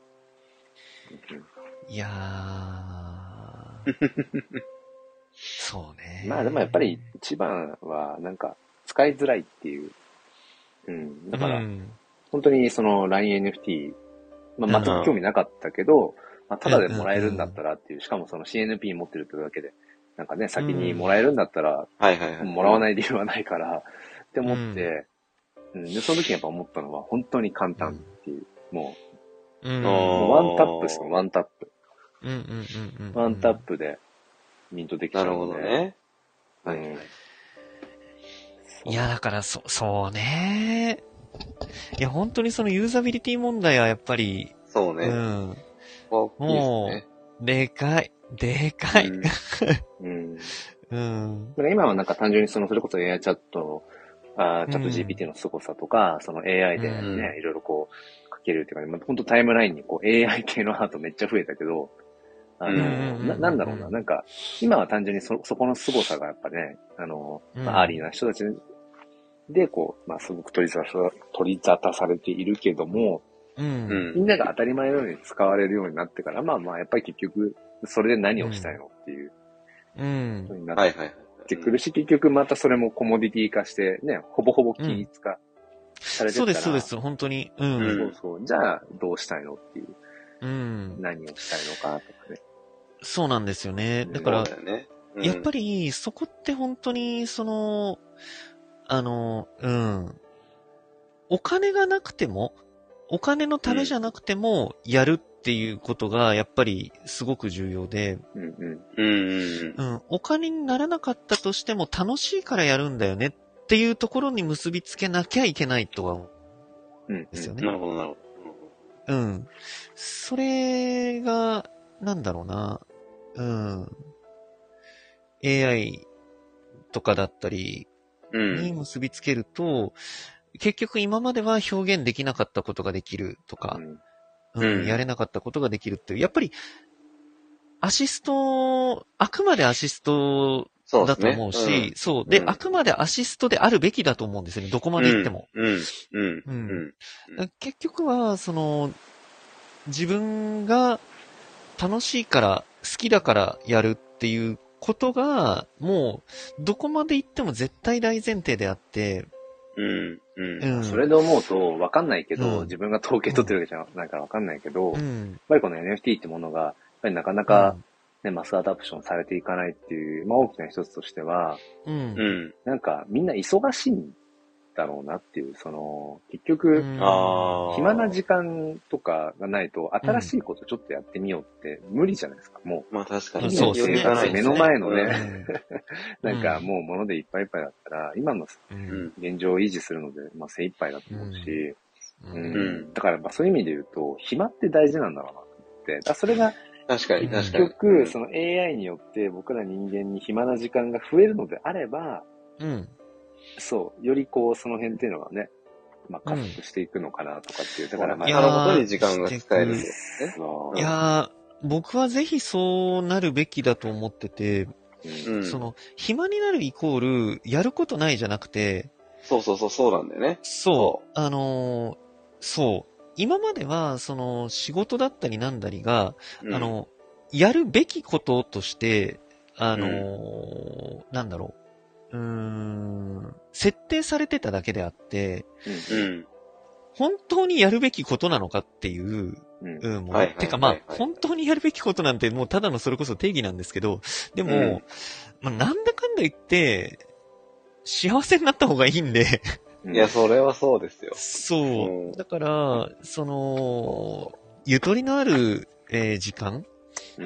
いやー。そうね。 まあでもやっぱり一番はなんか使いづらいっていう。うん。だから、 うん、 本当にその ラインエヌエフティー、まあ全く興味なかったけど、まあただでもらえるんだったらっていう、しかもその シーエヌピー 持ってるってだけで、なんかね、先にもらえるんだったら、 はいはいはい。 もらわない理由はないから、って思って、うん、で、その時にやっぱ思ったのは本当に簡単っていう。もうん。 う、 あーもうワンタップですよ、ワンタップ。 うん、うん、うん、うん。 ワンタップでミントできちゃなるうので。 ほどね。 うん。 はいはい。 いや、だから、そ、そうね。いや、本当にそのユーザビリティ問題はやっぱり、 そうね。 うん。 大きいもですね。 う、でかい。でかい。 うんうん。 うん。 だから今はなんか単純にその、それこそ エーアイ チャット、あーチャット ジーピーティー の凄さとか、その エーアイ でね、 うんいろいろこう、書けるっていうか、まあ、本当タイムラインにこう エーアイ 系のアートめっちゃ増えたけど、あの、 うんななんだろうな、なんか、今は単純にそ、そこの凄さがやっぱね、あの、まうんあ、アーリーな人たちで、こう、まあ、すごく取り沙汰、取り沙汰されているけども、 う。 うんん。 みんなが当たり前のように使われるようになってから、まあまあ、やっぱり結局、それで何をしたいのっていううんふう。になっはいはいはい。 てくるし、結局またそれもコモディティ化して、ね、ほぼほぼ均一化されてるから、 そうです、そうです。本当に。う。 うんそうそう。じゃあ、どうしたいのっていう、 うん。 何をしたいのかとかね。 そうなんですよね。だからそう、だよね。うんやっぱり、そこって本当に、その、あの、うん。お金がなくても、お金のためじゃなくても、やるっていうことが、やっぱり、すごく重要で、 うんうん。 うんうんうん。 うん。お金にならなかったとしても、楽しいからやるんだよねっていうところに結びつけなきゃいけないとは思うん、 うんですよなね。 るほどなるほううん。それが、なんだろうな。うん。エーアイ とかだったりに結びつけると、うん、結局今までは表現できなかったことができるとか、うんうん、やれなかったことができるっていう、やっぱり、アシスト、あくまでアシストだと思うし、そう、ねうん、そう。で、うん、あくまでアシストであるべきだと思うんですよね。どこまで行っても。うん。うん。うん。うん、結局は、その、自分が楽しいから、好きだからやるっていうことが、もう、どこまで行っても絶対大前提であって、 うん。うん。それで思うと、わかんないけど、うん、自分が統計取ってるわけじゃないからわかんないけど、うん、やっぱりこの エヌエフティー ってものが、やっぱりなかなか、ね、うん、マスアダプションされていかないっていう、まあ大きな一つとしては、うん。なんかみんな忙しいんだろうなっていう、その、結局、暇な時間とかがないと、新しいことちょっとやってみようって無理じゃないですか、もう。 まあ確かに。 そうですね。 目の前のね、なんかもう物でいっぱいいっぱいだったら、今の現状を維持するので、まあ精一杯だと思うし、うんうん、だからまあそういう意味で言うと、暇って大事なんだろうなと思って、だそれが、 確かに確かに。結局、その エーアイ によって僕ら人間に暇な時間が増えるのであれば、うん、そう、よりこうその辺っていうのはね、まあ加速していくのかなとかっていう、だからまあ、 なるほどに時間が使えるんですね。 いやー、僕はぜひそうなるべきだと思ってて、うん、その、暇になるイコール、やることないじゃなくて、 そうそうそう、そうなんだよね。 そう。あのー、そう。今までは、その、仕事だったりなんだりが、うん、あの、やるべきこととして、あのーうん、なんだろう。うーん、設定されてただけであって、うん、本当にやるべきことなのかっていう、うん、もう、てかまあ、本当にやるべきことなんてもうただのそれこそ定義なんですけど、でも、うん、まあ、なんだかんだ言って、幸せになった方がいいんで、 いや、それはそうですよ。 そう。うん、だから、その、ゆとりのある、えー、時間、うん、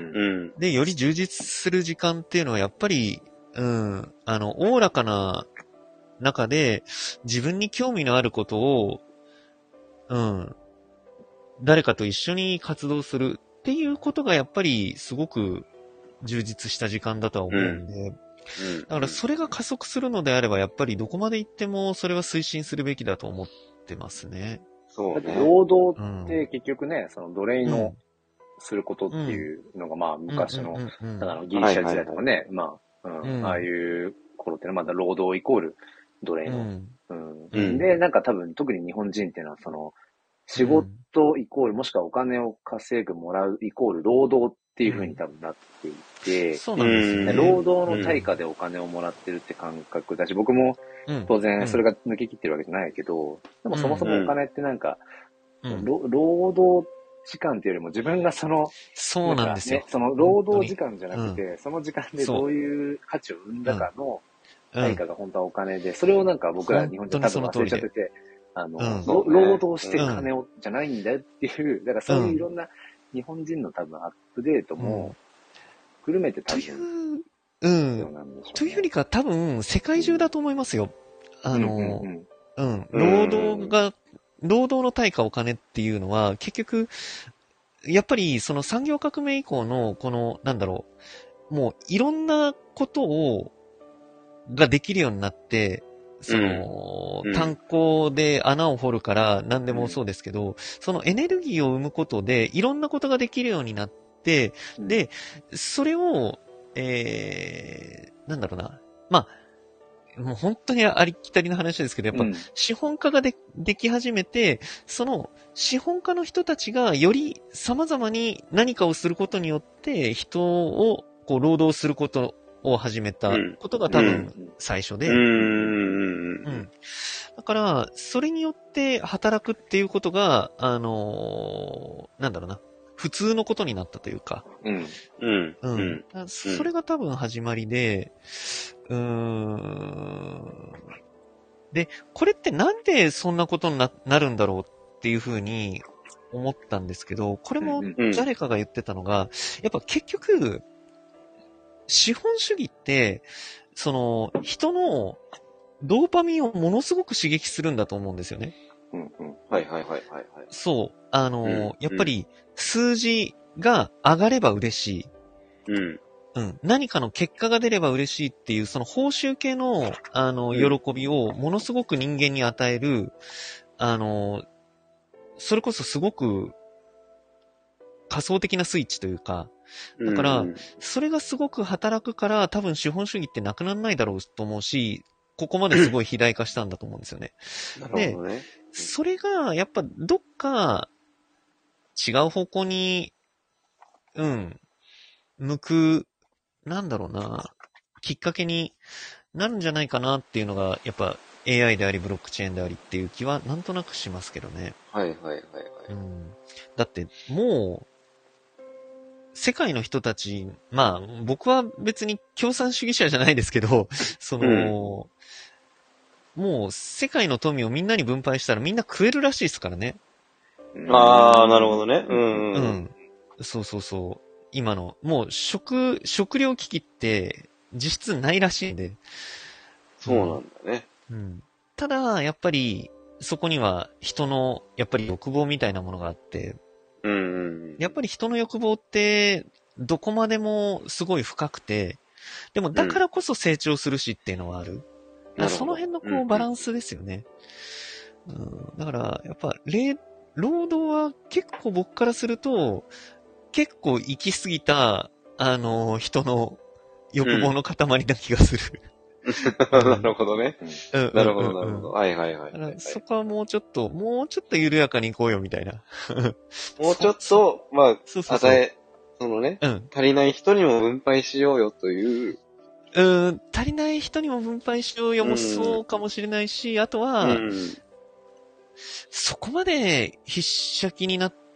で、より充実する時間っていうのはやっぱり、うん、あの、おおらかな中で自分に興味のあることを、うん、誰かと一緒に活動するっていうことがやっぱりすごく充実した時間だとは思うんで、うんだからそれが加速するのであれば、やっぱりどこまで行ってもそれは推進するべきだと思ってますね。 そうね。労働って結局ね、うん、その奴隷のすることっていうのが、まあ昔の、ただのギリシャ時代とかね、まあ、うん、ああいう頃ってのはまだ労働イコール奴隷の。うんうん、で、なんか多分特に日本人っていうのはその、仕事イコール、もしくはお金を稼ぐもらうイコール労働っていう風に多分なっていて、 そうなんですよね。 労働の対価でお金をもらってるって感覚だし、僕も当然それが抜け切ってるわけじゃないけど、でもそもそもお金ってなんか、労働時間っていうよりも自分がその、 そうなんですよ。 その労働時間じゃなくて、その時間でどういう価値を生んだかの対価が本当はお金で、それをなんか僕ら日本人多分忘れちゃってて、あの、うん、労働して金を、うん、じゃないんだよっていう、だからそういういろんな日本人の多分アップデートも、くるめて多分、 うん、うん。というよりか多分世界中だと思いますよ。うん、あの、うん、うん、労働が、労働の対価お金っていうのは結局、やっぱりその産業革命以降のこの、なんだろう、もういろんなことを、ができるようになって、その、うん、炭鉱で穴を掘るから何でもそうですけど、うん、そのエネルギーを生むことでいろんなことができるようになって、うん、で、それを、えー、なんだろうな。まあ、もう本当にありきたりな話ですけど、やっぱ資本家がで、でき始めて、その資本家の人たちがより様々に何かをすることによって人をこう労働することを始めたことが多分最初で、うんうん、だから、それによって働くっていうことが、あのー、なんだろうな、普通のことになったというか、うんうんうん、それが多分始まりで、うーん、で、これってなんでそんなことに な, なるんだろうっていうふうに思ったんですけど、これも誰かが言ってたのが、やっぱ結局、資本主義って、その、人のドーパミンをものすごく刺激するんだと思うんですよね。 うんうん。はいはいはいはい、はい。 そう。あのーうん、やっぱり数字が上がれば嬉しい。 うん。 うん。何かの結果が出れば嬉しいっていう、その報酬系の、あの、喜びをものすごく人間に与える、あの、それこそすごく仮想的なスイッチというか、だから、それがすごく働くから、多分資本主義ってなくならないだろうと思うし、ここまですごい肥大化したんだと思うんですよね。 なるほどね。 で、それが、やっぱどっか、違う方向に、うん、向く、なんだろうな、きっかけになるんじゃないかなっていうのが、やっぱ エーアイ であり、ブロックチェーンでありっていう気はなんとなくしますけどね。 はいはいはいはい。 うん、だって、もう、世界の人たち、まあ、僕は別に共産主義者じゃないですけど、その、うん、もう世界の富をみんなに分配したらみんな食えるらしいですからね。 ああ、なるほどね。うん、うん。うん。 そうそうそう。今の、もう食、食料危機って実質ないらしいんで。 そうなんだね。 うん。ただ、やっぱり、そこには人の、やっぱり欲望みたいなものがあって、 うんうん、 やっぱり人の欲望って、どこまでもすごい深くて、でもだからこそ成長するしっていうのはある。うん、その辺のこうバランスですよね。うん、うん、だから、やっぱ、労働は結構僕からすると、結構行き過ぎた、あの、人の欲望の塊な気がする。 うん、なるほどね。うん、なるほど、なるほど。はいはいはい、はい。 そこはもうちょっと、もうちょっと緩やかに行こうよみたいな。 もうちょっと、まあ、そうそうそう与え、そのね、うん、足りない人にも分配しようよという。 うん、足りない人にも分配しようよもそうかもしれないし、あとは、うん、そこまで必死になって、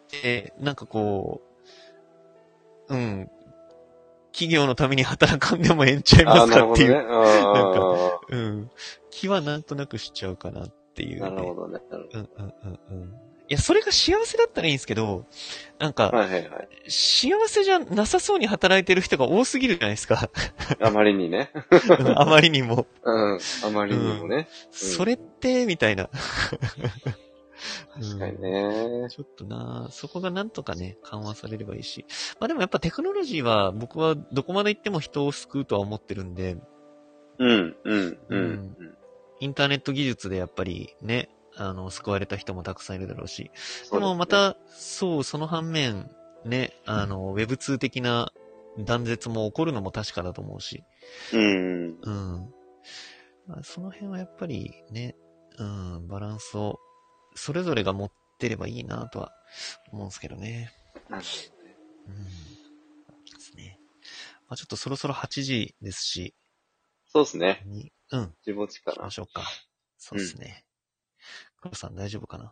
なんかこう、うん、企業のために働かんでもええんちゃいますかっていう、ね、なんか、うん、気はなんとなくしちゃうかなっていう、 ね。なるほどね。 うんうんうんうん。いや、それが幸せだったらいいんですけど、なんか、はいはいはい、幸せじゃなさそうに働いてる人が多すぎるじゃないですか。 あまりにね。 あまりにも。 うん、あまりにもね。うん、 それって、みたいな。 確かにね、うん。 ちょっとなそこがなんとかね、緩和されればいいし。まあでもやっぱテクノロジーは僕はどこまで行っても人を救うとは思ってるんで。 うん、うん、うん。うん、 インターネット技術でやっぱりね、あの、救われた人もたくさんいるだろうし。でもまた、そう、その反面、ね、あの、ウェブツー 的な断絶も起こるのも確かだと思うし。 うん。 うん。まあ、その辺はやっぱりね、うん、バランスを、それぞれが持ってればいいなとは思うんですけどね。 なるほどね。 うん。ですね。まあちょっとそろそろはちじですし。 そうですね。 うん。 じぼちかな。 しましょうか。そうですね。黒、うん、さん大丈夫かな？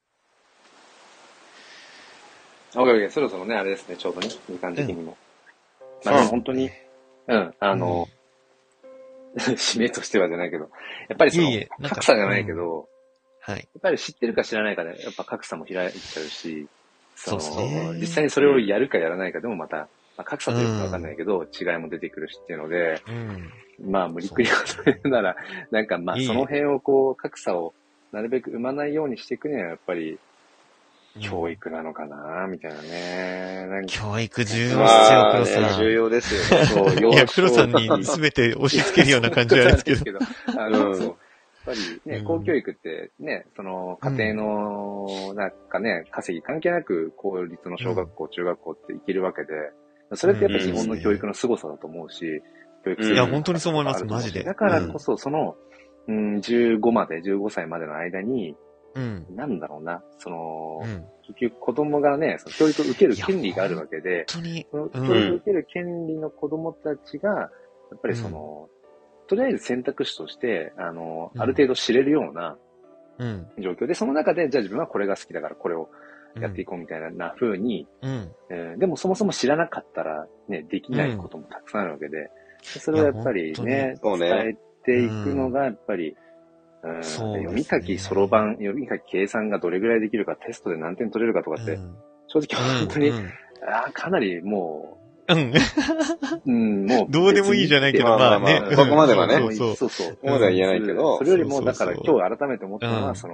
オッケーオッケー、そろそろね、あれですね、ちょうどね、時間的にも。うん、まあでも本当に、うん、あの、うん、締めとしてはじゃないけど、やっぱりその、いいえ格差じゃないけど、うん、はい。やっぱり知ってるか知らないかで、やっぱ格差も開いちゃうし、その、そうですね、実際にそれをやるかやらないかでもまた、まあ、格差というかわかんないけど、うん、違いも出てくるしっていうので、うん、まあ無理くりこと言うなら、なんかまあその辺をこう、格差をなるべく生まないようにしていくにはやっぱり、教育なのかなみたいなね。なんか教育重要ですよ、黒さん。 ね、重要ですよね。そう、 いや、黒さんに全て押し付けるような感じはですけど。 あの、そう。やっぱりね、公教育ってね、その家庭のなんかね、稼ぎ関係なく公立の小学校、中学校って行けるわけで、それってやっぱり日本の教育の凄さだと思うし、教育いや、本当にそう思います、マジで。 だからこそ、その、うん、じゅうごまで、じゅうごさいまでの間に、うん、なんだろうな、その、うん、結局子供がね、その教育を受ける権利があるわけで、 本当にその教育を受ける権利の子供たちが、やっぱりその、うん、とりあえず選択肢として、あの、うん、ある程度知れるような状況で、うん、その中で、じゃあ自分はこれが好きだからこれをやっていこうみたいな風に、うんえー、でもそもそも知らなかったらね、できないこともたくさんあるわけで、それをやっぱりね、伝えていくのがやっぱり、うん、読み書き、そろばん、読み書き、計算がどれぐらいできるか、テストで何点取れるかとかって、うん、正直本当に、うんうん、あかなりもう、うん、うん、もう、 どうでもいいじゃないけど、まあね。 そこまではね。 そうそう。そここまでは言えないけど。 それよりも、だから今日改めて思ったのは、その、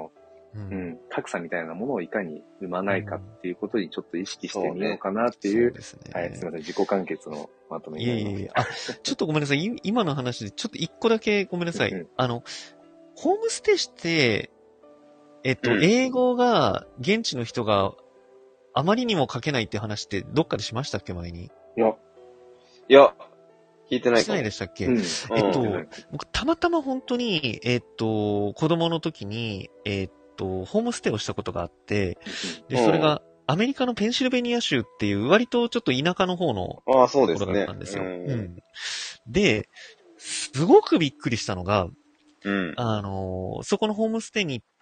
うん、格差みたいなものをいかに生まないかっていうことにちょっと意識してみようかなっていう、うん、そうですね、はい、すみません、自己完結のまとめになります。いえいえ、 あ、ちょっとごめんなさい、今の話でちょっと一個だけごめんなさい。うんうん、あの、ホームステイして、えっと、うん、英語が、現地の人があまりにも書けないって話ってどっかでしましたっけ、前に。 いや、いや、聞いてないか。 してないでしたっけ、うん、えっと、うん、僕、たまたま本当に、えっと、子供の時に、えっと、ホームステイをしたことがあって、で、それが、アメリカのペンシルベニア州っていう、割とちょっと田舎の方のところだったんですよ。 うん、 で、すごくびっくりしたのが、 うん、 あの、そこのホームステイに行った、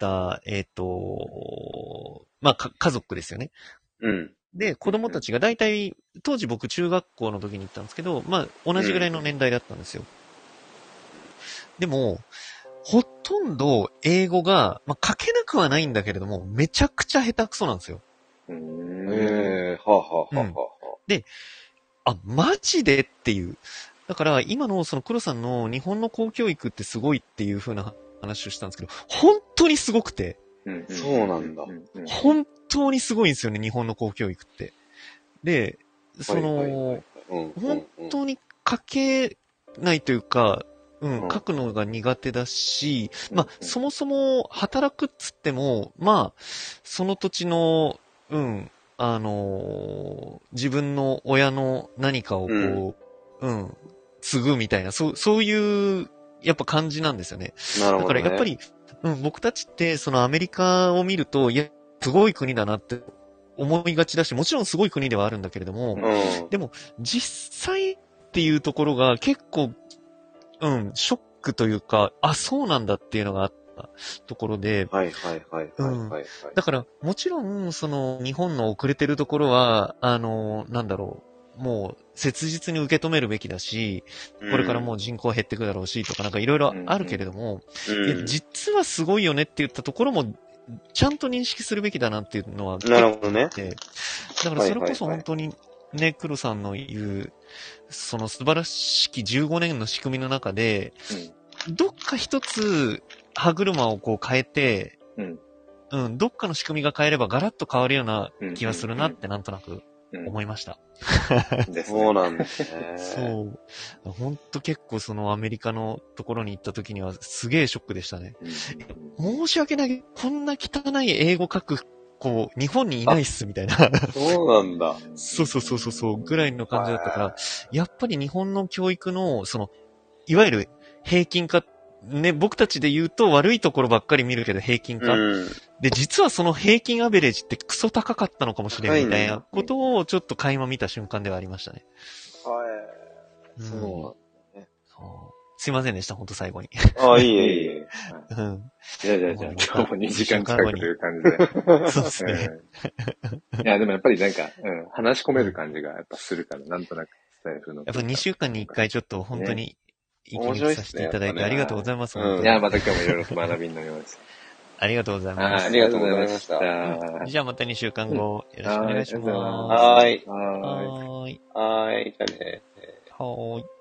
えっと、まあ、家族ですよね。 うん。 で、子供たちが大体、当時僕中学校の時に行ったんですけど、まあ、同じぐらいの年代だったんですよ。うん、でも、ほとんど英語が、まあ、書けなくはないんだけれども、めちゃくちゃ下手くそなんですよ。 へえー、はあ、はあはあはあ、うん。 で、あ、マジでっていう。だから、今のその黒さんの日本の公教育ってすごいっていう風な話をしたんですけど、本当にすごくて。 うん、そうなんだ。 本当にすごいんですよね、日本の公教育って。で、その、本当に書けないというか、うん、書くのが苦手だし、まあ、そもそも働くっつっても、まあ、その土地の、うん、あのー、自分の親の何かをこう、うん、うん、継ぐみたいな、そう、そういう、やっぱ感じなんですよね。 なるほどね。 だからやっぱり、うん、僕たちって、そのアメリカを見ると、いや、すごい国だなって思いがちだし、もちろんすごい国ではあるんだけれども、 うん、 でも、実際っていうところが結構、うん、ショックというか、あ、そうなんだっていうのがあったところで、 はいはいはいはい、はい、 うん。だから、もちろん、その、日本の遅れてるところは、あの、なんだろう、もう、切実に受け止めるべきだし、これからもう人口減っていくだろうし、とかなんかいろいろあるけれども、 うんうん、 実はすごいよねって言ったところも、ちゃんと認識するべきだなっていうのはなるほどね。 だからそれこそ本当にね、黒さんの言う、その素晴らしきじゅうごねんの仕組みの中で、うん、どっか一つ歯車をこう変えて、うん、うん、どっかの仕組みが変えればガラッと変わるような気がするなってなんとなく思いました。 うんうん、そうなんですね。 そう。ほんと結構そのアメリカのところに行った時にはすげえショックでしたね。うん、申し訳ない。こんな汚い英語書く子、日本にいないっす、みたいな。 そうなんだ。 そうそうそうそうそう、ぐらいの感じだったから、やっぱり日本の教育の、その、いわゆる平均化、ね、僕たちで言うと悪いところばっかり見るけど平均化。うん、で、実はその平均アベレージってクソ高かったのかもしれないみたいなことをちょっと垣間見た瞬間ではありましたね。 はい。そうなんだね。 すいませんでした、ほんと最後に。 ああ、いいえ、いいえ。 うん。 じゃあじゃあじゃあ、今日もにじかん近くという感じで。 そうですね。 いや、でもやっぱりなんか、うん、話し込める感じがやっぱするから、なんとなく伝えるの。 やっぱにしゅうかんにいっかいちょっと本当に、息抜きさせていただいてありがとうございます。 いや、また今日もいろいろと学びになりました。 ありがとうございます。 ありがとうございました。 じゃあまたにしゅうかんご、よろしくお願いします。 はーい。 はーい。 はーい。じゃあね。 はーい。